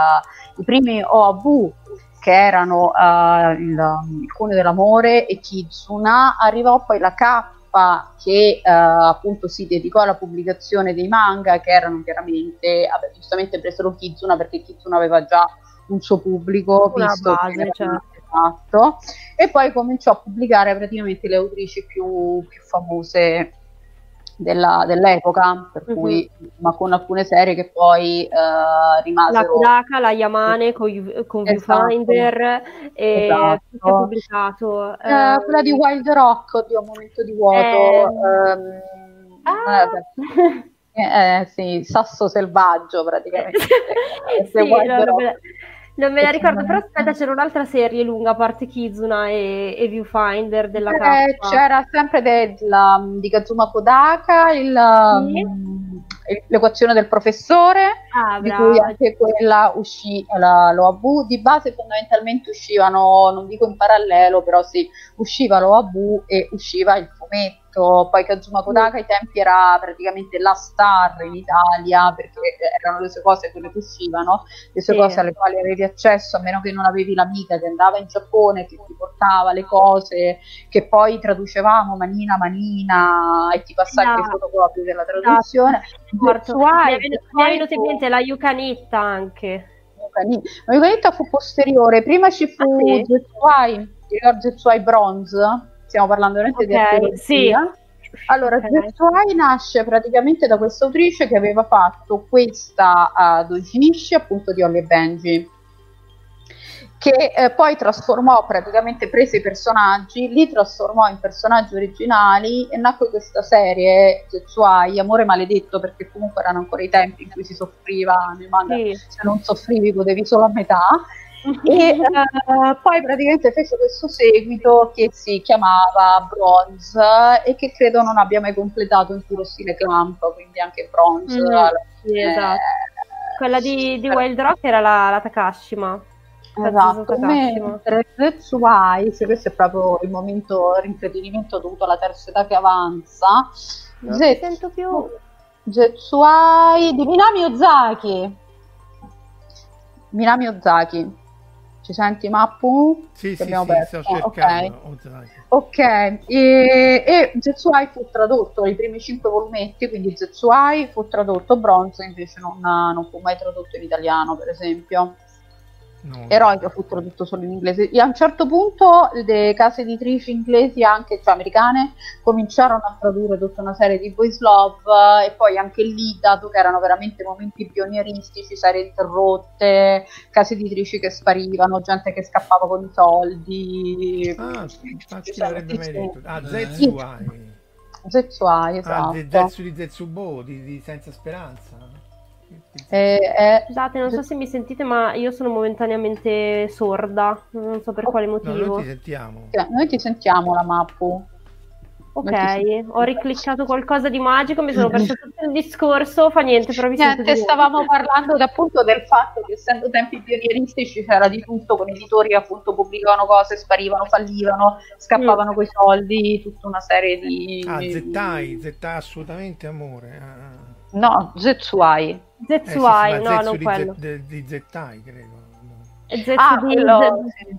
OAV, che erano il Cone dell'Amore e Kizuna. Arrivò poi la K che appunto si dedicò alla pubblicazione dei manga, che erano chiaramente, giustamente presero Kizuna perché Kizuna aveva già un suo pubblico, una visto base, che certo. Esatto, e poi cominciò a pubblicare praticamente le autrici più famose dell'epoca, per cui, ma con alcune serie che poi rimasero. La Kodaka, la Yamane con Viewfinder, esatto. che ha pubblicato quella di Wild Rock, oddio, un momento di vuoto. Sì, Sasso Selvaggio praticamente. Sì, non me la ricordo, però aspetta, c'era un'altra serie lunga a parte Kizuna e Viewfinder della K. C'era sempre di Kazuma Kodaka l'equazione del professore, di cui anche quella uscì l'OAV. Di base fondamentalmente uscivano, non dico in parallelo, però sì, usciva l'OAV e usciva il fumetto. Poi Kazuma Kodaka ai tempi era praticamente la star in Italia, perché erano le sue cose quelle che uscivano, le sue cose alle quali avevi accesso, a meno che non avevi l'amica che andava in Giappone, che ti portava le cose che poi traducevamo manina e ti passavi le fotocopi della traduzione. Mi è venuto in mente la Yukanitta anche. La Yukanitta fu posteriore, prima ci fu Zetsuai, ti ricordi Zetsuai Bronze? Stiamo parlando veramente di archeologia. Sì. Allora, Zetsuai nasce praticamente da questa autrice che aveva fatto questa Doujinshi, appunto di Holly e Benji, che poi trasformò, praticamente prese i personaggi, li trasformò in personaggi originali e nacque questa serie Zetsuai, Amore Maledetto, perché comunque erano ancora i tempi in cui si soffriva nei manga, se non soffrivi godevi solo a metà. E poi praticamente fece questo seguito che si chiamava Bronze e che credo non abbia mai completato in puro stile Clamp, quindi anche Bronze. Sì, esatto. Quella di Wild Rock era la Takashima. Esatto, mentre Zetsuai, se questo è proprio il momento rinfredinimento dovuto alla terza età che avanza, non ti sento più. Zetsuai di Minami Ozaki. Ci senti, Mappu? Sì, sto cercando. Ok, e Zetsuai fu tradotto i primi 5 volumetti, quindi Zetsuai fu tradotto, Bronze invece non fu mai tradotto in italiano, per esempio. No. Eroica fu tradotto solo in inglese. E a un certo punto le case editrici inglesi, anche cioè americane, cominciarono a tradurre tutta una serie di boys love e poi anche lì, dato che erano veramente momenti pionieristici, serie interrotte, case editrici che sparivano, gente che scappava con i soldi. Infatti l'avrebbe mai detto. Zetsuai, esatto. Zetsu di Zetsubo, di Senza Speranza. Scusate, non so se mi sentite, ma io sono momentaneamente sorda, non so per quale motivo. No, noi ti sentiamo. Noi ti sentiamo, la Mappu. Ok, ho ricliccato qualcosa di magico, mi sono perso tutto il discorso, fa niente, però vi sento di nuovo. Stavamo parlando appunto del fatto che essendo tempi pionieristici c'era di tutto, con editori che appunto pubblicavano cose, sparivano, fallivano, scappavano coi soldi, tutta una serie di... Zettai assolutamente amore. No, Zetsuai. Zetsuai, no, non quello. Di Zettai, credo. Quello... Sì.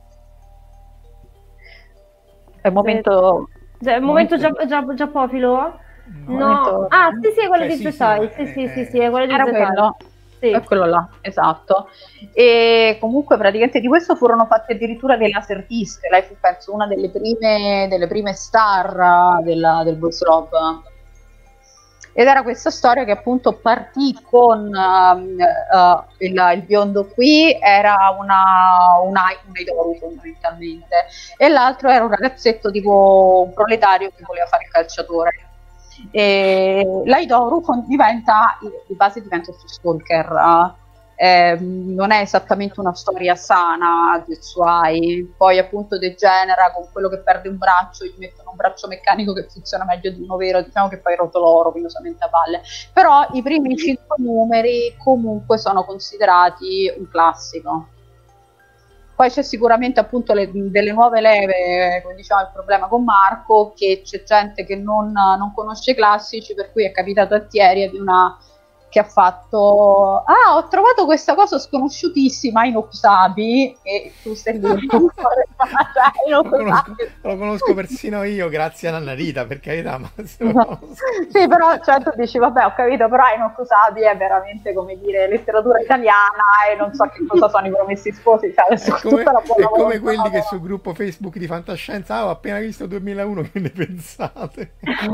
È un momento... giappofilo? No. Sì, è quello di Zettai. Sì, è quello di Zettai. Quello. Sì. È quello là, esatto. E comunque praticamente di questo furono fatte addirittura dei laserdisc. Lei fu, penso, una delle prime star del voice love. Ed era questa storia che appunto partì con il biondo qui, era un idolo fondamentalmente, e l'altro era un ragazzetto tipo un proletario che voleva fare il calciatore. E l'Aidoru di base diventa il suo stalker. Non è esattamente una storia sana Zetsuai, poi appunto degenera con quello che perde un braccio, gli mettono un braccio meccanico che funziona meglio di uno vero, diciamo che poi rotoloro pinosamente a valle, però i primi 5 numeri comunque sono considerati un classico. Poi c'è sicuramente appunto delle nuove leve, come diciamo il problema con Marco, che c'è gente che non conosce i classici, per cui è capitato a Thierry di una che ha fatto ho trovato questa cosa sconosciutissima in Okusabi, e tu sei lì lo conosco persino io grazie a Nanna Rita, per carità, ma sì, però cioè, tu dici vabbè, ho capito, però in Okusabi è veramente, come dire, letteratura italiana e non so che cosa sono i Promessi Sposi, cioè, è come quelli che sul gruppo Facebook di fantascienza ho appena visto 2001, che ne pensate?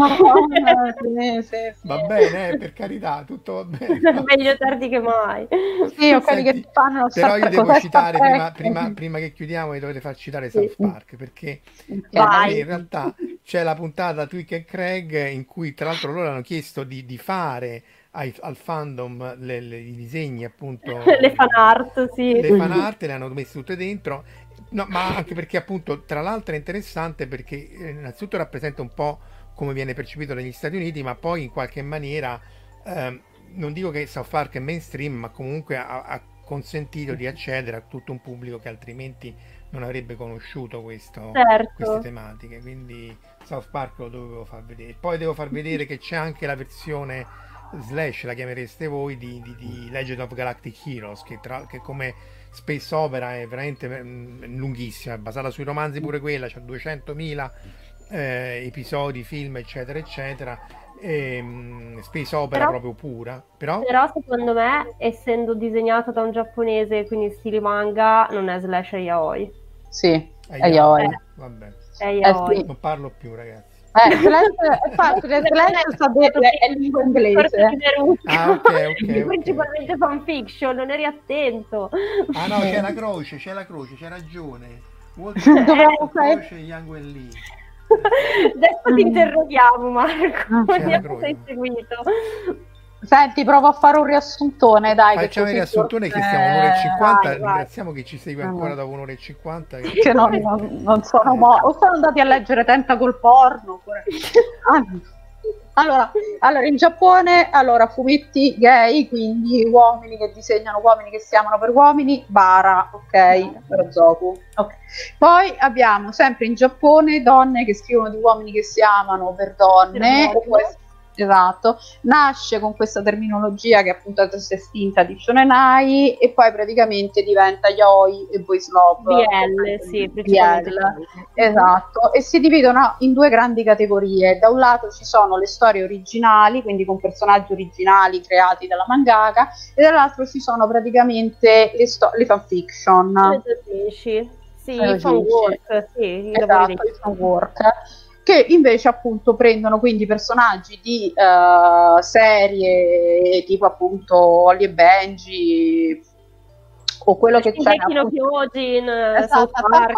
Sì. Va bene, per carità, tutto va bene. Meglio tardi che mai. Sì, ho quelli che fanno. Però io devo citare prima che chiudiamo, mi dovete far citare South Park, perché in realtà c'è la puntata Twig e Craig in cui tra l'altro loro hanno chiesto di fare al fandom i disegni, appunto le fan art, le fan art le hanno messe tutte dentro. No, ma anche perché appunto tra l'altro è interessante perché innanzitutto rappresenta un po' come viene percepito negli Stati Uniti, ma poi in qualche maniera non dico che South Park è mainstream, ma comunque ha consentito di accedere a tutto un pubblico che altrimenti non avrebbe conosciuto queste tematiche, quindi South Park lo dovevo far vedere. Poi devo far vedere che c'è anche la versione slash, la chiamereste voi, di Legend of Galactic Heroes, che come space opera è veramente lunghissima, è basata sui romanzi pure quella, c'ha 200.000 episodi, film, eccetera eccetera. Space opera proprio pura, però secondo me, essendo disegnato da un giapponese, quindi stile manga, non è slash, è yaoi. È yaoi. Vabbè, è yaoi. Non parlo più, ragazzi. Infatti è lingua inglese. Ok. Principalmente fanfiction, non eri attento. No, c'è la croce, c'è ragione. Croce Yang Wen Lee. Adesso ti interroghiamo, Marco. Vediamo se hai seguito. Senti, provo a fare un riassuntone, dai. Facciamo il riassuntone, che stiamo un'ora e 50. Ringraziamo chi ci segue ancora dopo un'ora e 50. Che non sono o sono andati a leggere Tentacle Porno oppure... Allora, in Giappone, fumetti gay, quindi uomini che disegnano uomini che si amano per uomini, bara, ok, Rozoku. Okay. Poi abbiamo sempre in Giappone donne che scrivono di uomini che si amano per donne. Esatto, nasce con questa terminologia che appunto è estinta di shonenai e poi praticamente diventa yaoi e boys love, BL, esatto, e si dividono in due grandi categorie. Da un lato ci sono le storie originali, quindi con personaggi originali creati dalla mangaka, e dall'altro ci sono praticamente le fanfiction, i fanwork, i fanwork, che invece appunto prendono quindi personaggi di serie tipo appunto Holly e Benji o quello che c'è South Park,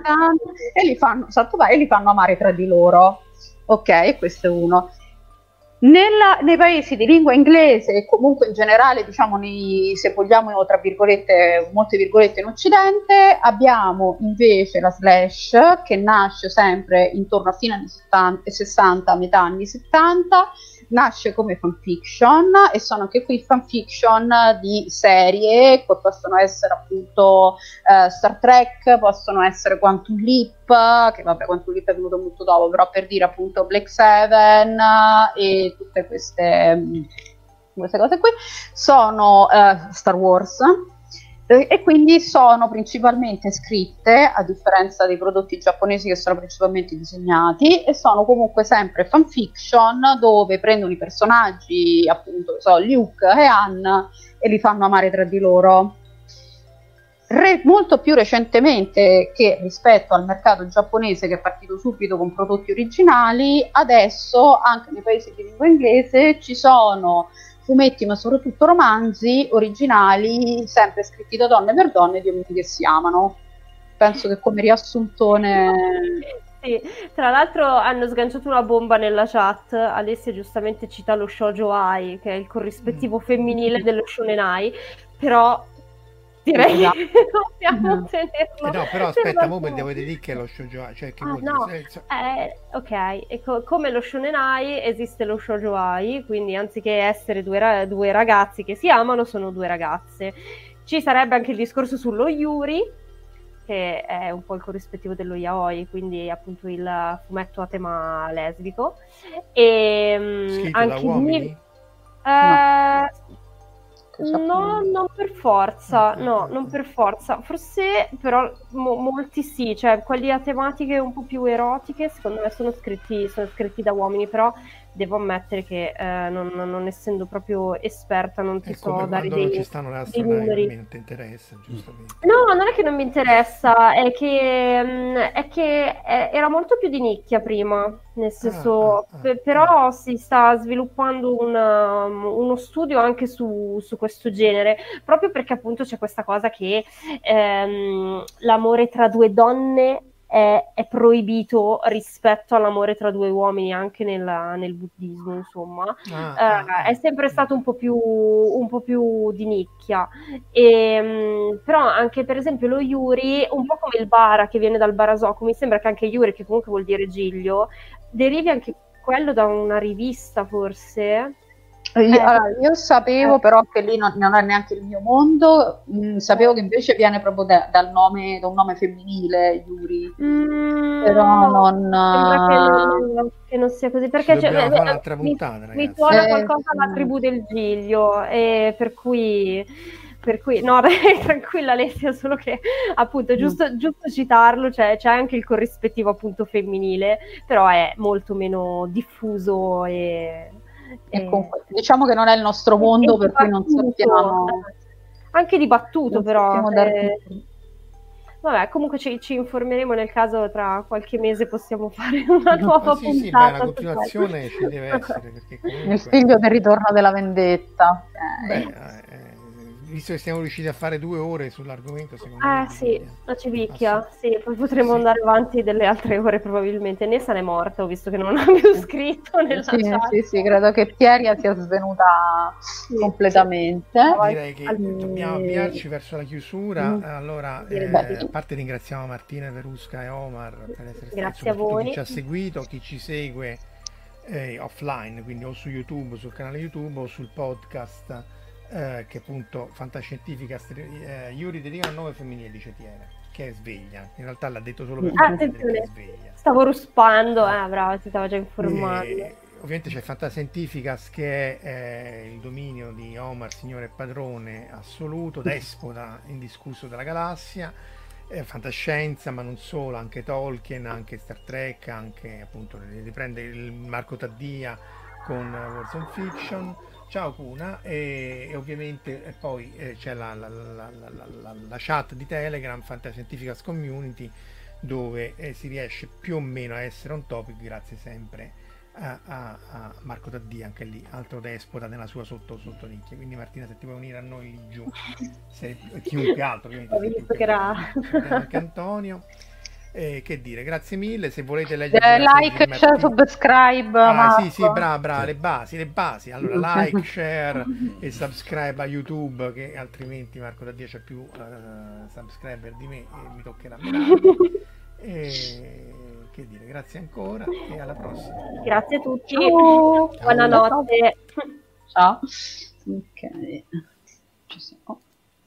e li fanno amare tra di loro, ok, questo è uno. Nei paesi di lingua inglese e comunque in generale, diciamo, se vogliamo, tra virgolette, molte virgolette, in Occidente, abbiamo invece la slash, che nasce sempre intorno a fine anni 60, metà anni 70, nasce come fanfiction, e sono anche qui fanfiction di serie, che possono essere appunto Star Trek, possono essere Quantum Leap, che vabbè, Quantum Leap è venuto molto dopo, però per dire appunto Black Seven e tutte queste cose qui, sono Star Wars, e quindi sono principalmente scritte, a differenza dei prodotti giapponesi che sono principalmente disegnati, e sono comunque sempre fanfiction dove prendono i personaggi, appunto, Luke e Han, e li fanno amare tra di loro. Molto più recentemente, che rispetto al mercato giapponese, che è partito subito con prodotti originali, adesso anche nei paesi di lingua inglese ci sono fumetti, ma soprattutto romanzi originali, sempre scritti da donne per donne, di uomini che si amano. Penso che come riassuntone... Sì, tra l'altro hanno sganciato una bomba nella chat. Alessia giustamente cita lo shoujo ai, che è il corrispettivo femminile dello shonen ai, però direi che dobbiamo tenerlo. No, però aspetta, mo devo dire che è lo shoujo ai, cioè che vuol dire? Ok, e come lo shonen ai esiste lo shoujo ai, quindi anziché essere due ragazzi che si amano, sono due ragazze. Ci sarebbe anche il discorso sullo yuri, che è un po' il corrispettivo dello yaoi, quindi appunto il fumetto a tema lesbico. E scritto anche da uomini? No, non per forza, no, non per forza. Forse però molti sì, cioè quelli a tematiche un po' più erotiche, secondo me sono scritti da uomini, però devo ammettere che non essendo proprio esperta non ti so dare non ci stanno le astronavi, numeri. Non ti interessa, giustamente. No, non è che non mi interessa, è che era molto più di nicchia prima, nel senso, però si sta sviluppando uno studio anche su questo genere, proprio perché appunto c'è questa cosa che l'amore tra due donne è proibito rispetto all'amore tra due uomini anche nel buddismo, insomma. È sempre stato un po' più di nicchia. Però anche per esempio lo yuri, un po' come il bara, che viene dal barasoku, mi sembra che anche yuri, che comunque vuol dire giglio, derivi anche quello da una rivista, forse. Allora, io sapevo però che lì non è neanche il mio mondo, sapevo che invece viene proprio da un nome femminile, Yuri, però non... che non sia così, perché dobbiamo fare un'altra puntata, ragazzi. Mi suona qualcosa alla tribù del Giglio, e per cui no, tranquilla Alessia, solo che appunto è giusto citarlo, c'è anche il corrispettivo appunto femminile, però è molto meno diffuso e comunque, diciamo che non è il nostro mondo, per cui non sappiamo, anche dibattuto, però vabbè, comunque ci informeremo, nel caso tra qualche mese possiamo fare una nuova puntata. Sì, una continuazione ci deve essere, perché comunque... Il figlio del ritorno della vendetta. Visto che siamo riusciti a fare 2 ore sull'argomento, secondo me... sì, la civicchia, sì, poi potremo andare avanti delle altre ore probabilmente. Nessa ne è morta, ho visto che non ha più scritto nella chat. Sì, credo che Pieria sia svenuta completamente. Direi che dobbiamo avviarci verso la chiusura. Allora, a parte ringraziamo Martina Verusca e Omar per essere stati, grazie a voi, chi ci ha seguito, chi ci segue offline, quindi o su YouTube, sul canale YouTube o sul podcast, che appunto Fantascientifica Yuri dedica un nome femminile, dice Tiere, che è sveglia. In realtà l'ha detto solo per attenzione, stavo ruspando, bravo, si stava già informando. Ovviamente c'è Fantascientificas, che è il dominio di Omar, signore e padrone assoluto, despota indiscusso della galassia, fantascienza, ma non solo, anche Tolkien, anche Star Trek, anche appunto riprende il Marco Taddia con Warzone Fiction. Ciao Kuna, e ovviamente poi c'è la chat di Telegram, Fantascientificas Community, dove si riesce più o meno a essere on topic, grazie sempre a Marco Taddia, anche lì altro despota nella sua sottonicchia. Quindi Martina, se ti vuoi unire a noi lì giù, chiunque altro, ovviamente, ho visto che era anche Antonio. Che dire, grazie mille. Se volete leggere like, share, subscribe. Sì, brava, le basi. Allora, like, share e subscribe a YouTube, che altrimenti Marco Daddio c'è più subscriber di me e mi toccherà menare. Che dire, grazie ancora e alla prossima. Grazie a tutti. Ciao. Buonanotte. Ciao. Ok, ci siamo.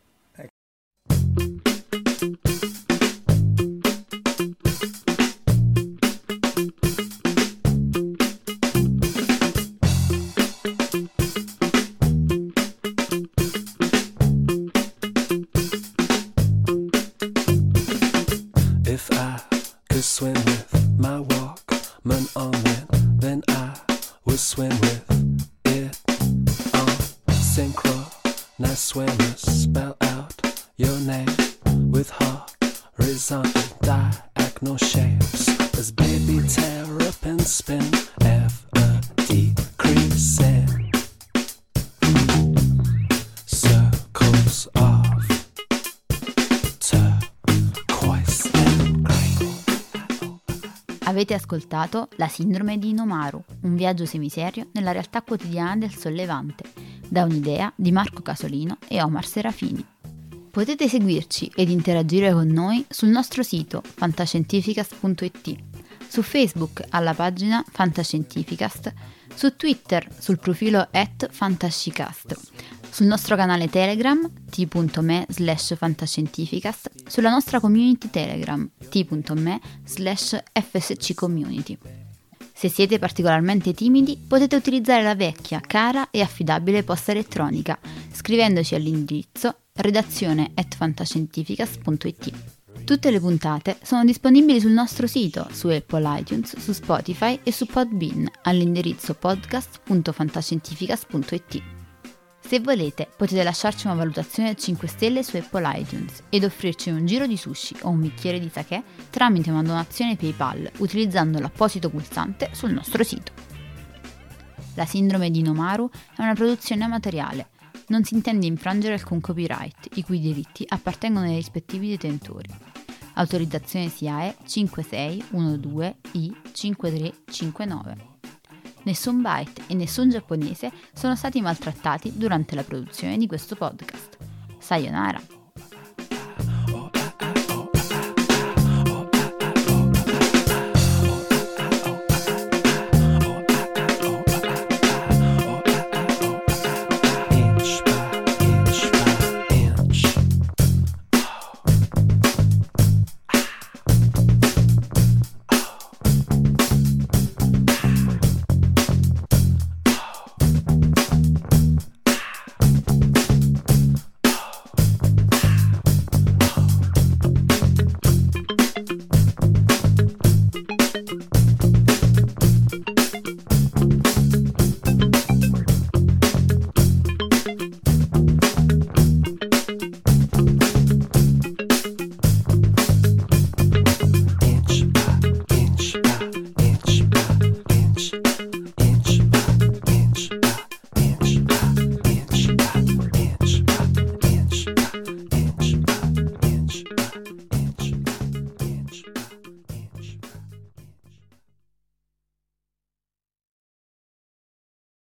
If I could swim with my Walkman on it, then I would swim with it on synchronized swimmers. Spell out your name with horizontal diagonal shapes as baby terrapins spin ever decreasing circles of turquoise and green. Avete ascoltato La sindrome di Inomaru, un viaggio semiserio nella realtà quotidiana del Sollevante, da un'idea di Marco Casolino e Omar Serafini. Potete seguirci ed interagire con noi sul nostro sito fantascientificast.it, su Facebook alla pagina Fantascientificast, su Twitter sul profilo @fantascicast, sul nostro canale Telegram t.me/fantascientificast, sulla nostra community Telegram t.me/fsccommunity. Se siete particolarmente timidi, potete utilizzare la vecchia, cara e affidabile posta elettronica, scrivendoci all'indirizzo redazione@fantascientificast.it. Tutte le puntate sono disponibili sul nostro sito, su Apple iTunes, su Spotify e su Podbean all'indirizzo podcast.fantascientificast.it. Se volete, potete lasciarci una valutazione 5 stelle su Apple iTunes ed offrirci un giro di sushi o un bicchiere di sake tramite una donazione PayPal utilizzando l'apposito pulsante sul nostro sito. La sindrome di Inomaru è una produzione amatoriale. Non si intende infrangere alcun copyright, i cui diritti appartengono ai rispettivi detentori. Autorizzazione SIAE 5612I5359. Nessun byte e nessun giapponese sono stati maltrattati durante la produzione di questo podcast. Sayonara!